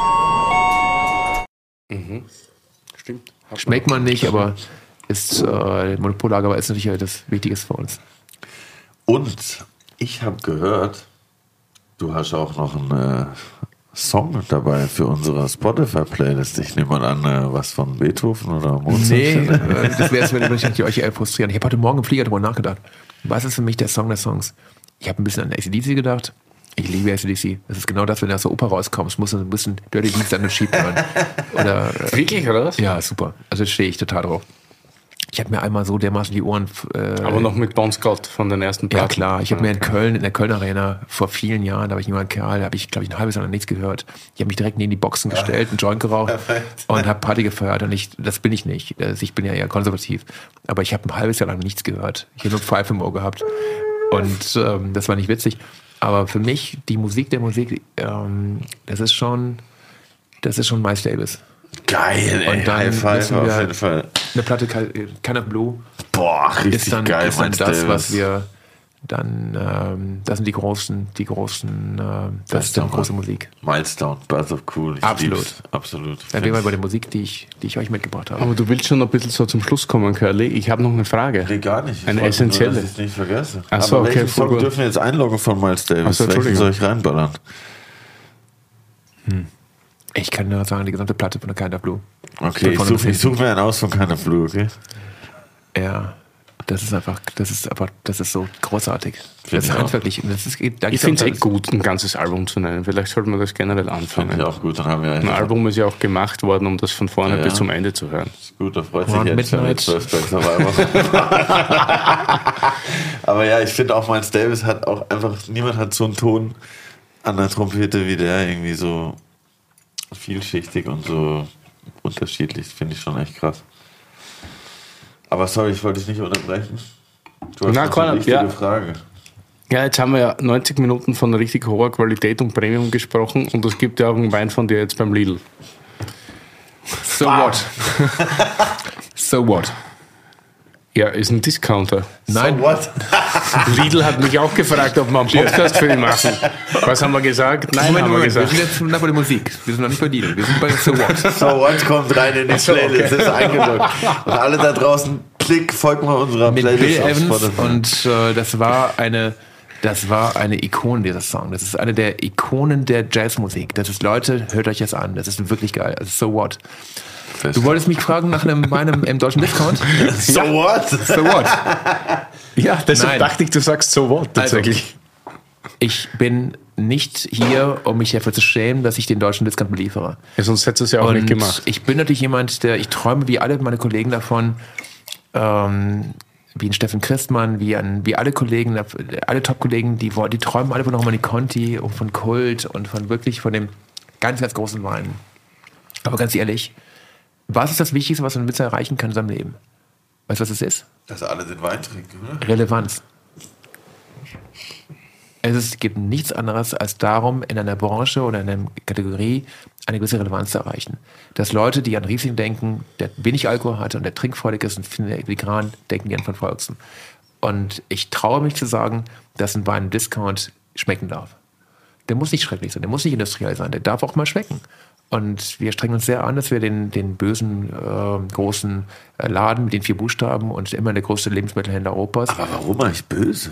Stimmt. Schmeckt man nicht, aber ist Monopollage, aber ist natürlich das Wichtigste für uns. Und ich habe gehört, du hast auch noch einen Song dabei für unsere Spotify-Playlist. Ich nehme mal an, was von Beethoven oder Mozart. Nee, das wäre es, wenn ich euch frustrieren. Ich habe heute Morgen im Flieger darüber nachgedacht. Was ist für mich der Song der Songs? Ich habe ein bisschen an AC/DC gedacht. Ich liebe AC/DC. Das ist genau das, wenn du aus der Oper rauskommst, musst du ein bisschen Dirty Deeds an den Sheep hören. Wirklich, oder was? Ja, super. Also stehe ich total drauf. Ich habe mir einmal so dermaßen die Ohren... Aber noch mit Bon Scott von den ersten Platten. Ja, klar. Ich habe mir in der Köln Arena vor vielen Jahren, da habe ich jemanden Kerl, da habe ich, glaube ich, ein halbes Jahr lang nichts gehört. Ich habe mich direkt neben die Boxen gestellt, einen Joint geraucht und habe Party gefeiert. Und das bin ich nicht. Also ich bin ja eher konservativ. Aber ich habe ein halbes Jahr lang nichts gehört. Ich habe nur Pfeife im Ohr gehabt. Und das war nicht witzig. Aber für mich, die Musik der Musik, das ist schon Miles Davis. Geil, ey. Und dann High Five auf jeden Fall. Eine Platte Kind of Blue. Boah, richtig ist dann, geil. ist dann das, was wir dann, das sind die großen, das ist dann große Musik. Milestone, Birth of Cool. Absolut. Absolut. Dann wären wir bei der Musik, die ich euch mitgebracht habe. Aber du willst schon ein bisschen so zum Schluss kommen, Curly. Ich habe noch eine Frage. Nee, gar nicht. Eine essentielle. Nur, dass ich nicht vergesse. Ach so, aber okay, welchen Song dürfen wir jetzt einloggen von Miles Davis? Ach so, Welchen soll ich reinballern? Ich kann nur sagen, die gesamte Platte von der Kind of Blue. Okay, ich suche mir einen aus von Kind of Blue, okay? Ja, das ist so großartig. Find Das ist ich handwerklich. Ich finde es gut, ein ganzes Album zu nennen. Vielleicht sollte man das generell anfangen. Finde ich auch gut. Dann haben wir ein Album ist ja auch gemacht worden, um das von vorne bis zum Ende zu hören. Ist gut, da freut sich jetzt schon mit 12 Tracks auf einmal. Aber ja, ich finde auch Miles Davis hat auch einfach, niemand hat so einen Ton an der Trompete wie der, irgendwie so vielschichtig und so unterschiedlich. Finde ich schon echt krass. Aber sorry, ich wollte dich nicht unterbrechen. Du hast eine wichtige Frage. Ja, jetzt haben wir ja 90 Minuten von richtig hoher Qualität und Premium gesprochen und es gibt ja auch einen Wein von dir jetzt beim Lidl. So what? So what? Ja, ist ein Discounter. Nein. So what? Lidl hat mich auch gefragt, ob wir einen Podcast für ihn machen. Was haben wir gesagt? Nein, haben wir gesagt. Wir sind jetzt noch bei der Musik. Wir sind noch nicht bei Lidl. Wir sind bei So What. So What kommt rein in die Playlist. Okay. Ist eingeloggt. Und alle da draußen, folgt mal unserer mit Playlist. Bill Evans und das war eine Ikone, dieser Song. Das ist eine der Ikonen der Jazzmusik. Das ist, Leute, hört euch das an. Das ist wirklich geil. Also So What. Du wolltest mich fragen nach meinem im deutschen Discount? So what? So what? Ja, deshalb dachte ich, du sagst So what tatsächlich. Also, ich bin nicht hier, um mich dafür zu schämen, dass ich den deutschen Discount beliefere. Ja, sonst hättest du es ja auch nicht gemacht. Ich bin natürlich jemand, ich träume wie alle meine Kollegen davon, wie ein Steffen Christmann, wie alle Kollegen, alle Top-Kollegen, die träumen alle von Romani Conti und von Kult und von dem ganz, ganz großen Wein. Aber ganz ehrlich, was ist das Wichtigste, was ein Winzer erreichen kann in seinem Leben? Weißt du, was es ist? Dass alle den Wein trinken, oder? Relevanz. Es geht nichts anderes als darum, in einer Branche oder in einer Kategorie eine gewisse Relevanz zu erreichen. Dass Leute, die an Riesling denken, der wenig Alkohol hat und der trinkfreudig ist und filigran, denken die an von Volksen. Und ich traue mich zu sagen, dass ein Wein im Discount schmecken darf. Der muss nicht schrecklich sein, der muss nicht industriell sein, der darf auch mal schmecken. Und wir strengen uns sehr an, dass wir den bösen, großen Laden mit den 4 Buchstaben und immer der größte Lebensmittelhändler Europas. Aber warum eigentlich böse?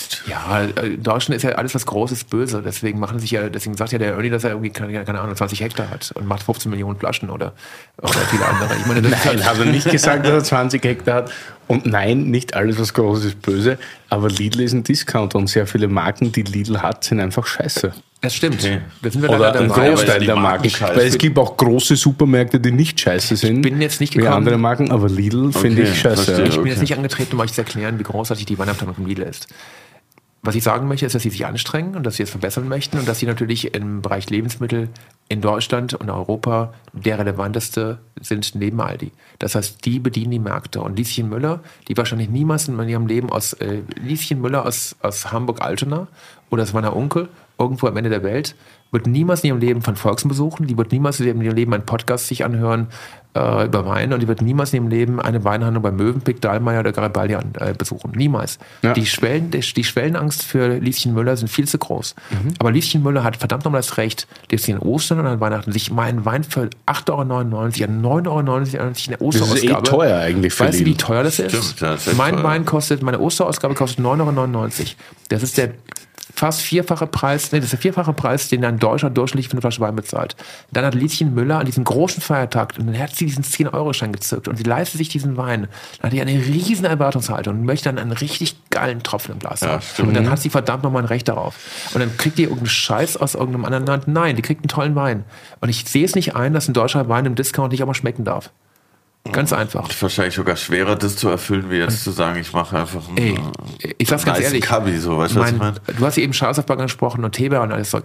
Ja, in Deutschland ist ja alles, was groß ist, böse. Deswegen sagt ja der Ernie, dass er irgendwie, keine Ahnung, 20 Hektar hat und macht 15 Millionen Flaschen oder viele andere. Ich meine, Nein, hat er nicht gesagt, dass er 20 Hektar hat. Und nein, nicht alles, was groß ist, böse. Aber Lidl ist ein Discounter und sehr viele Marken, die Lidl hat, sind einfach scheiße. Das stimmt. Okay. Da sind wir Oder ein dabei. Großteil der Marken. Weil es gibt auch große Supermärkte, die nicht scheiße sind. Ich bin jetzt nicht wie gekommen. andere Marken, aber Lidl finde ich scheiße. verstehe. Ich bin jetzt nicht angetreten, um euch zu erklären, wie großartig die Weinabteilung von Lidl ist. Was ich sagen möchte, ist, dass sie sich anstrengen und dass sie es verbessern möchten und dass sie natürlich im Bereich Lebensmittel in Deutschland und Europa der relevanteste sind neben Aldi. Das heißt, die bedienen die Märkte. Und Lieschen Müller, die wahrscheinlich niemals in ihrem Leben Lieschen Müller aus Hamburg-Altona oder aus meiner Onkel, irgendwo am Ende der Welt, wird niemals in ihrem Leben von Volksem besuchen, die wird niemals in ihrem Leben einen Podcast sich anhören über Wein und die wird niemals in ihrem Leben eine Weinhandlung bei Mövenpick, Dahlmeier oder Garibaldi besuchen. Niemals. Ja. Die Schwellenangst für Lieschen Müller sind viel zu groß. Aber Lieschen Müller hat verdammt nochmal das Recht, dass sie an Ostern und an Weihnachten sich meinen Wein für 8,99 €, an 9,99 € in der Osterausgabe. Das ist teuer eigentlich für Weißt du, wie teuer das ist? Stimmt, ja, das ist Mein teuer. Wein meine Osterausgabe kostet 9,99 €. Das ist der fast vierfache Preis, das ist der vierfache Preis, den ein Deutscher durchschnittlich für eine Flasche Wein bezahlt. Dann hat Lieschen Müller an diesem großen Feiertag, und dann hat sie diesen 10-Euro-Schein gezückt und sie leistet sich diesen Wein. Dann hat sie eine riesen Erwartungshaltung und möchte dann einen richtig geilen Tropfen im Glas haben. stimmt. Und dann hat sie verdammt nochmal ein Recht darauf. Und dann kriegt die irgendeinen Scheiß aus irgendeinem anderen Land. Nein, die kriegt einen tollen Wein. Und ich sehe es nicht ein, dass ein deutscher Wein im Discount nicht auch mal schmecken darf. Ganz einfach. Ist wahrscheinlich sogar schwerer, das zu erfüllen, wie jetzt zu sagen, ich mache einfach einen Ich sag's ganz ehrlich. Kabi, so, weißt du, was ich meine? Du hast eben Schafsberger gesprochen und Teber und alles Zeug.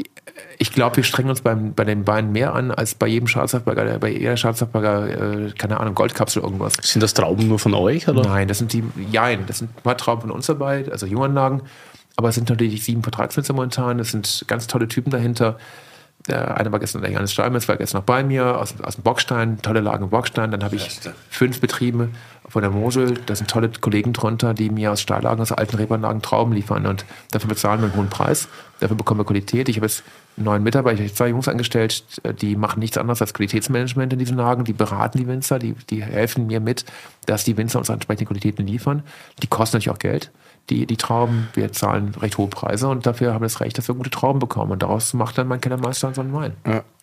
Ich glaube, wir strengen uns bei den Weinen mehr an, als bei jedem Schafsberger, bei jeder Schafsberger, keine Ahnung, Goldkapsel irgendwas. Sind das Trauben nur von euch? Oder? Nein, das sind ein paar Trauben von uns dabei, also Junganlagen. Aber es sind natürlich 7 Vertragsnutzer momentan, es sind ganz tolle Typen dahinter. Einer war gestern, der Johannes Steinmetz war gestern noch bei mir, aus dem Bockstein, tolle Lagen im Bockstein. Dann habe ich 5 Betriebe von der Mosel, da sind tolle Kollegen drunter, die mir aus Stahllagen, aus alten Rebanlagen Trauben liefern und dafür bezahlen wir einen hohen Preis, dafür bekommen wir Qualität. Ich habe jetzt einen neuen Mitarbeiter, ich habe 2 Jungs angestellt, die machen nichts anderes als Qualitätsmanagement in diesen Lagen, die beraten die Winzer, die helfen mir mit, dass die Winzer uns entsprechende Qualitäten liefern. Die kosten natürlich auch Geld. Die Trauben, wir zahlen recht hohe Preise und dafür haben wir das Recht, dass wir gute Trauben bekommen. Und daraus macht dann mein Kellermeister so einen Wein.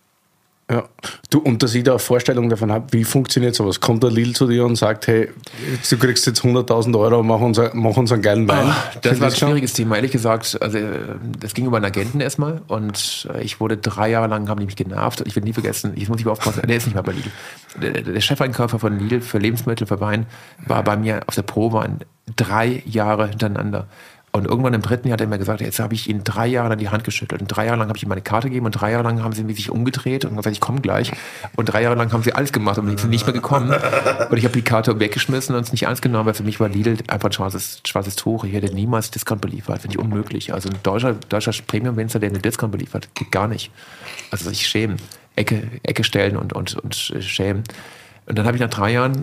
Ja. Du, und dass ich da eine Vorstellung davon habe, wie funktioniert sowas? Kommt der Lidl zu dir und sagt, hey, du kriegst jetzt 100.000 €, mach uns einen geilen Wein? Das war ein schwieriges Thema, ehrlich gesagt. Also, das ging über einen Agenten erstmal und ich wurde 3 Jahre lang, haben die mich genervt. Ich werde nie vergessen, ich muss nicht aufpassen, der ist nicht mehr bei Lidl. Der Chefeinkäufer von Lidl für Lebensmittel, für Wein, war bei mir auf der Probe 3 Jahre hintereinander. Und irgendwann im 3. Jahr hat er mir gesagt, jetzt habe ich ihn 3 Jahre an die Hand geschüttelt. Und 3 Jahre lang habe ich ihm meine Karte gegeben und 3 Jahre lang haben sie sich umgedreht und gesagt, ich komme gleich. Und 3 Jahre lang haben sie alles gemacht und sind nicht mehr gekommen. Und ich habe die Karte weggeschmissen und es nicht ernst genommen, weil für mich war Lidl einfach ein schwarzes Tuch. Ich hätte niemals Discount beliefert, finde ich unmöglich. Also ein deutscher Premium-Winzer, der einen Discount beliefert, geht gar nicht. Also sich schämen, Ecke stellen und schämen. Und dann habe ich nach 3 Jahren,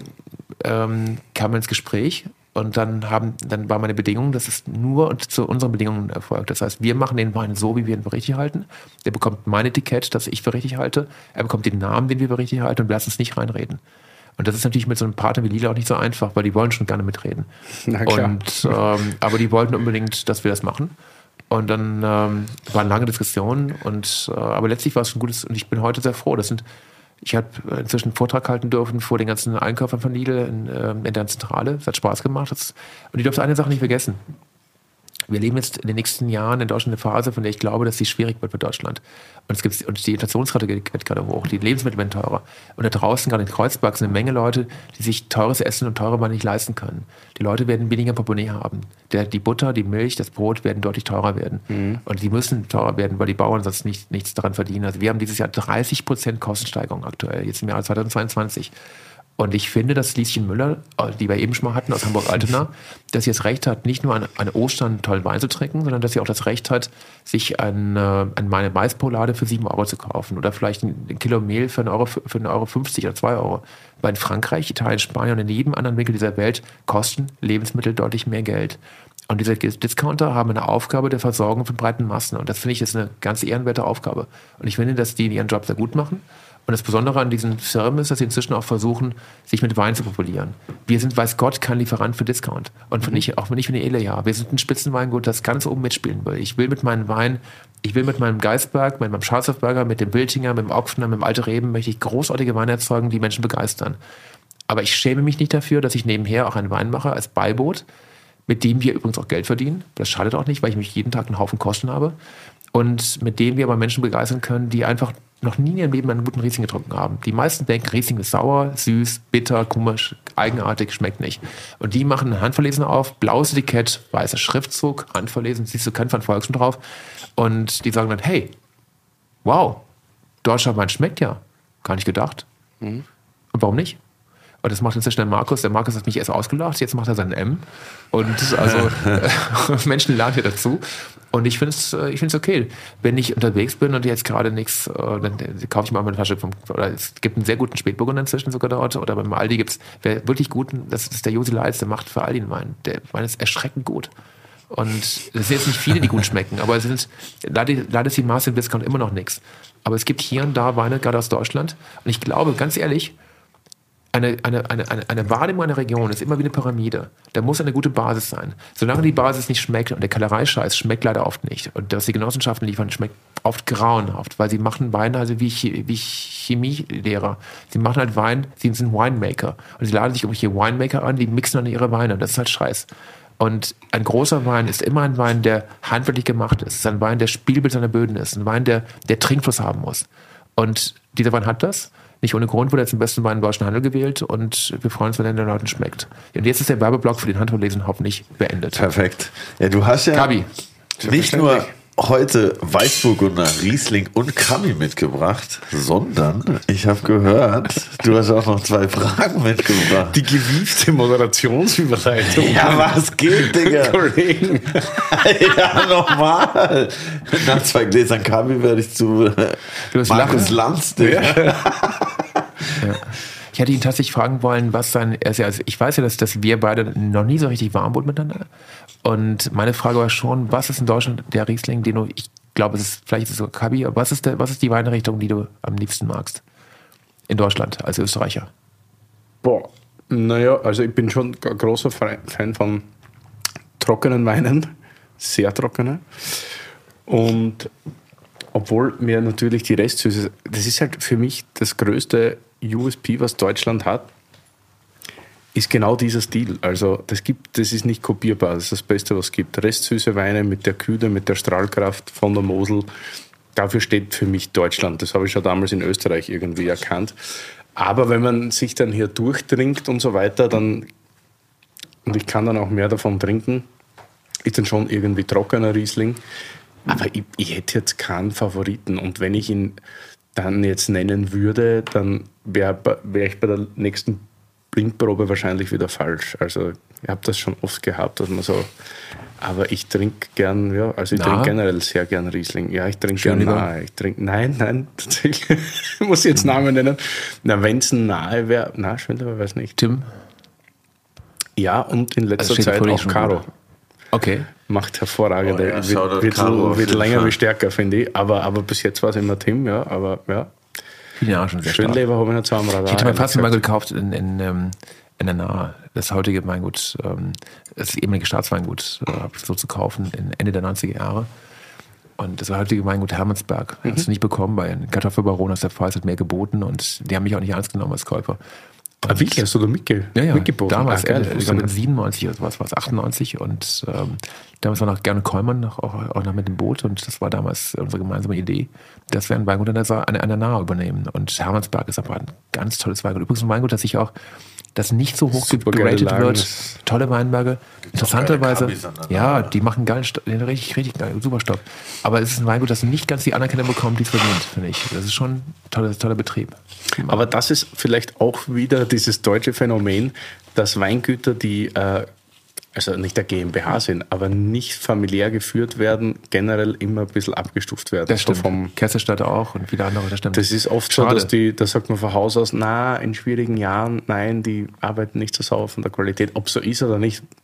kam wir ins Gespräch. Und dann war meine Bedingung, dass es nur zu unseren Bedingungen erfolgt. Das heißt, wir machen den Wein so, wie wir ihn für richtig halten. Der bekommt mein Etikett, das ich für richtig halte. Er bekommt den Namen, den wir für richtig halten und wir lassen uns nicht reinreden. Und das ist natürlich mit so einem Partner wie Lidl auch nicht so einfach, weil die wollen schon gerne mitreden. Na klar. Und, aber die wollten unbedingt, dass wir das machen. Und dann waren lange Diskussionen. Aber letztlich war es schon gutes. Und ich bin heute sehr froh. Ich habe inzwischen einen Vortrag halten dürfen vor den ganzen Einkäufern von Lidl in der Zentrale. Es hat Spaß gemacht. Und ich durfte eine Sache nicht vergessen. Wir leben jetzt in den nächsten Jahren in Deutschland eine Phase, von der ich glaube, dass sie schwierig wird für Deutschland. Und die Inflationsrate geht gerade hoch, die Lebensmittel werden teurer. Und da draußen, gerade in Kreuzberg, sind eine Menge Leute, die sich teures Essen und teure Weine nicht leisten können. Die Leute werden weniger Portemonnaie haben. Die Butter, die Milch, das Brot werden deutlich teurer werden. Mhm. Und die müssen teurer werden, weil die Bauern sonst nichts daran verdienen. Also wir haben dieses Jahr 30% Kostensteigerung aktuell, jetzt im Jahr 2022. Und ich finde, dass Lieschen Müller, die wir eben schon mal hatten aus Hamburg-Altona, dass sie das Recht hat, nicht nur an Ostern einen tollen Wein zu trinken, sondern dass sie auch das Recht hat, sich an meine Maispolade für 7 € zu kaufen oder vielleicht ein Kilo Mehl für 1,50 € oder 2 €. Weil in Frankreich, Italien, Spanien und in jedem anderen Winkel dieser Welt kosten Lebensmittel deutlich mehr Geld. Und diese Discounter haben eine Aufgabe der Versorgung von breiten Massen. Und das finde ich ist eine ganz ehrenwerte Aufgabe. Und ich finde, dass die ihren Job sehr gut machen. Und das Besondere an diesen Firmen ist, dass sie inzwischen auch versuchen, sich mit Wein zu populieren. Wir sind, weiß Gott, kein Lieferant für Discount. Und auch nicht für eine Eleja. Wir sind ein Spitzenweingut, das ganz oben mitspielen will. Ich will mit meinem Wein, ich will mit meinem Geisberg, mit meinem Schwarzhofberger, mit dem Biltinger, mit dem Augstener, mit dem Alte Reben, möchte ich großartige Weine erzeugen, die Menschen begeistern. Aber ich schäme mich nicht dafür, dass ich nebenher auch einen Wein mache als Beiboot, mit dem wir übrigens auch Geld verdienen. Das schadet auch nicht, weil ich mich jeden Tag einen Haufen Kosten habe. Und mit dem wir aber Menschen begeistern können, die einfach noch nie in ihrem Leben einen guten Riesling getrunken haben. Die meisten denken, Riesling ist sauer, süß, bitter, komisch, eigenartig, schmeckt nicht. Und die machen ein Handverlesen auf, blaues Etikett, weißer Schriftzug, Handverlesen, siehst du kein Van Volk schon drauf. Und die sagen dann, hey, wow, deutscher Wein schmeckt ja. Gar nicht gedacht. Und warum nicht? Und das macht inzwischen der Markus. Der Markus hat mich erst ausgelacht, jetzt macht er seinen M. Und also Menschen lernen hier dazu. Und ich finde es okay. Wenn ich unterwegs bin und jetzt gerade nichts, dann kaufe ich mal eine Flasche oder es gibt einen sehr guten Spätburgunder inzwischen sogar dort. Oder beim Aldi gibt es wirklich guten, das ist der Josi Leitz, der macht für Aldi einen Wein. Der Wein ist erschreckend gut. Und es sind jetzt nicht viele, die gut schmecken, aber es sind, leider ist die Maße im Discount immer noch nichts. Aber es gibt hier und da Weine, gerade aus Deutschland. Und ich glaube, ganz ehrlich, eine Wahrnehmung einer Region ist immer wie eine Pyramide. Da muss eine gute Basis sein. Solange die Basis nicht schmeckt, und der Kellereischeiß schmeckt leider oft nicht, und was die Genossenschaften liefern, schmeckt oft grauenhaft, weil sie machen Wein, also wie Chemielehrer. Sie machen halt Wein, sie sind Winemaker. Und sie laden sich irgendwelche Winemaker an, die mixen dann ihre Weine. Und das ist halt Scheiß. Und ein großer Wein ist immer ein Wein, der handwerklich gemacht ist. Es ist ein Wein, der Spielbild seiner Böden ist. Ein Wein, der Trinkfluss haben muss. Und dieser Wein hat das. Nicht ohne Grund wurde jetzt zum besten Wein im deutschen Handel gewählt und wir freuen uns, wenn er den Leuten schmeckt. Und jetzt ist der Werbeblock für den Handverlesen hoffentlich beendet. Perfekt. Ja, du hast ja Kabi. Nicht nur heute Weißburgunder, Riesling und Kabi mitgebracht, sondern ich habe gehört, du hast auch noch 2 Fragen mitgebracht. Die gewiefte Moderationsüberleitung. Ja, was geht, Digga? Kollegen. Ja, nochmal. Nach 2 Gläsern Kabi werde ich zu Markus Lanz, Digga. Ja. Ich hätte ihn tatsächlich fragen wollen, was sein, also ich weiß ja, dass wir beide noch nie so richtig warm wurden miteinander. Und meine Frage war schon, was ist in Deutschland der Riesling, den du, ich glaube, vielleicht ist es sogar Kabi, aber was ist die Weinrichtung, die du am liebsten magst? In Deutschland, als Österreicher? Boah, naja, also ich bin schon ein großer Fan von trockenen Weinen, sehr trockene. Und obwohl mir natürlich die Restsüße, das ist halt für mich das größte USP, was Deutschland hat, ist genau dieser Stil. Also das ist nicht kopierbar, das ist das Beste, was es gibt. Restsüße Weine mit der Kühle, mit der Strahlkraft von der Mosel, dafür steht für mich Deutschland. Das habe ich schon damals in Österreich irgendwie erkannt. Aber wenn man sich dann hier durchtrinkt und so weiter, und ich kann dann auch mehr davon trinken, ist dann schon irgendwie trockener Riesling. Aber ich hätte jetzt keinen Favoriten. Und wenn ich ihn dann jetzt nennen würde, dann wäre ich bei der nächsten Blindprobe wahrscheinlich wieder falsch. Also ich habe das schon oft gehabt, dass man so... Aber ich trinke gern, ja, also ich trinke generell sehr gern Riesling. Ja, ich trinke gern Nahe. Nein, tatsächlich. Ich muss jetzt Namen nennen. Na, wenn es ein Nahe wäre... Na, Schwindler, weiß nicht. Tim? Ja, und in letzter Zeit auch Caro. Okay. Macht hervorragend. Ja, wird länger wie stärker, finde ich. Aber bis jetzt war es immer Tim, ja. Aber ja. Ja, schon sehr Schönleber habe ich noch am Radar. Ich hätte mir fast mal gekauft in der Nahe. Das heutige Weingut, das ehemalige Staatsweingut, habe ich so zu kaufen Ende der 90er Jahre. Und das heutige Weingut Hermannsberg. Hast du nicht bekommen, bei den Kartoffelbaron aus der Pfalz hat mehr geboten und die haben mich auch nicht ernst genommen als Käufer. Ah, wirklich? Hast du da mitgeboten? Damals, ich glaube in 97 oder was war es, 98 und damals war noch Gerne Kollmann auch noch mit dem Boot und das war damals unsere gemeinsame Idee, dass wir ein Weingut an der Nahe übernehmen und Hermannsberg ist aber ein ganz tolles Weingut. Übrigens ein Weingut, das nicht so hoch geratet wird. Tolle Weinberge. Interessanterweise, ja, die machen richtig geil, super Stoff. Aber es ist ein Weingut, das nicht ganz die Anerkennung bekommt, die es verdient, finde ich. Das ist schon ein toller Betrieb. Aber das ist vielleicht auch wieder dieses deutsche Phänomen, dass Weingüter, die also nicht der GmbH sind, aber nicht familiär geführt werden, generell immer ein bisschen abgestuft werden. Das stimmt. Vom Kesselstadt auch und viele andere, das stimmt. Das ist oft so, dass da sagt man von Haus aus, in schwierigen Jahren, nein, die arbeiten nicht so sauber von der Qualität. Ob so ist oder nicht,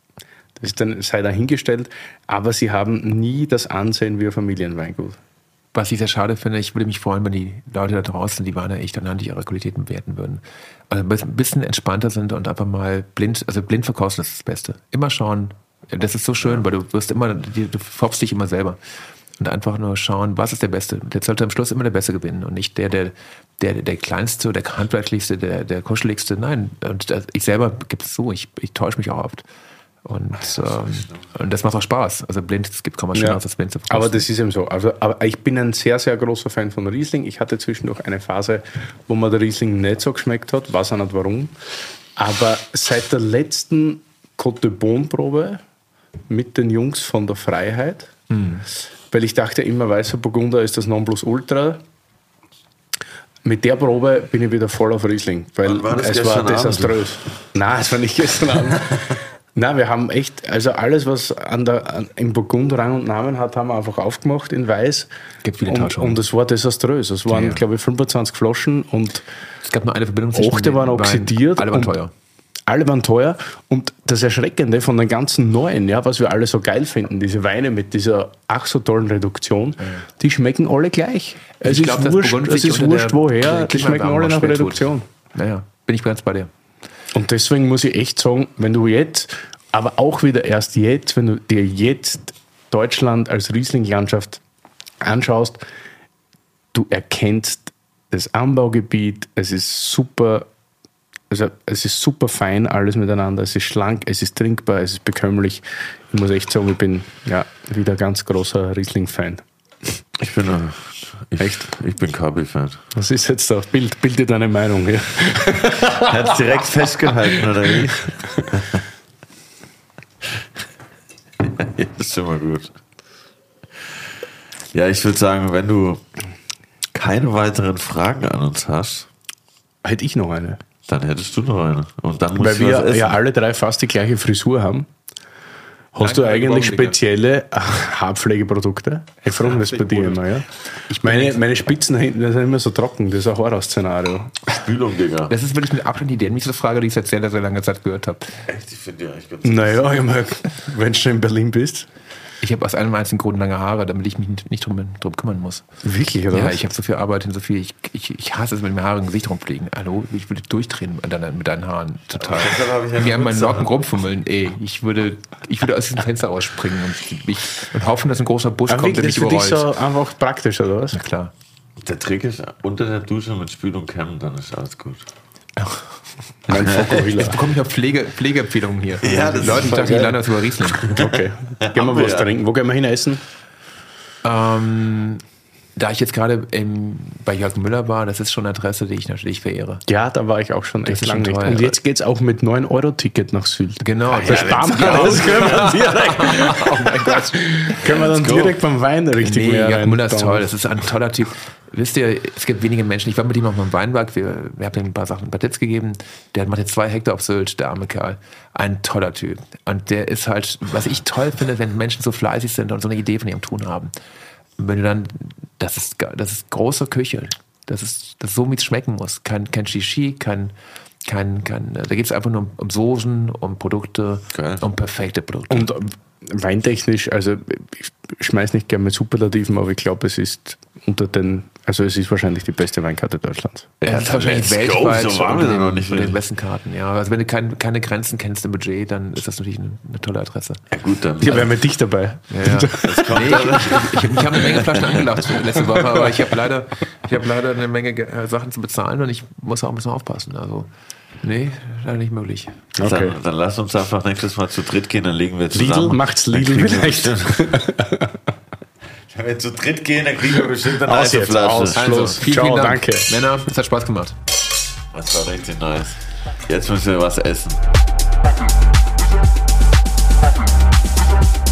Das ist dann, sei dahingestellt, aber sie haben nie das Ansehen wie ein Familienweingut. Was ich sehr schade finde, ich würde mich freuen, wenn die Leute da draußen, die Weine echt anhand ihrer Qualitäten bewerten würden. Also ein bisschen entspannter sind und einfach mal blind verkosten, das ist das Beste. Immer schauen, das ist so schön, weil du pfropfst dich immer selber. Und einfach nur schauen, was ist der Beste. Der sollte am Schluss immer der Beste gewinnen und nicht der Kleinste, der handwerklichste, der kuscheligste. Nein, und ich selber gebe es zu, ich täusche mich auch oft. Und das macht auch Spaß. Also blind, es gibt kaum was Schöneres als blind zu verkosten. Aber das ist eben so. Aber ich bin ein sehr, sehr großer Fan von Riesling. Ich hatte zwischendurch eine Phase, wo mir der Riesling nicht so geschmeckt hat. Weiß auch nicht warum. Aber seit der letzten Côte de Beaune-Probe mit den Jungs von der Freiheit, weil ich dachte immer, weißer Burgunder ist das Nonplusultra. Mit der Probe bin ich wieder voll auf Riesling, weil es war desaströs. Nein, es war nicht gestern Abend. Nein, wir haben echt, also alles, was im Burgund Rang und Namen hat, haben wir einfach aufgemacht in Weiß. Gibt viele Tauschungen. Und es war desaströs. Es waren, glaube ich, 25 Flaschen und es gab nur eine Verbindung zwischen 8 waren oxidiert. Alle waren teuer. Alle waren teuer. Und das Erschreckende von den ganzen neuen, ja, was wir alle so geil finden, diese Weine mit dieser ach so tollen Reduktion, die schmecken alle gleich. Es ist wurscht, woher, die schmecken alle nach Reduktion. Naja, bin ich ganz bei dir. Und deswegen muss ich echt sagen, wenn du jetzt, aber auch wieder erst jetzt, wenn du dir jetzt Deutschland als Riesling-Landschaft anschaust, du erkennst das Anbaugebiet, es ist super, also es ist super fein alles miteinander, es ist schlank, es ist trinkbar, es ist bekömmlich. Ich muss echt sagen, ich bin ja wieder ganz großer Riesling-Fan. Ich bin Kabi-Fan. Was ist jetzt da? Bild dir deine Meinung hier. Er hat es direkt festgehalten, oder wie? Ja, das ist schon mal gut. Ja, ich würde sagen, wenn du keine weiteren Fragen an uns hast, hätte ich noch eine. Dann hättest du noch eine. Und dann musst weil wir ja alle drei fast die gleiche Frisur haben. Hast du eigentlich spezielle Haarpflegeprodukte? Ich frage das bei dir immer, ja? Meine Spitzen hinten sind immer so trocken, das ist ein Horror-Szenario. Spülung, Digga. Das ist wirklich mit Abstand die dämlichste Frage, die ich seit sehr, sehr langer Zeit gehört habe. Echt, ich finde die eigentlich ganz naja, wenn du schon in Berlin bist. Ich habe aus einem einzigen Grund lange Haare, damit ich mich nicht drum kümmern muss. Wirklich, oder? Ja, was? ich habe so viel Arbeit und so viel. Ich hasse es, wenn mir Haare im Gesicht rumfliegen. Hallo, ich würde durchdrehen mit deinen Haaren. Total. Mir an meinen Locken rumfummeln. Ich würde aus diesem Fenster rausspringen und hoffen, dass ein großer Busch kommt, der mich überrollt. Das ist für dich so einfach praktisch, oder was? Na klar. Der Trick ist, unter der Dusche mit Spülung kämmen, dann ist alles gut. Mein Jetzt bekomme ich noch Pflegeempfehlungen hier. Ja, das Leute, ich dachte, ich lerne das über Riesling. Okay. Gehen wir was trinken. Wo gehen wir hin essen? Da ich jetzt gerade bei Jörg Müller war, das ist schon eine Adresse, die ich natürlich verehre. Ja, da war ich auch schon echt lange nicht. Toll. Und jetzt geht es auch mit 9-Euro-Ticket nach Sylt. Genau. Das sparen wir alles. Können wir direkt. Oh mein Gott. Können wir dann direkt beim Wein richtig mehr Jörg rein. Müller ist toll. Das ist ein toller Typ. Wisst ihr, es gibt wenige Menschen. Ich war mit ihm auf meinem Weinberg. Wir haben ihm ein paar Tipps gegeben. Der macht jetzt 2 Hektar auf Sylt, der arme Kerl. Ein toller Typ. Und der ist halt, was ich toll finde, wenn Menschen so fleißig sind und so eine Idee von ihrem Tun haben. Wenn du dann, das ist große Küche. Das ist so, wie es schmecken muss. Kein Shishi, da geht es einfach nur um Soßen, um Produkte, um perfekte Produkte. Und weintechnisch, also ich schmeiß nicht gerne mit Superlativen, aber ich glaube, es ist es ist wahrscheinlich die beste Weinkarte Deutschlands. Ja, das ist wahrscheinlich weltweit so waren wir da noch nicht unter den besten Karten. Ja, also wenn du keine Grenzen kennst im Budget, dann ist das natürlich eine tolle Adresse. Ja gut, dann. Hier wären wir dich dabei. Ja. Ich habe eine Menge Flaschen angelacht letzte Woche, aber ich habe leider eine Menge Sachen zu bezahlen und ich muss auch ein bisschen aufpassen. Also nee, leider nicht möglich. Okay. Dann lass uns einfach nächstes Mal zu dritt gehen, dann legen wir zusammen. Lidl macht's Lidl vielleicht. Wenn wir zu dritt gehen, dann kriegen wir bestimmt eine heiße Flasche. Also, vielen Dank. Danke. Männer, es hat Spaß gemacht. Das war richtig nice. Jetzt müssen wir was essen.